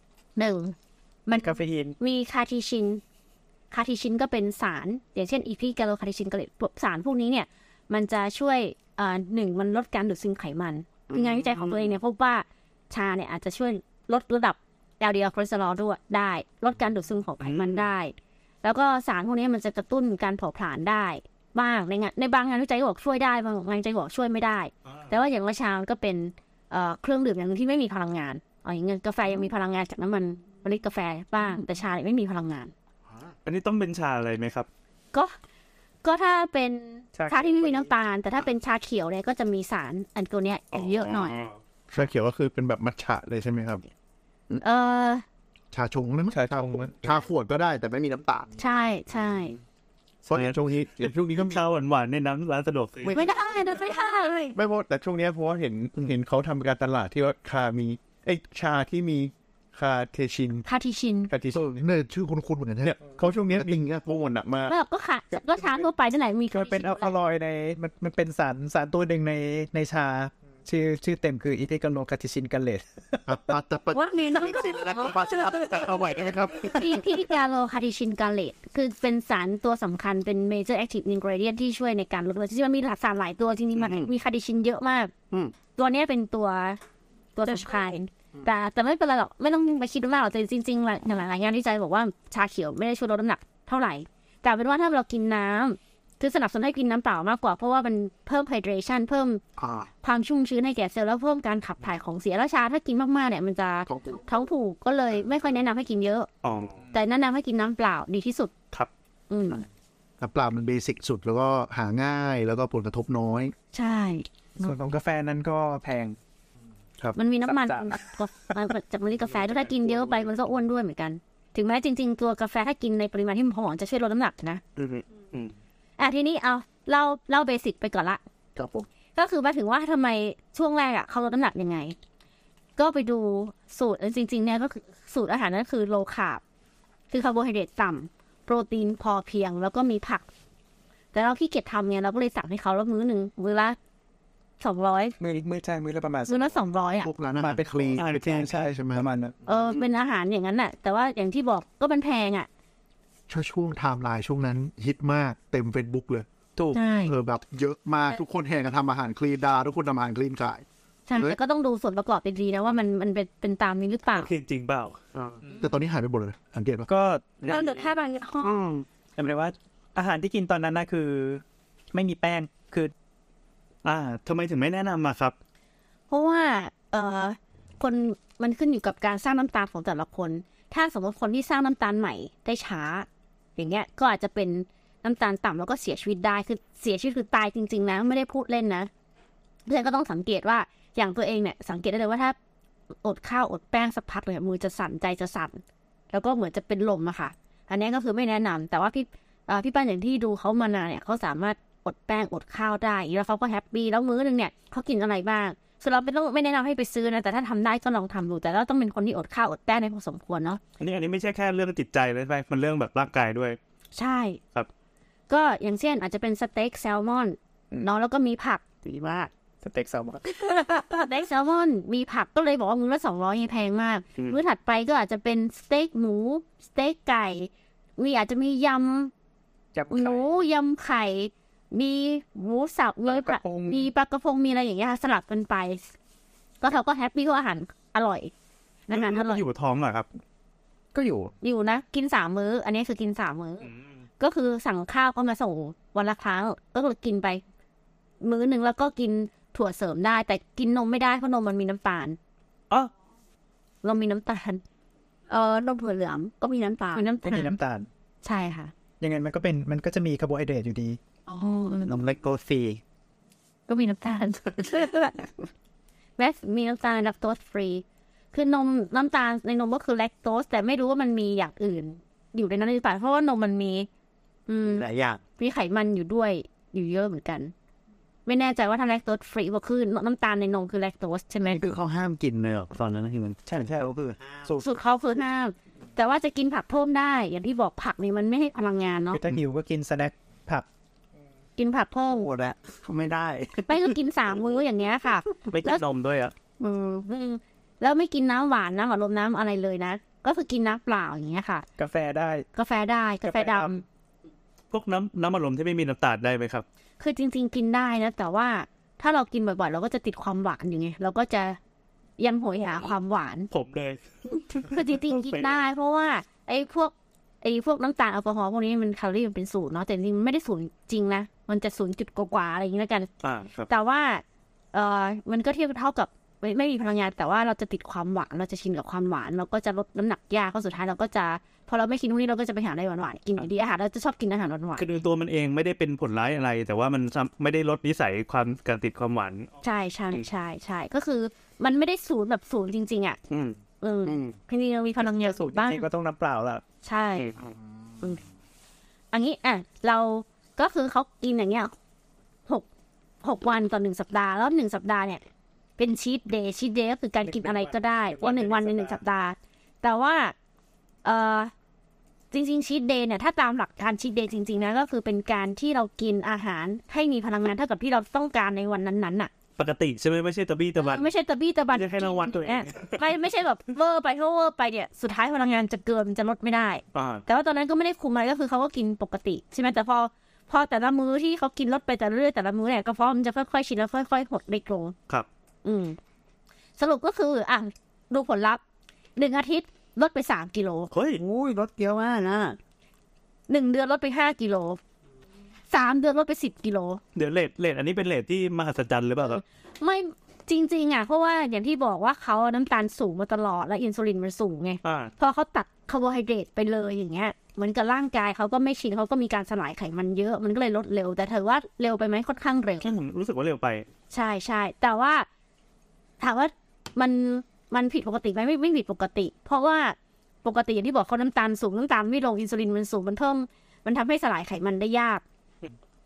1มันคาเฟอีนมีคาเทคินก็เป็นสารอย่างเช่นอีพีแกลโลคาเทคินก็เลยสารพวกนี้เนี่ยมันจะช่วย1มันลดการดูดซึมไขมันงานวิจัยของตัวเองเนี่ยพบว่าชาเนี่ยอาจจะช่วยลดระดับ LDL คอเลสเตอรอลด้วยได้ลดการดูดซึมของไขมันได้แล้วก็สารพวกนี้มันจะกระตุ้นการเผาผลาญได้บ้างในบางงานวิจัยบอกช่วยได้บางงานวิจัยบอกช่วยไม่ได้แต่ว่าอย่างว่าชาก็เป็นเครื่องดื่มอย่างนึงที่ไม่มีพลังงานอย่างเงี้ยกาแฟยังมีพลังงานจากน้ำมันเมล็ดกาแฟบ้างแต่ชาไม่มีพลังงานอันนี้ต้องเป็นชาอะไรไหมครับก็ถ้าเป็นชาที่ไม่มีน้ำตาลแต่ถ้าเป็นชาเขียวเนี่ยก็จะมีสารอันตัวเนี้ยเยอะหน่อยชาเขียวก็คือเป็นแบบมัทฉะเลยใช่ไหมครับชาชงเลยมั้ยชาขวดก็ได้แต่ไม่มีน้ำตาลใช่เพราะช่วงนี้ก็ชาหวานๆในน้ำร้านสะดวกซื้อไม่ได้ไม่พอแต่ช่วงนี้เพราะว่าเห็นเขาทำการตลาดที่ว่าชาที่มีคาเทชินเนี่ยชื่อคุ้นๆเหมือนกันเนี่ยเขาช่วงนี้จริงๆโปรโมทหนักมากก็ชาทั่วไปนั่นแหละมีมันเป็นอร่อยในมันเป็นสารตัวหนึ่งในชาชื่อเต็มคืออิทิกาโนคาเทชินกัลเลตว่านี่น้องก็เอาไหวได้ไหมครับอิทิกาโนคาเทชินกัลเลตคือเป็นสารตัวสำคัญเป็น major active ingredient ที่ช่วยในการลดจริงๆมันมีสารหลายตัวจริงๆมันมีคาเทชินเยอะมากตัวนี้เป็นตัวสำคัญแต่ไม่เป็นไรหรอกไม่ต้องไปคิดมากหรอกแต่จริงๆหลายงานวิจัยบอกว่าชาเขียวไม่ได้ช่วยลดน้ำหนักเท่าไหร่แต่เป็นว่าถ้าเรากินน้ำคือสนับสนุนให้กินน้ำเปล่ามากกว่าเพราะว่ามันเพิ่ม hydration เพิ่มความชุ่มชื้นให้แก่เซลล์แล้วเพิ่มการขับถ่ายของเสียแล้วชาถ้ากินมากๆเนี่ยมันจะท้องผูกก็เลยไม่ค่อยแนะนำให้กินเยอะแต่แนะนำให้กินน้ำเปล่าดีที่สุดครับน้ำเปล่ามันเบสิกสุดแล้วก็หาง่ายแล้วก็ผลกระทบน้อยใช่ส่วนของกาแฟนั้นก็แพงมันมีน้ำมันจากเมล็ดกาแฟถ้ากินเยอะไปมันก็อ้วนด้วยเหมือนกันถึงแม้จริงๆตัวกาแฟถ้ากินในปริมาณที่พอจะช่วยลดน้ำหนักนะทีนี้เอาเล่าเบสิกไปก่อนละก็คือมาถึงว่าทำไมช่วงแรกอ่ะเขาลดน้ำหนักยังไงก็ไปดูสูตรจริงๆเนี่ยก็คือสูตรอาหารนั่นคือ low carb คือคาร์โบไฮเดรตต่ำโปรตีนพอเพียงแล้วก็มีผักแต่เราขี้เกียจทำเนี่ยเราก็เลยสั่งให้เขาแล้วมื้อหนึ่งมื้อละ200 มื้อใช่มื้อละประมาณมื้อละ200อ่ะพวกร้านอาหารเป็นคลีนใช่ใช่ไหมประมาณนั้นเป็นอาหารอย่างนั้นน่ะแต่ว่าอย่างที่บอกก็มันแพงอ่ะช่วงไทม์ไลน์ช่วงนั้นฮิตมากเต็ม Facebook เลยถูกแบบเยอะมากทุกคนแห่กันทำอาหารคลีนทุกคนทำอาหารคลีนขายใช่แต่ก็ต้องดูส่วนประกอบดีๆนะว่ามันเป็นตามนี้หรือเปล่าจริงเปล่าแต่ตอนนี้หายไปหมดเลยสังเกตป่ะก็เหลือแค่บางห้องจำได้ว่าอาหารที่กินตอนนั้นน่ะคือไม่มีแป้งคือทำไมถึงไม่แนะนำมาครับเพราะว่าคนมันขึ้นอยู่กับการสร้างน้ำตาลของแต่ละคนถ้าสมมติคนที่สร้างน้ำตาลใหม่ได้ช้าอย่างเงี้ยก็อาจจะเป็นน้ำตาลต่ำแล้วก็เสียชีวิตได้คือเสียชีวิตคือตายจริงๆนะไม่ได้พูดเล่นนะเพื่อนก็ต้องสังเกตว่าอย่างตัวเองเนี่ยสังเกตได้เลยว่าถ้าอดข้าวอดแป้งสักพักเลยมือจะสั่นใจจะสั่นแล้วก็เหมือนจะเป็นลมอะค่ะอันนี้ก็คือไม่แนะนำแต่ว่าพี่ป้านอย่างที่ดูเขามานานเนี่ยเขาสามารถอดแป้งอดข้าวได้แล้วเขาก็แฮปปี้แล้วมื้อนึงเนี่ยเขากินอะไรบ้างส่วนเราไม่แนะนำให้ไปซื้อนะแต่ถ้าทำได้ก็ลองทำดูแต่เราต้องเป็นคนที่อดข้าวอดแป้งในพอสมควรเนาะอันนี้ไม่ใช่แค่เรื่องจิตใจเลยใช่ไหมมันเรื่องแบบร่างกายด้วยใช่ครับก็อย่างเช่นอาจจะเป็นสเต็กแซลมอนเนาะแล้วก็มีผักดีมากสเต็กแซลมอนสเต็กแซลมอนมีผักก็เลยบอกว่ามื้อละ200แพงมากมื้อถัดไปก็อาจจะเป็นสเต็กหมูสเต็กไก่อาจจะมียำหมูยำไข่มีหมูสับเลยมีปลากระพงมีอะไรอย่างเงี้ยสลับกันไปก็เขาก็แฮปปี้กับอาหารอร่อยอาหารอร่อยอยู่ท้องเหรอครับก็อยู่นะกิน3มื้ออันนี้คือกิน3มื้อก็คือสั่งข้าวก็มาส่งวันละครั้งก็คือกินไปมื้อนึงแล้วก็กินถั่วเสริมได้แต่กินนมไม่ได้เพราะนมมันมีน้ำตาลเรามีน้ำตาลนมถั่วเหลืองก็มีน้ำตาลมีน้ำตาลใช่ค่ะยังไงมันก็จะมีคาร์โบไฮเดรตอยู่ดีนมเล็กโกซีก็มีน้ำตาลแม้มีน้ำตาลแลคโตสฟรีคือนมน้ำตาลในนมก็คือแลคโตสแต่ไม่รู้ว่ามันมีอย่างอื่นอยู่ในนั้นหรือเปล่าเพราะว่านมมันมีหลายอย่างมีไขมันอยู่ด้วยอยู่เยอะเหมือนกันไม่แน่ใจว่าถ้าแลคโตสฟรีก็คือน้ำตาลในนมคือแลคโตสใช่ไหมคือเขาห้ามกินเลยตอนนั้นที่มันใช่ก็คือสูตรเขาคือห้ามแต่ว่าจะกินผักเพิ่มได้อย่างที่บอกผักนี่มันไม่ให้พลังงานเนาะถ้าหิวก็กินสแน็คผักกินผักเพิ่มหมดอะไม่ได้ไม่ก็กิน3 มื้ออย่างเงี้ยค่ะไม่กินนมด้วยอ่ะแล้วไม่กินน้ำหวานน้ำอัดลมน้ำอะไรเลยนะก็คือกินน้ำเปล่าอย่างเงี้ยค่ะกาแฟได้กาแฟดำพวกน้ำอัดลมที่ไม่มีน้ำตาลได้ไหมครับคือจริงๆกินได้นะแต่ว่าถ้าเรากินบ่อยๆเราก็จะติดความหวานอยู่ไงเราก็จะยังโหยหาความหวานผมเลยคือจริงๆกินได้เพราะว่าไอ้พวกน้ำตาลแอลกอฮอล์พวกนี้มันแคลอรี่มันเป็น0เนาะแต่จริงมันไม่ได้0จริงนะมันจะ0จุดกว่าอะไรอย่างนี้แล้วกันแต่ว่ามันก็เทียบเท่ากับไม่มีพลังงานแต่ว่าเราจะติดความหวานเราจะชินกับความหวานเราก็จะลดน้ำหนักยากก็สุดท้ายเราก็จะพอเราไม่กินพวกนี้เราก็จะไปหาอะไรหวานๆกินดีอาหารเราจะชอบกินอาหารหวานๆคือตัวมันเองไม่ได้เป็นผลร้ายอะไรแต่ว่ามันไม่ได้ลดนิสัยความการติดความหวานใช่ก็คือมันไม่ได้0แบบ0จริงๆอ่ะจริงๆเรามีพลังงานสูงบ้างก็ต้องน้ำเปล่าละใช่อันนี้เราก็คือเขากินอย่างเงี้ย6 วันต่อ1 สัปดาห์แล้ว1 สัปดาห์เนี่ยเป็นชีทเดย์ก็คือการกินอะไรก็ได้วัน1 วันใน1 สัปดาห์แต่ว่าจริงๆชีทเดย์เนี่ยถ้าตามหลักการชีทเดย์จริงๆนะก็คือเป็นการที่เรากินอาหารให้มีพลังงานเท่ากับที่เราต้องการในวันนั้นๆน่ะปกติใช่ไหมไม่ใช่ตะบี้ตะบันไม่ใช่ตะบี้ตะบันแค่รางวัลตัวเองไม่ใช่แบบเวอร์ไปเนี่ยสุดท้ายพลังงานจะเกินมันจะลดไม่ได้แต่ว่าตอนนั้นก็ไม่ได้คุมอะไรก็คือเขาก็กินปกติใช่ไหมแต่พอแต่ละมื้อที่เขากินลดไปแต่เรื่อยแต่ละมื้อเนี่ยกระเพาะมันจะค่อยๆชินแล้วค่อยๆหดเล็กลงครับสรุปก็คือดูผลลัพธ์1 อาทิตย์ลดไป3 กิโลเฮ้ยลดเยอะมากนะ 1 เดือนลดไป5 กิโล3 เดือนลดไป10 กิโลเดี๋ยวเลทอันนี้เป็นเลทที่มหัศจรรย์หรือเปล่าครับไม่จริงๆเพราะว่าอย่างที่บอกว่าเขาน้ำตาลสูงมาตลอดและอินซูลินมันสูงไงพอเขาตัดคาร์โบไฮเดรตไปเลยอย่างเงี้ยเหมือนกับร่างกายเขาก็ไม่ชินเขาก็มีการสลายไขมันเยอะมันก็เลยลดเร็วแต่ถือว่าเร็วไปไหมค่อนข้างเร็วผมรู้สึกว่าเร็วไปใช่แต่ว่าถามว่ามันผิดปกติไหมไม่ผิดปกติเพราะว่าปกติอย่างที่บอกเขาน้ำตาลสูงน้ำตาลไม่ลงอินซูลินมันสูงมันทำให้สลายไขมันได้ยาก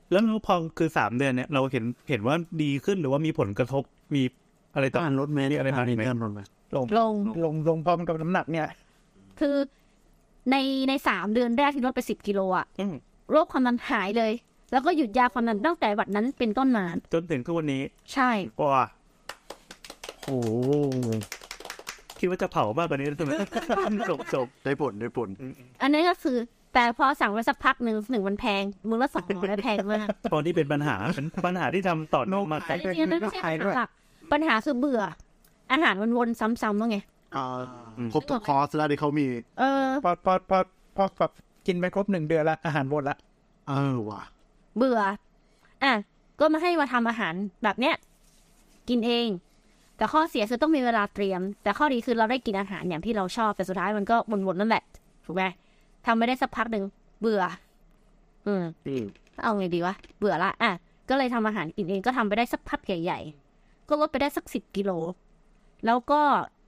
แล้วพอคือ3 เดือนเนี่ยเราเห็นว่าดีขึ้นหรือว่ามีผลกระทบมีอะไรต่อการลดเมตรอะไรบ้างไหมลงพร้อมกับน้ำหนักเนี่ยคือใน3 เดือนแรกที่ลดไป10 กิโลอ่ะโรคความดันหายเลย แล้วก็หยุดยาความดันตั้งแต่วันนั้นเป็นต้นมาจนถึงทุกวันนี้ใช่ว้าโอ้คิดว่าจะเผามากกว่านี้ใช่ไหมจบได้ผลอันนี้ก็คือแต่พอสั่งไปสักพักหนึ่งมันแพงมือละ200แพงมากตอนนี้เป็นปัญหาที่ทำต่อเนื่องมาจริงๆไม่ใช่ปัญหาคือเบื่ออาหารมันวนซ้ำๆว่าไงครบทุกคอร์สแล้วที่เขามีพอแบบกินไปครบ1 เดือนละอาหารวนละว่ะเบื่อก็มาทำอาหารแบบเนี้ยกินเองแต่ข้อเสียคือต้องมีเวลาเตรียมแต่ข้อดีคือเราได้กินอาหารอย่างที่เราชอบแต่สุดท้ายมันก็วนๆนั่นแหละถูกไหมทำไม่ได้สักพักหนึ่งเบื่อเอาไงดีวะเบื่อละก็เลยทำอาหารกินเองก็ทำไปได้สักพักใหญ่ๆก็ลดไปได้สัก10 กิโลแล้วก็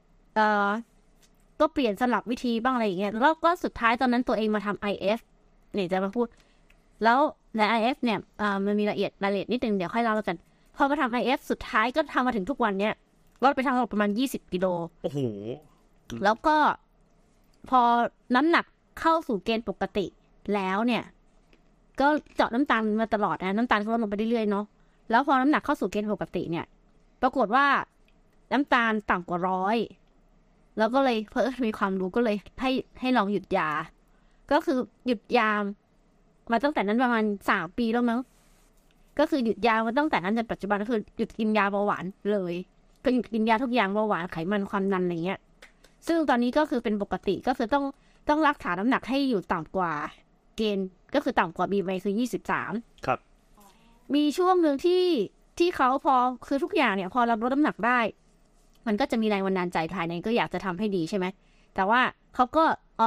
เปลี่ยนสลับวิธีบ้างอะไรอย่างเงี้ยแล้วก็สุดท้ายตอนนั้นตัวเองมาทำ IF เนี่ยจะมาพูดแล้วใน IF เนี่ยมันมีรายละเอียดนิดนึงเดี๋ยวค่อยเล่าแล้วกันพอมาทำ IF สุดท้ายก็ทำมาถึงทุกวันเนี้ยลดไปทั้งหมดประมาณ20 กิโลโอ้โหแล้วก็พอน้ำหนักเข้าสู่เกณฑ์ปกติแล้วเนี่ยก็เจาะน้ำตาลมาตลอดนะน้ำตาลก็ลดลงไปเรื่อยๆเนาะแล้วพอน้ำหนักเข้าสู่เกณฑ์ปกติเนี่ยปรากฏว่าน้ำตาลต่ำกว่า100แล้วก็เลยเพิ่มมีความรู้ก็เลยให้ลองหยุดยาก็คือหยุดยามาตั้งแต่นั้นประมาณ3 ปีแล้วมั้งก็คือหยุดยามาตั้งแต่นั้นจนปัจจุบันก็คือหยุดกินยาเบาหวานเลยก็หยุดกินยาทุกอย่างเบาหวานไขมันความดันอะไรเงี้ยซึ่งตอนนี้ก็คือเป็นปกติก็คือต้องรักษาน้ำหนักให้อยู่ต่ำกว่าเกณฑ์ก็คือต่ำกว่า BMI คือ23 ครับมีช่วงหนึ่งที่เขาพอคือทุกอย่างเนี่ยพอเราลดน้ำหนักได้มันก็จะมีแรงบันดาลใจภายในก็อยากจะทำให้ดีใช่ไหมแต่ว่าเขาก็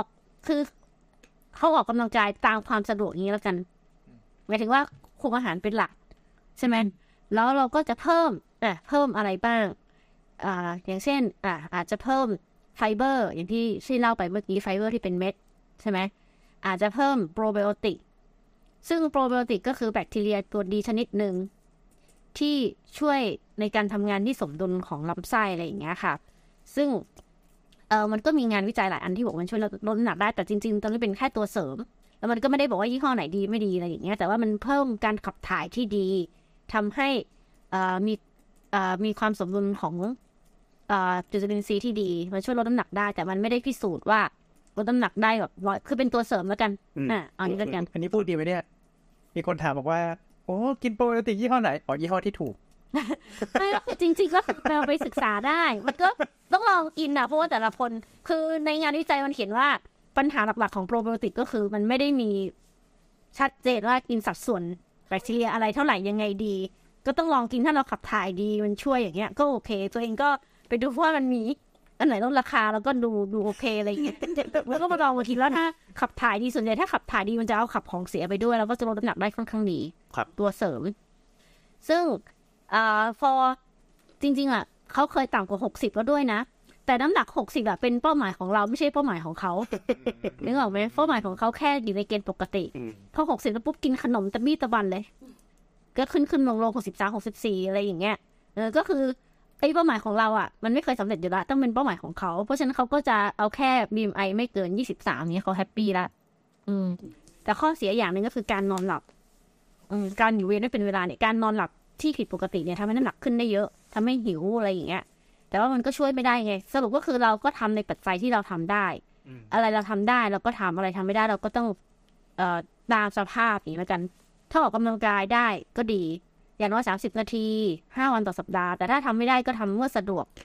เขาออกกำลังกายตามความสะดวกอย่างนี้แล้วกันหมายถึงว่าคุมอาหารเป็นหลักใช่ไหมแล้วเราก็จะเพิ่มอะไรบ้างอย่างเช่นอาจจะเพิ่มไฟเบอร์อย่างที่เล่าไปเมื่อกี้ไฟเบอร์ที่เป็นเม็ดใช่ไหมอาจจะเพิ่มโปรไบโอติกซึ่งโปรไบโอติกก็คือแบคทีเรียตัวดีชนิดหนึ่งที่ช่วยในการทำงานที่สมดุลของลำไส้อะไรอย่างเงี้ยค่ะซึ่งมันก็มีงานวิจัยหลายอันที่บอกมันช่วยลดน้ำหนักได้แต่จริงๆตอนนี้เป็นแค่ตัวเสริมแล้วมันก็ไม่ได้บอกว่ายี่ห้อไหนดีไม่ดีอะไรอย่างเงี้ยแต่ว่ามันเพิ่มการขับถ่ายที่ดีทำให้มีความสมดุลของจุลินทรีย์ที่ดีมันช่วยลดน้ำหนักได้แต่มันไม่ได้พิสูจน์ว่าลดน้ำหนักได้แบบคือเป็นตัวเสริมแล้วกันเอานี้แล้วกันอันนี้พูดดีไหมเนี่ยมีคนถามบอกว่าโอ้กินโปรไบโอติกยี่ห้อไหนยี่ห้อที่ถูกจริงๆก็เราไปศึกษาได้มันก็ต้องลองกินเพราะว่าแต่ละคนคือในงานวิจัยมันเขียนว่าปัญหาหลักๆของโปรไบโอติกก็คือมันไม่ได้มีชัดเจนว่ากินสัดส่วนแบคทีเรียอะไรเท่าไหร่ยังไงดีก็ต้องลองกินถ้าเราขับถ่ายดีมันช่วยอย่างเงี้ยก็โอเคตัวเองก็ไปดูว่ามันมีอันไหนลดราคาแล้วก็ดูโอเคอะไรอย่างเงี้ยแล้วก็มาลองมากินแล้วถ้าขับถ่ายดีส่วนใหญ่ถ้าขับถ่ายดีมันจะเอาขับของเสียไปด้วยแล้วก็จะลดน้ำหนักได้ค่อนข้างดีตัวเสริมซึ่งพอจริงๆเขาเคยต่ำกว่า60แล้วด้วยนะแต่น้ำหนัก60เป็นเป้าหมายของเราไม่ใช่เป้าหมายของเขานึกออกไหมเป้าหมายของเขาแค่อยู่ในเกณฑ์ปกติพอ60แล้วปุ๊บกินขนมตะบี้ตะบันเลยก็ขึ้นลง63 64อะไรอย่างเงี้ยก็คือเป้าหมายของเรามันไม่เคยสำเร็จอยู่แล้วต้องเป็นเป้าหมายของเขาเพราะฉะนั้นเขาก็จะเอาแค่ BMI ไม่เกิน23นี้เขาแฮปปี้ละแต่ข้อเสียอย่างนึงก็คือการนอนหลับการอยู่เวรไม่เป็นเวลาเนี่ยการนอนหลับที่ผิดปกติเนี่ยทำให้น้ำหนักขึ้นได้เยอะทำให้หิวอะไรอย่างเงี้ยแต่ว่ามันก็ช่วยไม่ได้ไงสรุปก็คือเราก็ทำในปัจจัยที่เราทำได้อะไรเราทำได้เราก็ทำอะไรทำไม่ได้เราก็ต้องตามสภาพนี้แล้วกันถ้าออกกำลังกายได้ก็ดีอย่างน้อย30 นาที5 วันต่อสัปดาห์แต่ถ้าทำไม่ได้ก็ทำเมื่อสะดวก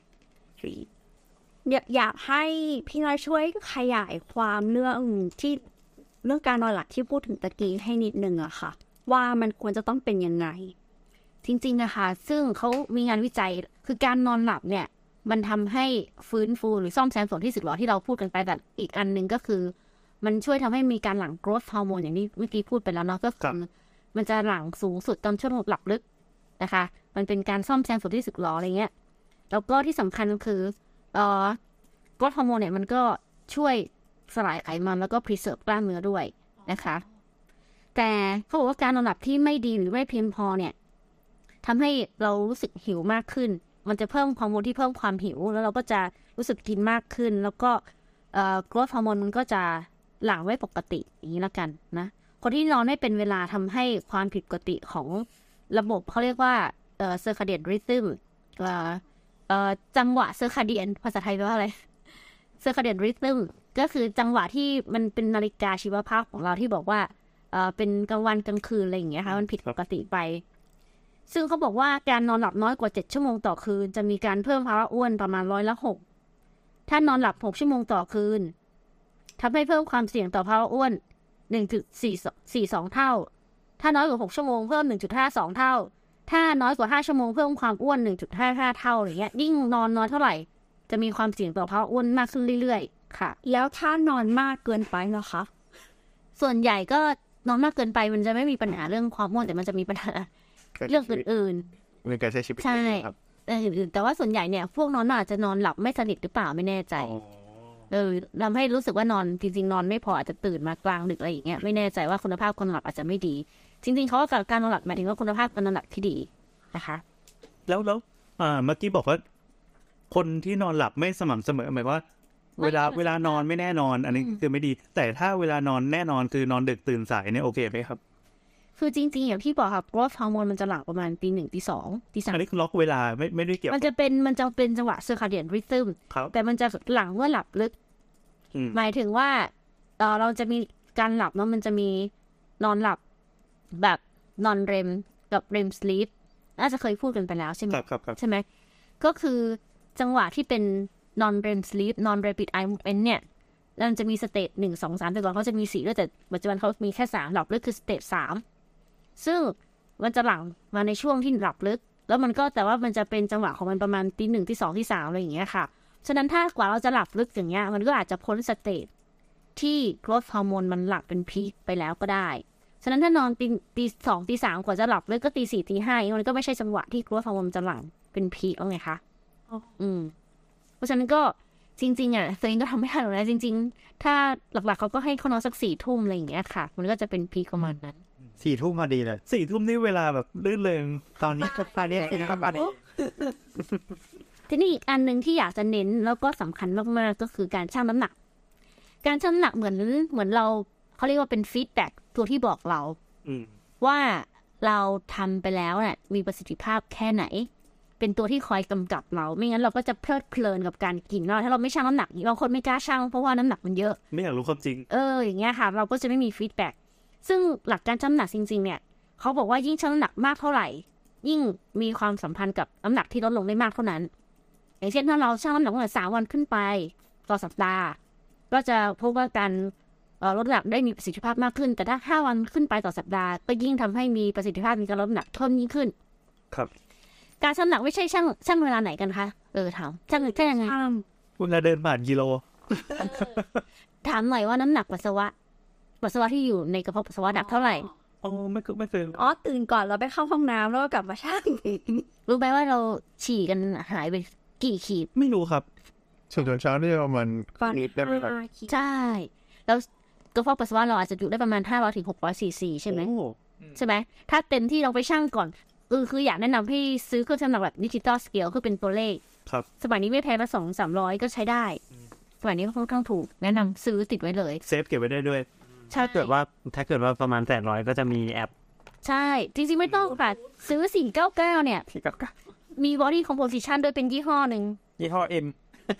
อยากให้พี่น้อยช่วยขยายความเรื่องการนอนหลับที่พูดถึงตะกี้ให้นิดนึงอะค่ะว่ามันควรจะต้องเป็นยังไงจริงๆนะคะซึ่งเขามีงานวิจัยคือการนอนหลับเนี่ยมันทำให้ฟื้นฟูหรือซ่อมแซมส่วนที่สึกหรอที่เราพูดกันไปแต่อีกอันนึงก็คือมันช่วยทำให้มีการหลั่งโกรทฮอร์โมนอย่างที่เมื่อกี้พูดไปแล้วเนาะก็คือมันจะหลั่งสูงสุดตอนช่วงหลับลึกนะคะมันเป็นการซ่อมแซมส่วนที่สึกหรออะไรเงี้ยแล้วก็ที่สำคัญคือโกรทฮอร์โมนเนี่ยมันก็ช่วยสลายไขมันแล้วก็ preserve กล้ามเนื้อด้วยนะคะแต่เขาบอกว่าการนอนหลับที่ไม่ดีหรือไม่เพียงพอเนี่ยทำให้เรารู้สึกหิวมากขึ้นมันจะเพิ่มฮอร์โมนที่เพิ่มความหิวแล้วเราก็จะรู้สึกกินมากขึ้นแล้วก็growth ฮอร์โมนมันก็จะหลั่งไว้ปกติอย่างนี้แล้วกันนะคนที่นอนไม่เป็นเวลาทำให้ความผิดปกติของระบบเขาเรียกว่าcircadian rhythm จังหวะ circadian ภาษาไทยแปลว่าอะไร circadian rhythm ก็คือจังหวะที่มันเป็นนาฬิกาชีวภาพของเราที่บอกว่าเป็นกลางวันกลางคืนอะไรอย่างเงี้ยค่ะมันผิดปกติไปซึ่งเขาบอกว่าการนอนหลับน้อยกว่า7ชั่วโมงต่อคืนจะมีการเพิ่มภาวะอ้วนประมาณ6%ถ้านอนหลับ6ชั่วโมงต่อคืนทำให้เพิ่มความเสี่ยงต่อภาวะอ้วน 1.42 เท่าถ้าน้อยกว่า6ชั่วโมงเพิ่ม 1.52 เท่าถ้าน้อยกว่า5ชั่วโมงเพิ่มความอ้วน 1.55 เท่าอย่างเงี้ยยิ่งนอนน้อยเท่าไหร่จะมีความเสี่ยงต่อภาวะอ้วนมากขึ้นเรื่อยๆค่ะแล้วถ้านอนมากเกินไปนะคะส่วนใหญ่ก็นอนมากเกินไปมันจะไม่มีปัญหาเรื่องความอ้วนแต่มันจะมีปัญหาเรื่องอื่นๆเรื่องการใช้ชีวิตใช่อื่นๆแต่ว่าส่วนใหญ่เนี่ยพวกนอนอาจจะนอนหลับไม่สนิทหรือเปล่าไม่แน่ใจทำให้รู้สึกว่านอนจริงๆนอนไม่พออาจจะตื่นมากลางดึกอะไรอย่างเงี้ยไม่แน่ใจว่าคุณภาพการนอนหลับอาจจะไม่ดีจริงๆเขาว่าการนอนหลับหมายถึงว่าคุณภาพการนอนหลับที่ดีนะคะแล้วเมื่อกี้บอกว่าคนที่นอนหลับไม่สม่ำเสมอหมายว่าเวลานอนไม่แน่นอนอันนี้คือไม่ดีแต่ถ้าเวลานอนแน่นอนคือนอนดึกตื่นสายเนี่ยโอเคไหมครับคือจริงๆอย่างที่บอกครับgrowth ฮอร์โมนมันจะหลั่งประมาณตี 1 ตี 2 ตี 3 อันนี้คือล็อกเวลาไม่ได้เกี่ยวมันจะเป็นจังหวะ circadian rhythm แต่มันจะหลั่งเมื่อหลับลึกหมายถึงว่าเราจะมีการหลับเนาะมันจะมีนอนหลับแบบนอนเรมกับ REM sleep น่าจะเคยพูดกันไปแล้วใช่ไหมใช่ไหมก็คือจังหวะที่เป็น non REM sleep non rapid eye movement เนี่ยมันจะมีสเตจ1 2 3แต่ก่อนเขาจะมี4ด้วยแต่ปัจจุบันเขามีแค่3หลับลึกคือสเตจ3ซึ่งมันจะหลั่งมาในช่วงที่หลับลึกแล้วมันก็แต่ว่ามันจะเป็นจังหวะของมันประมาณตี 1 ตี 2 ตี 3อะไรอย่างเงี้ยค่ะฉะนั้นถ้ากว่าเราจะหลับลึกอย่างเงี้ยมันก็อาจจะพ้นสเตจที่ growth ฮอร์โมนมันหลั่งเป็นพีคไปแล้วก็ได้ฉะนั้นถ้านอนตี 2 ตี 3กว่าจะหลับลึกก็ตี 4 ตี 5มันก็ไม่ใช่จังหวะที่ growth ฮอร์โมนจะหลั่งเป็นพีคแล้วไงคะเพราะฉะนั้นก็จริงๆตัวเองก็ทำไม่ทันหรอกนะจริงๆถ้าหลักๆเขาก็ให้เขานอนสัก4 ทุ่มอะไรอย่างเงี้ยค่ะมันก็จะเป็นพีคประมาณนั้น 4 ทุ่มพอดีเลย 4 ทุ่มนี่เวลาแบบลื่นเลยตอนนี้ก็ตอนนี้นะครับอันนี้ทีนี้อีกอันนึงที่อยากจะเน้นแล้วก็สำคัญมากๆก็คือการชั่งน้ำหนักการชั่งน้ำหนักเหมือนเราเขาเรียกว่าเป็นฟีดแบ็กตัวที่บอกเราว่าเราทำไปแล้วเนี่ยมีประสิทธิภาพแค่ไหนเป็นตัวที่คอยกำกับเราไม่งั้นเราก็จะเพลิดเพลินกับการกินเนาะถ้าเราไม่ชั่งน้ำหนักบางคนไม่กล้าชั่งเพราะว่าน้ำหนักมันเยอะไม่อยากรู้ความจริงอย่างเงี้ยค่ะเราก็จะไม่มีฟีดแบ็กซึ่งหลักการชั่งน้ำหนักจริงๆเนี่ยเขาบอกว่ายิ่งชั่งน้ำหนักมากเท่าไหร่ยิ่งมีความสัมพันธ์กับน้ำหนักที่ลดลงได้มากเท่านั้นอย่างเช่นถ้าเราชั่งน้ำหนักตั้งแต่3 วันขึ้นไปต่อสัปดาห์ก็จะพบว่าการลดน้ำหนักได้มีประสิทธิภาพมากขึ้นแต่ถ้า5 วันขึ้นไปต่อสัปดาห์ก็ยิ่งทำให้มีประสิทธิภาพในการลดน้ำหนักเพิ่มยิ่งขึ้นครับการชั่งน้ำหนักไม่ใช่ชั่งเวลาไหนกันคะถามชั่งยังไงเวลาเดินผ่านกิโลถามหน่อยว่าน้ำหนักปัสสาวะที่อยู่ในกระเพาะปัสสาวะหนักเท่าไหร่ไม่เคยตื่นก่อนเราไปเข้าห้องน้ำแล้วก็กลับมาชั่งรู้ไหมว่าเราฉี่กันหายไปกี่ขีดไม่รู้ครับส่วนเช้านี่ประมาณนิดได้ไหมครับใช่แล้วกระเพาะปัสสาวะเราอาจจะอยู่ได้ประมาณ500 ถึง 600 cc ใช่ไหมใช่ไหมถ้าเต็มที่เราไปชั่งก่อนคืออยากแนะนำให้ซื้อเครื่องชั่งน้ำหนักแบบดิจิตอลสเกลคือเป็นตัวเลขครับสมัยนี้ไม่แพงละ200-300ก็ใช้ได้สมัยนี้ก็ค่อนข้างถูกแนะนำซื้อติดไว้เลยเซฟเก็บไว้ได้ด้วยถ้าเกิดว่าประมาณ800ก็จะมีแอปใช่จริงๆไม่ต้องค่ะซื้อ499เนี่ยมี body composition ด้วยเป็นยี่ห้อนึงยี่ห้อ M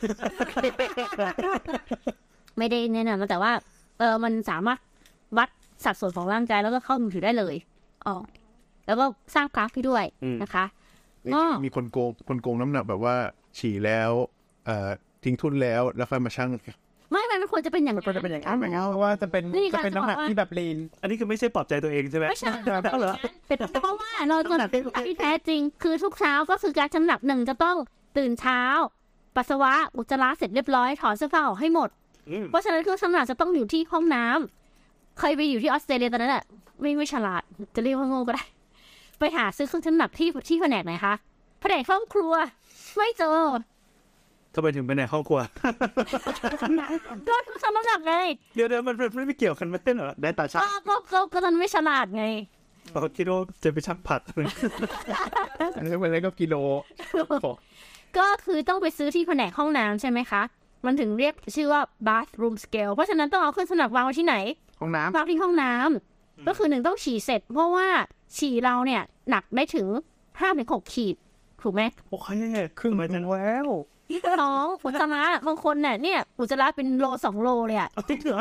ไม่ได้แนะนำแต่ว่ามันสามารถวัดสัดส่วนของร่างกายแล้วก็เข้ามือถือได้เลยแล้วก็สร้างกราฟให้ด้วยนะคะมีคนโกงน้ำหนักแบบว่าฉี่แล้วทิ้งทุนแล้วค่อยมาชั่งไม่มันควรจะเป็นอย่างนั้นเพราะว่าจะเป็นน้ำหนักที่แบบลีนอันนี้คือไม่ใช่ปลอบใจตัวเองใช่ไหมไม่ใช่เหรอเพราะว่าเราตัวที่แท้จริงคือทุกเช้าก็คือการชั่งน้ำหนัก1จะต้องตื่นเช้าปัสสาวะอุจจาระเสร็จเรียบร้อยถอดเสื้อผ้าออกให้หมดเพราะฉะนั้นเครื่องชั่งน้ำหนักจะต้องอยู่ที่ห้องน้ำเคยไปอยู่ที่ออสเตรเลียตอนนั้นแหละไม่ฉลาดจะเรียกว่าโง่ก็ได้ไปหาซื้อเครื่องชั่งน้ำหนักที่แผนกไหนคะแผนกห้องครัวไม่เจอทำไมถึงไปในห้องครัวก็ทำน้ำหนักไงเดี๋ยวมันไม่เกี่ยวกันไม่เต้นเหรอได้ตาช่างก็ตอนไม่ฉลาดไงเราคิดว่าจะไปชักผัดอันนี้เป็นอะไรก็กิโลก็คือต้องไปซื้อที่แผนกห้องน้ำใช่ไหมคะ มันถึงเรียกชื่อว่า bathroom scale เพราะฉะนั้นต้องเอาเครื่องชั่งน้ำหนักวางไว้ที่ไหนห้องน้ำวางที่ห้องน้ำก็คือหนึ่งต้องฉี่เสร็จ เพราะว่าฉี่เราเนี่ยหนักได้ถึง5-6 ขีดถูกไหมโอเคครึ่งมาแล้วน้องอุจจาระบางคนเนี่ยอุจจาระเป็นโล2 โลเลยอ่ะติ๊กเหลือ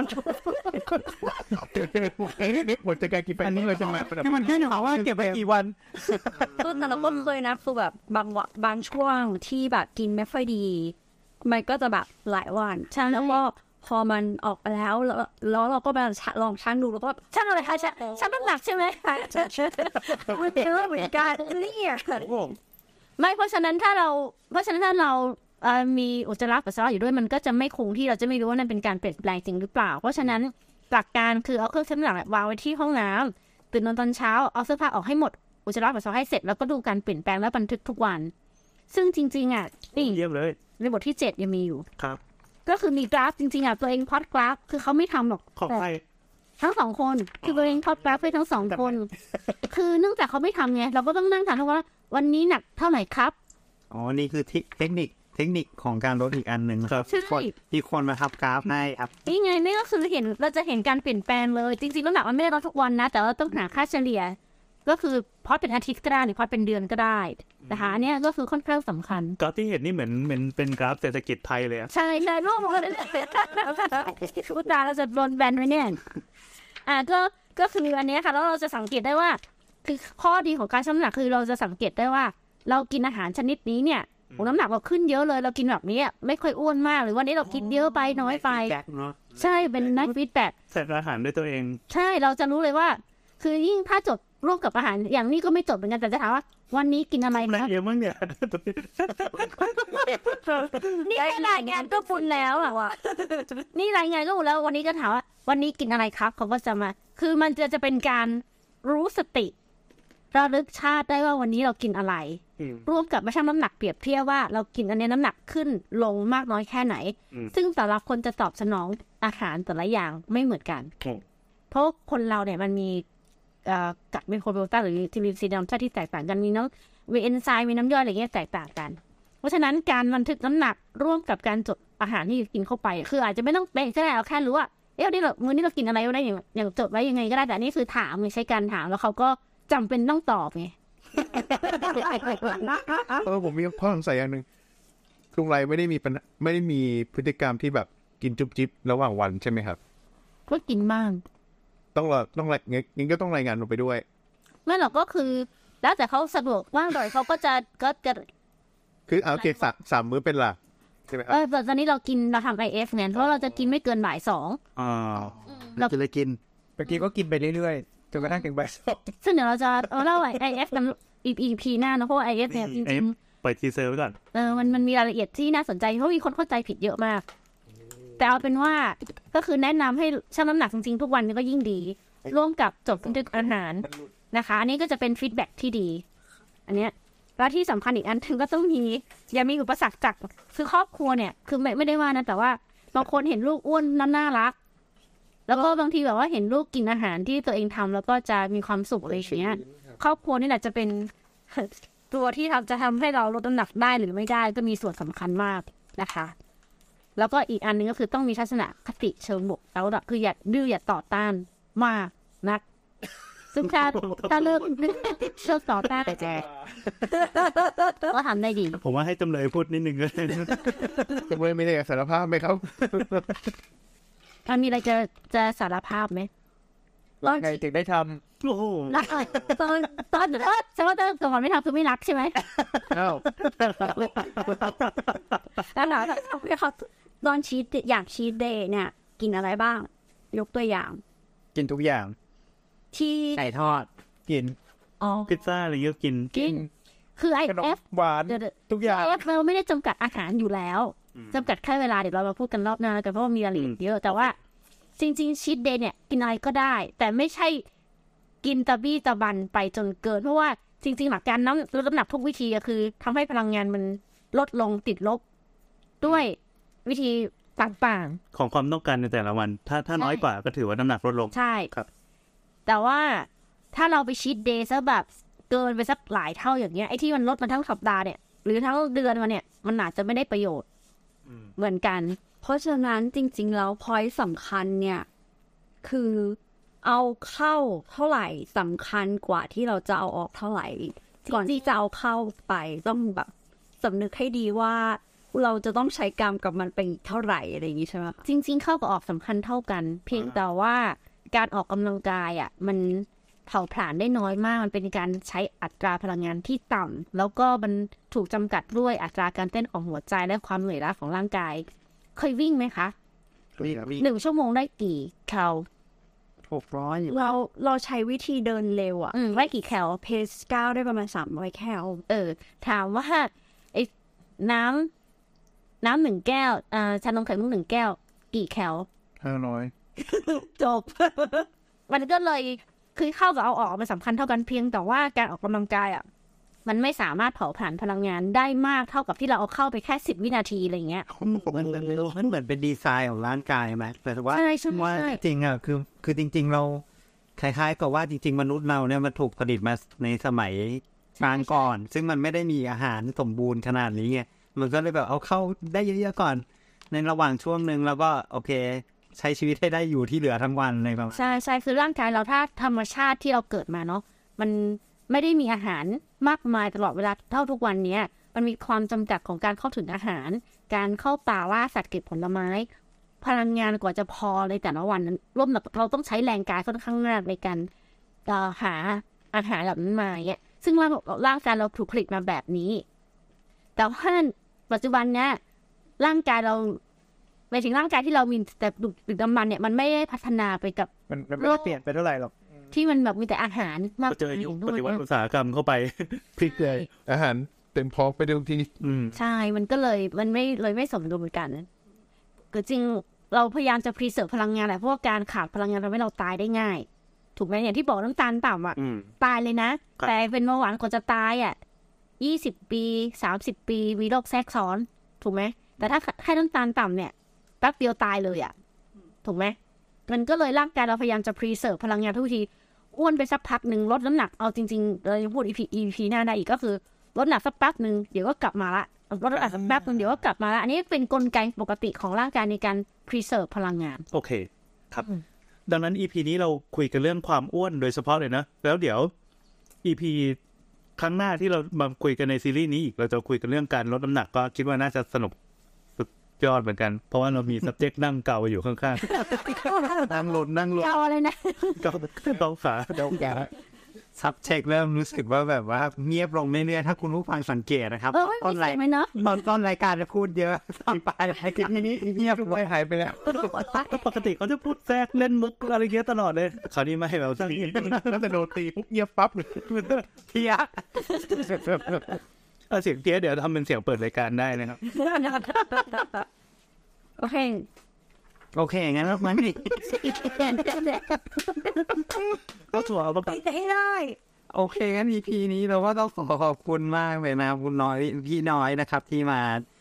หมดจากการกินไปนี่เลยจะมาแบบที่มันแค่ถามว่าเก็บไปกี่วันคือแต่ละคนเคยนะคือแบบบางช่วงที่แบบกินไม่ค่อยดี มันก็จะแบบหลายวันใช่แล้วก็พอมันออกไปแล้วเราก็มาลองชั่งดูแล้วก็ช่างอะไรคะช่างน้ำหนักใช่ไหมมันเป็นเหมือนกันเนี่ยไม่เพราะฉะนั้นถ้าเรามีอุจจาระปัสสาวะอยู่ด้วยมันก็จะไม่คงที่เราจะไม่รู้ว่านั่นเป็นการเปลี่ยนแปลงจริงหรือเปล่าเพราะฉะนั้นหลักการคือเอาเครื่องชั่งน้ำหนักวางไว้ที่ห้องน้ำตื่นนอนตอนเช้าเอาเสื้อผ้าออกให้หมดอุจจาระปัสสาวะให้เสร็จแล้วก็ดูการเปลี่ยนแปลงและบันทึกทุกวันซึ่งจริงๆนี่เยี่ยมเลยในบทที่7ยังมีอยู่ครับก็คือมีกราฟจริงๆตัวเองพอดกราฟคือเขาไม่ทำหรอกขอบแต่ไปทั้ง2 คนคือตัวเองพอดกราฟให้ทั้ง2 คนคือเนื่องจากเขาไม่ทำไงเราก็ต้องนั่งถามเขาว่าวันนี้หนักเท่าไหร่ครับอ๋อนี่คือเทคนิคของการลดอีกอันหนึ่งครับใช่ที่คนมาทับกราฟให้ครับนี่ไงนี่ก็คือเราจะเห็นการเปลี่ยนแปลงเลยจริงๆน้ำหนักมันไม่ได้ลดทุกวันนะแต่เราต้องหาค่าเฉลี่ยก็คือพอดเป็นอาทิตย์ก็ได้หรือพอดเป็นเดือนก็ได้นะคะเนี่ยก็คือค่อนข้างสำคัญกราฟที่เห็นนี่เหมือนเป็นกราฟเศรษฐกิจไทยเลยอะใช่โลกมันก็เลยพูดตาเราจะโดนแบนไว้เนี่ยก็คืออันนี้ค่ะแล้วเราจะสังเกตได้ว่าคือข้อดีของการชั่งน้ำหนักคือเราจะสังเกตได้ว่าเรากินอาหารชนิดนี้เนี่ยน้ำหนักเราขึ้นเยอะเลยเรากินแบบนี้ไม่ค่อยอ้วนมากหรือวันนี้เรากินเยอะไปน้อยไปใช่เป็นนักฟีดแบ็กใส่อาหารด้วยตัวเองใช่เราจะรู้เลยว่าคือยิ่งถ้าจดร่วมกับอาหารอย่างนี้ก็ไม่จดเหมือนกันแต่จะถามว่าวันนี้กินอะไรแรนะงเยอะมั้งเนี่ยนี่รายงานก็ฟุ้นแล้วอ่ะนี่รายงานก็ฟุ้นแล้ววันนี้ก็ถามว่าวันนี้กินอะไรครับเขาก็จะมาคือมันจะเป็นการรู้สติระลึกชาติได้ว่าวันนี้เรากินอะไรร่วมกับมาชั่งน้ำหนักเปรียบเทียบว่าเรากินอันนี้น้ำหนักขึ้นลงมากน้อยแค่ไหนซึ่งแต่ละคนจะตอบสนองอาหารแต่ละอย่างไม่เหมือนกันเพราะคนเราเนี่ยมันมีกัดไมโครไบโอต้าหรือทิลินซีดอมชาติที่แตกต่างกันมีเอนไซม์มีน้ำย่อยอะไรเงี้ยแตกต่างกันเพราะฉะนั้นการบันทึกน้ำหนักร่วมกับการจดอาหารที่กินเข้าไปคืออาจจะไม่ต้องเป๊ะก็ได้เอาแค่รู้ว่านี่เรามื้อนี้เรากินอะไรได้อย่างจดไว้ยังไงก็ได้แต่นี่คือถามใช้การถามแล้วเขาก็จำเป็นต้องตอบไงผมมีข้อสงสัยอย่างหนึ่งลุงไรไม่ได้มีพฤติกรรมที่แบบกินจุ๊บจิ๊บระหว่างวันใช่ไหมครับก็กินบ้างต้องงั้นก็ต้องรายงานลงไปด้วยไม่หรอกก็คือแล้วแต่เขาสะดวกว่างหน่อยเขาก็จะคือโอเค3 มื้อเป็นหลักใช่ไหมครับแต่ตอนนี้เราทำ IF เนี่ยเพราะเราจะกินไม่เกินบ่าย 2 เราจะเลยกินบางทีก็กินไปเรื่อยๆจนกระทั่งถึงบ่าย 2 ซึ่งเดี๋ยวเราจะเล่า IF กัน EP หน้านะเพราะว่า IF เนี่ยจริงปล่อยทีเซอร์ไว้ก่อนมันมีรายละเอียดที่น่าสนใจเพราะมีคนเข้าใจผิดเยอะมากแต่เอาเป็นว่าก็คือแนะนำให้ชั่งน้ำหนักจริงๆทุกวันก็ยิ่งดีร่วมกับจดบันทึกอาหารนะคะอันนี้ก็จะเป็นฟีดแบ็กที่ดีอันเนี้ยแล้วที่สำคัญอีกอันนึงก็ต้องมีอย่ามีอุปสรรคจากคือครอบครัวเนี่ยคือไม่ได้ว่านะแต่ว่าบางคนเห็นลูกอ้วนน่ารักแล้วก็บางทีแบบว่าเห็นลูกกินอาหารที่ตัวเองทำแล้วก็จะมีความสุขอะไรอย่างเงี้ยครอบครัวนี่แหละจะเป็นตัวที่จะทำให้เราลดน้ำหนักได้หรือไม่ได้ก็มีส่วนสำคัญมากนะคะแล้วก็อีกอันนึงก็คือต้องมีทัศนคติเชิงบวกแล้วคืออย่าดื้ออย่าต่อต้านมากนักซึ่งถ้าเลิกต่อต้านแต่ก็ทำได้ดีผมว่าให้จำเลยพูดนิดนึงก็ได้จำเลยไม่ได้สารภาพไหมครับมีอะไรจะสารภาพไหมไงถึงได้ทโอ้โหรักตอนฉันว่าก่อนไม่ทำคือไม่รักใช่ไหมอ้าวแล้วเขาตอนชีทอย่างชีทเดย์เนี่ยกินอะไรบ้างยกตัวอย่างำกินทุกอย่างที่ไก่ทอดกินพิซซ่าอะไรเงี้ยกินคือขนม IF หวานทุกอย่าง IF เราไม่ได้จำกัดอาหารอยู่แล้วจำกัดแค่เวลาเดี๋ยวเรามาพูดกันรอบหน้ากันเพราะว่ามีรายละเอียดเยอะแต่ว่าจริงๆชีทเดย์เนี่ยกินอะไรก็ได้แต่ไม่ใช่กินตะบี้ตะบันไปจนเกินเพราะว่าจริงๆหลักการลดน้ำหนักทุกวิธีก็คือทำให้พลังงานมันลดลงติดลบด้วยวิธีต่างของความต้องการในแต่ละวัน ถ้าน้อยกว่าก็ถือว่าน้ำหนักลดลงใช่ครับแต่ว่าถ้าเราไปชีทเดย์ซะแบบเกินไปสักหลายเท่าอย่างเงี้ยไอ้ที่มันลดมาทั้งสัปดาห์เนี่ยหรือทั้งเดือนมาเนี่ยมันอาจจะไม่ได้ประโยชน์เหมือนกันเพราะฉะนั้นจริงๆแล้วพอยต์สำคัญเนี่ยคือเอาเข้าเท่าไหร่สำคัญกว่าที่เราจะเอาออกเท่าไหร่ก่อนที่จะเอาเข้าไปต้องแบบสำนึกให้ดีว่าเราจะต้องใช้กรรมกับมันเป็นเท่าไหร่อะไรอย่างนี้ใช่ไหมจริงๆเข้ากับออกสำคัญเท่ากันเพียงแต่ว่าการออกกำลังกายอ่ะมันเผาผลาญได้น้อยมากมันเป็นการใช้อัตราพลังงานที่ต่ำแล้วก็มันถูกจำกัดด้วยอัตราการเต้นของหัวใจและความเหนื่อยล้าของร่างกายเคยวิ่งไหมคะ1 ชั่วโมงได้กี่แคล 600เราใช้วิธีเดินเร็วอ่ะได้กี่แคลเพส9ได้ประมาณ300แคลถามว่าไอ้น้ำ1 แก้วชานมไข่มุก1 แก้วกี่แคล 500 จบ มันก็เลยคือเข้ากับเอาออกมันสำคัญเท่ากันเพียงแต่ว่าการออกกำลังกายอ่ะมันไม่สามารถเผาผลาญพลังงานได้มากเท่ากับที่เราเอาเข้าไปแค่10 วินาทีอะไรเงี้ยมันเหมือนเป็นดีไซน์ของร่างกายไหมแต่ว่าว่าจริงอ่ะคือจริงๆเราคล้ายๆกับว่าจริงๆมนุษย์เราเนี่ยมันถูกผลิตมาในสมัยกลางก่อนซึ่งมันไม่ได้มีอาหารสมบูรณ์ขนาดนี้ไงมันก็เลยแบบเอาเข้าได้เยอะๆก่อนในระหว่างช่วงนึงแล้วก็โอเคใช้ชีวิตให้ได้อยู่ที่เหลือทั้งวันเลยครับใช่คือร่างกายเราถ้าธรรมชาติที่เราเกิดมาเนาะมันไม่ได้มีอาหารมากมายตลอดเวลาเท่าทุกวันนี้มันมีความจำกัดของการเข้าถึงอาหารการเข้าป่าล่าสัตว์เก็บผลไม้พลังงานกว่าจะพอในแต่ละวันนั้นร่วมเราต้องใช้แรงกายค่อนข้างมากในการหาอาหารแบบนั้นมาเนี่ยซึ่งร่างกายเราถูกผลิตมาแบบนี้แต่ว่าปัจจุบันเนี้ยร่างกายเราหมายถึงร่างกายที่เรามีแต่ดึกดำบรรพ์เนี่ยมันไม่ได้พัฒนาไปกับมันไม่ได้เปลี่ยนไปเท่าไหร่หรอกที่มันแบบมีแต่อาหารมากเจอยุคปฏิวัติอุตสาหกรรมเข้าไปพลิกเลยอาหารเต็มพอกไปเดิมทีใช่มันก็เลยมันไม่สมดุลเหมือนกันก็จริงเราพยายามจะพรีเซิร์ฟพลังงานแหละเพราะว่าการขาดพลังงานทำให้เราตายได้ง่ายถูกไหมอย่างที่บอกน้ำตาลต่ำอ่ะตายเลยนะแต่เป็นเบาหวานกว่าจะตายอ่ะ20 ปี30 ปีมีโรคแทรกซ้อนถูกไหมแต่ถ้าแค่น้ำตาลต่ำเนี่ยแป๊บเดียวตายเลยอ่ะถูกไหมมันก็เลยร่างกายเราพยายามจะพรีเซิร์ฟพลังงานทุกทีอ้วนไปสักพักหนึ่งลดน้ำหนักเอาจริงๆเราจะพูด EP หน้าได้อีกก็คือลดน้ำหนักสักแป๊บหนึ่งเดี๋ยวก็กลับมาละลดน้ำหนักสักแป๊บหนึ่งเดี๋ยวก็กลับมาละอันนี้เป็นกลไกปกติของร่างกายในการพรีเซิร์ฟพลังงานโอเคครับดังนั้น EP นี้เราคุยกันเรื่องความอ้วนโดยเฉพาะเลยนะแล้วเดี๋ยว EP ครั้งหน้าที่เรามาคุยกันในซีรีส์นี้อีกเราจะคุยกันเรื่องการลดน้ำหนักก็คิดว่าน่าจะสนุกยอดเหมือนกันเพราะว่าเรามี subject นั่งเกาอยู่ข้างๆนั่งลนเกาอะไรนะเกาขา subject เริ่มรู้สึกว่าแบบว่าเงียบลงเรื่อยๆถ้าคุณผู้ฟังสังเกตนะครับต้นรายการจะพูดเยอะตอนปลายรายการนี้เงียบไปหายไปแล้วปกติเขาจะพูดแทรกเล่นมุกอะไรเงี้ยตลอดเลยคราวนี้ไม่ให้เราตั้งแล้วแต่โดนตีปุ๊บเงียบปั๊บเลยเทียเสียงเตี้ยเดี๋ยวทำเป็นเสียงเปิดรายการได้นะครับโอเคงั้นมันนี่ก็ถั่วเอาไปได้โอเคงั้น EP นี้เราก็ต้องขอบคุณมากเลยนะคุณน้อยพี่น้อยนะครับที่มา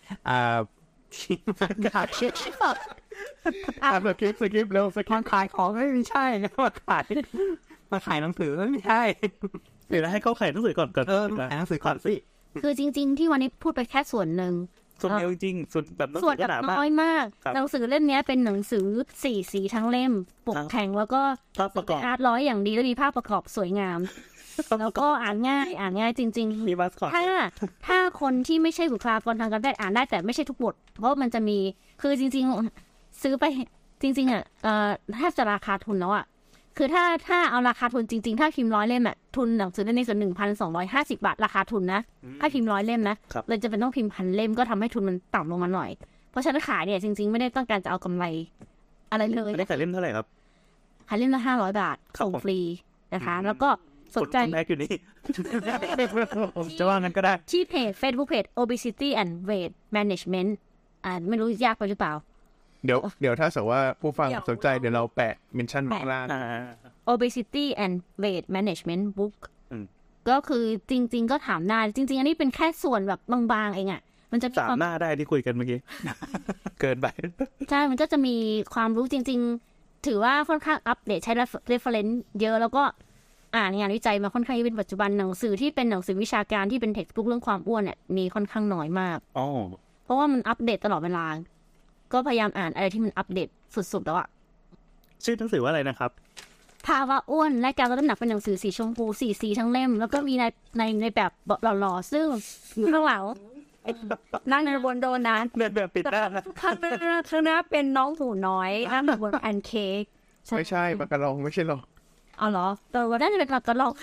ขาดเช็คสคริปต์แล้วขายของไม่ใช่มาขายหนังสือไม่ใช่เดี๋ยวให้เขาขายหนังสือก่อนขายหนังสือก่อนสิคือจริงๆที่วันนี้พูดไปแค่ส่วนหนึ่งส่วนเดียวจริงส่วนแบบส่วนน้อยมากหนังสือเล่มนี้เป็นหนังสือ4 สีทั้งเล่มปกแข็งแล้วก็ภาพประกอบอาร์ตร้อยอย่างดีแล้วมีภาพประกอบสวยงามแล้วก็อ่านง่ายจริงๆมีมาสคอตถ้าคนที่ไม่ใช่บุคลากรทางการแพทย์อ่านได้แต่ไม่ใช่ทุกบทเพราะมันจะมีคือจริงๆซื้อไปจริงๆแทบจะราคาทุนแล้วคือถ้าเอาราคาทุนจริงๆถ้าพิมพ์100 เล่มทุนหนังสือในส่วน 1,250 บาทราคาทุนนะถ้าพิมพ์100 เล่มนะเลยจะเป็นต้องพิมพ์1,000 เล่มก็ทำให้ทุนมันต่ำลงมาหน่อยเพราะฉะนั้นขายเนี่ยจริงๆไม่ได้ต้องการจะเอากำไรอะไรเลยได้ขายเล่มเท่าไหร่ครับขายเล่มละ500 บาทส่งฟรีนะคะแล้วก็สนใจแม็กอยู่นี่จะว่างั้นก็ได้ที่เพจ Facebook Page Obesity and Weight Management ไม่รู้ยากไปหรือเปล่าเดี๋ยวถ้าสมมติว่าผู้ฟังสนใจเดี๋ยวเราแปะเมนชั่นข้างล่าง Obesity and Weight Management Book ก็คือจริงๆก็ถามได้จริงๆอันนี้เป็นแค่ส่วนแบบบางๆเองจมันจะมี 3 หน้าได้ที่คุยกันเมื่อกี้ เกินไปใช่มันก็จะมีความรู้จริงๆถือว่าค่อนข้างอัปเดตใช้ reference เยอะแล้วก็อ่านงานวิจัยมาค่อนข้างเป็นปัจจุบันหนังสือที่เป็นหนังสือวิชาการที่เป็น textbook เรื่องความอ้วนเนี่ยมีค่อนข้างน้อยมากเพราะว่ามันอัปเดตตลอดเวลาก็พยายามอ่านอะไรที่มันอัปเดตสุดๆแล้วอะชื่อหนังสือว่าอะไรนะครับภาวะอ้วนและการลดน้ำหนักเป็นหนังสือสีชมพู4 สีทั้งเล่มแล้วก็มีในแบบหล่อๆซึ่งอยู่ข้างหลังนั่งในบนโดนัทแบบปิดหน้าข้างหน้าเป็นน้องถูน้อยนั่งบนแพนเค้กไม่ใช่ปากกาลองไม่ใช่หรอเอาเหรอแต่ว่าน่าจะเป็นปากกาลอง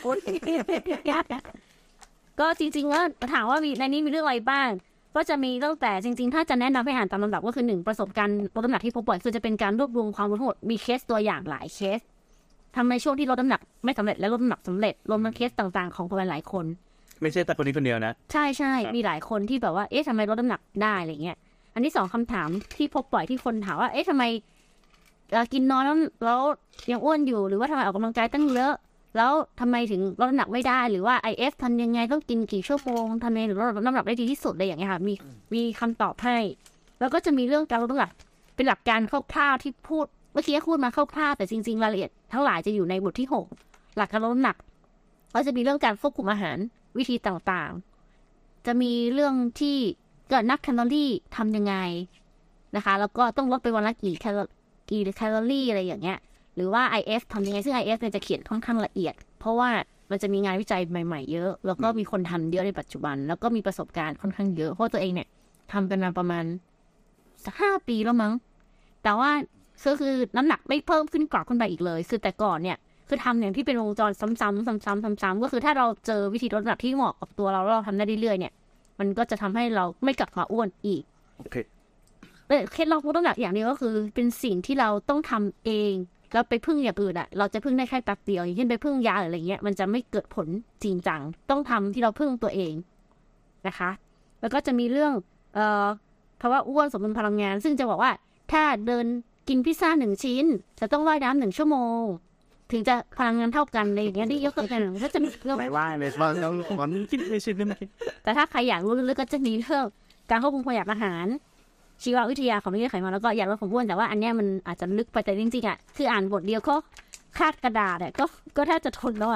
ก็จริงๆว่าถามว่ามีในนี้มีเรื่องอะไรบ้างก็จะมีตั้งแต่จริงๆถ้าจะแนะนำให้อ่านตามลำดับก็คือ1ประสบการณ์ลดน้ำหนักที่พบบ่อยคือจะเป็นการรวบรวมความรู้ทั้งหมดมีเคสตัวอย่างหลายเคสทำในช่วงที่ลดน้ำหนักไม่สำเร็จและลดน้ำหนักสำเร็จรวมทั้งเคสต่างๆของคนหลายคนไม่ใช่แต่คนนี้คนเดียวนะใช่มีหลายคนที่แบบว่าเอ๊ะทำไมลดน้ำหนักได้อะไรเงี้ยอันที่2คำถามที่พบบ่อยที่คนถามว่าเอ๊ะทำไมกินน้อยแล้วยังอ้วนอยู่หรือว่าทำไมออกกำลังกายตั้งเยอะแล้วทำไมถึงลดน้ำหนักไม่ได้หรือว่า IF ทำยังไงต้องกินกี่ชั่วโมงทำยังไงถึงลดน้ำหนักได้ดีที่สุดอะไรอย่างเงี้ยค่ะมีคำตอบให้แล้วก็จะมีเรื่องการลดน้ำหนักเป็นหลักการคร่าวๆที่พูดเมื่อกี้พูดมาคร่าวๆแต่จริงๆรายละเอียดทั้งหลายจะอยู่ในบทที่6หลักการลดน้ำหนักก็จะมีเรื่องการควบคุมอาหารวิธีต่างๆจะมีเรื่องที่เกิดนับแคลอรี่ทำยังไงนะคะแล้วก็ต้องลดไปวันละกี่แคลอรี่อะไรอย่างเงี้ยหรือว่า IF ทำยังไงซึ่ง IF เนี่ยจะเขียนค่อนข้างละเอียดเพราะว่ามันจะมีงานวิจัยใหม่ๆเยอะแล้วก็มีคนทำเยอะในปัจจุบันแล้วก็มีประสบการณ์ค่อนข้างเยอะเพราะตัวเองเนี่ยทำกันมาประมาณ5 ปีแล้วมั้งแต่ว่าคือน้ำหนักไม่เพิ่มขึ้นกรอบขึ้นไปอีกเลยคือแต่ก่อนเนี่ยคือทำอย่างที่เป็นวงจรซ้ำๆก็คือถ้าเราเจอวิธีลดน้ำหนักที่เหมาะกับตัวเราทำได้เรื่อยๆเนี่ยมันก็จะทำให้เราไม่กลับมาอ้วนอีกโอเคเคล็ดลับลดน้ำหนักอย่างเดียวก็คือเป็นสิ่งที่เราต้องทำเองแล้วไปพึ่งอย่างอื่นเราจะพึ่งได้แค่แป๊บเดียวอย่างเช่นไปพึ่งยาหรืออะไรเงี้ยมันจะไม่เกิดผลจริงจังต้องทำที่เราพึ่งตัวเองนะคะแล้วก็จะมีเรื่องภาวะอ้วนสมดุลพลังงานซึ่งจะบอกว่าถ้าเดินกินพิซซ่า1 ชิ้นจะต้องว่ายน้ำ1 ชั่วโมงถึงจะพลังงานเท่ากันอะไรอย่างเงี้ยที่ยกตัวอย่างก็จะมีเรื่องไม่ว่ายเลยมันกินไปชิ้นนึงแต่ถ้าใครอยากรู้ลึกๆก็จะมีเรื่องการควบคุมความอยากอาหารชีววิทยาของไม่ใช่ไขมันแล้วก็อยากลดความอ้วนแต่ว่าอันเนี้ยมันอาจจะลึกไปแต่จริงๆคืออ่านบทเดียวก็คาดกระดาษก็แทบจะทนแล้ว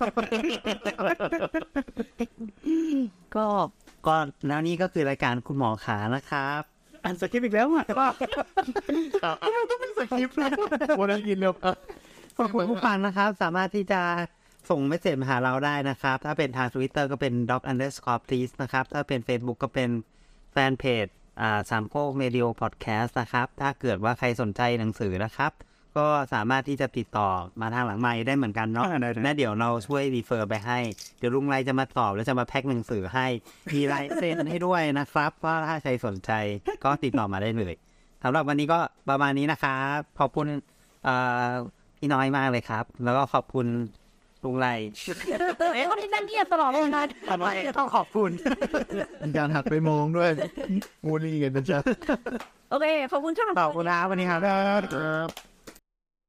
ก็แล้วนี่ก็คือรายการคุณหมอขานะครับอ่านสคริปต์อีกแล้วอ่ะว่าต้องเป็นสคริปต์แล้ววันนั้นกินเร็วขอบคุณผู้ฟังนะครับสามารถที่จะส่งเมสเสจมาหาเราได้นะครับถ้าเป็นทาง Twitter ก็เป็น doc_please นะครับถ้าเป็น Facebook ก็เป็นแฟนเพจสามโคกเรดิโอพอดแคสต์นะครับถ้าเกิดว่าใครสนใจหนังสือนะครับก็สามารถที่จะติดต่อมาทางหลังไมค์ได้เหมือนกันเนาะและเดี๋ยวเราช่วยรีเฟอร์ไปให้เดี๋ยวลุงไรจะมาตอบแล้วจะมาแพ็คหนังสือให้มีลายเซ็นให้ด้วยนะครับว่าถ้าใครสนใจก็ติดต่อมาได้เลยสำหรับวันนี้ก็ประมาณนี้นะครับขอบคุณพี่น้อยมากเลยครับแล้วก็ขอบคุณลุงไรคนที่นั่งเงียบตลอดเลยนะทำไมต้องขอบคุณการหักไปมองด้วยงูนี่กันนะจ๊ะโอเคขอบคุณครับขอบคุณนะวันนี้ครับ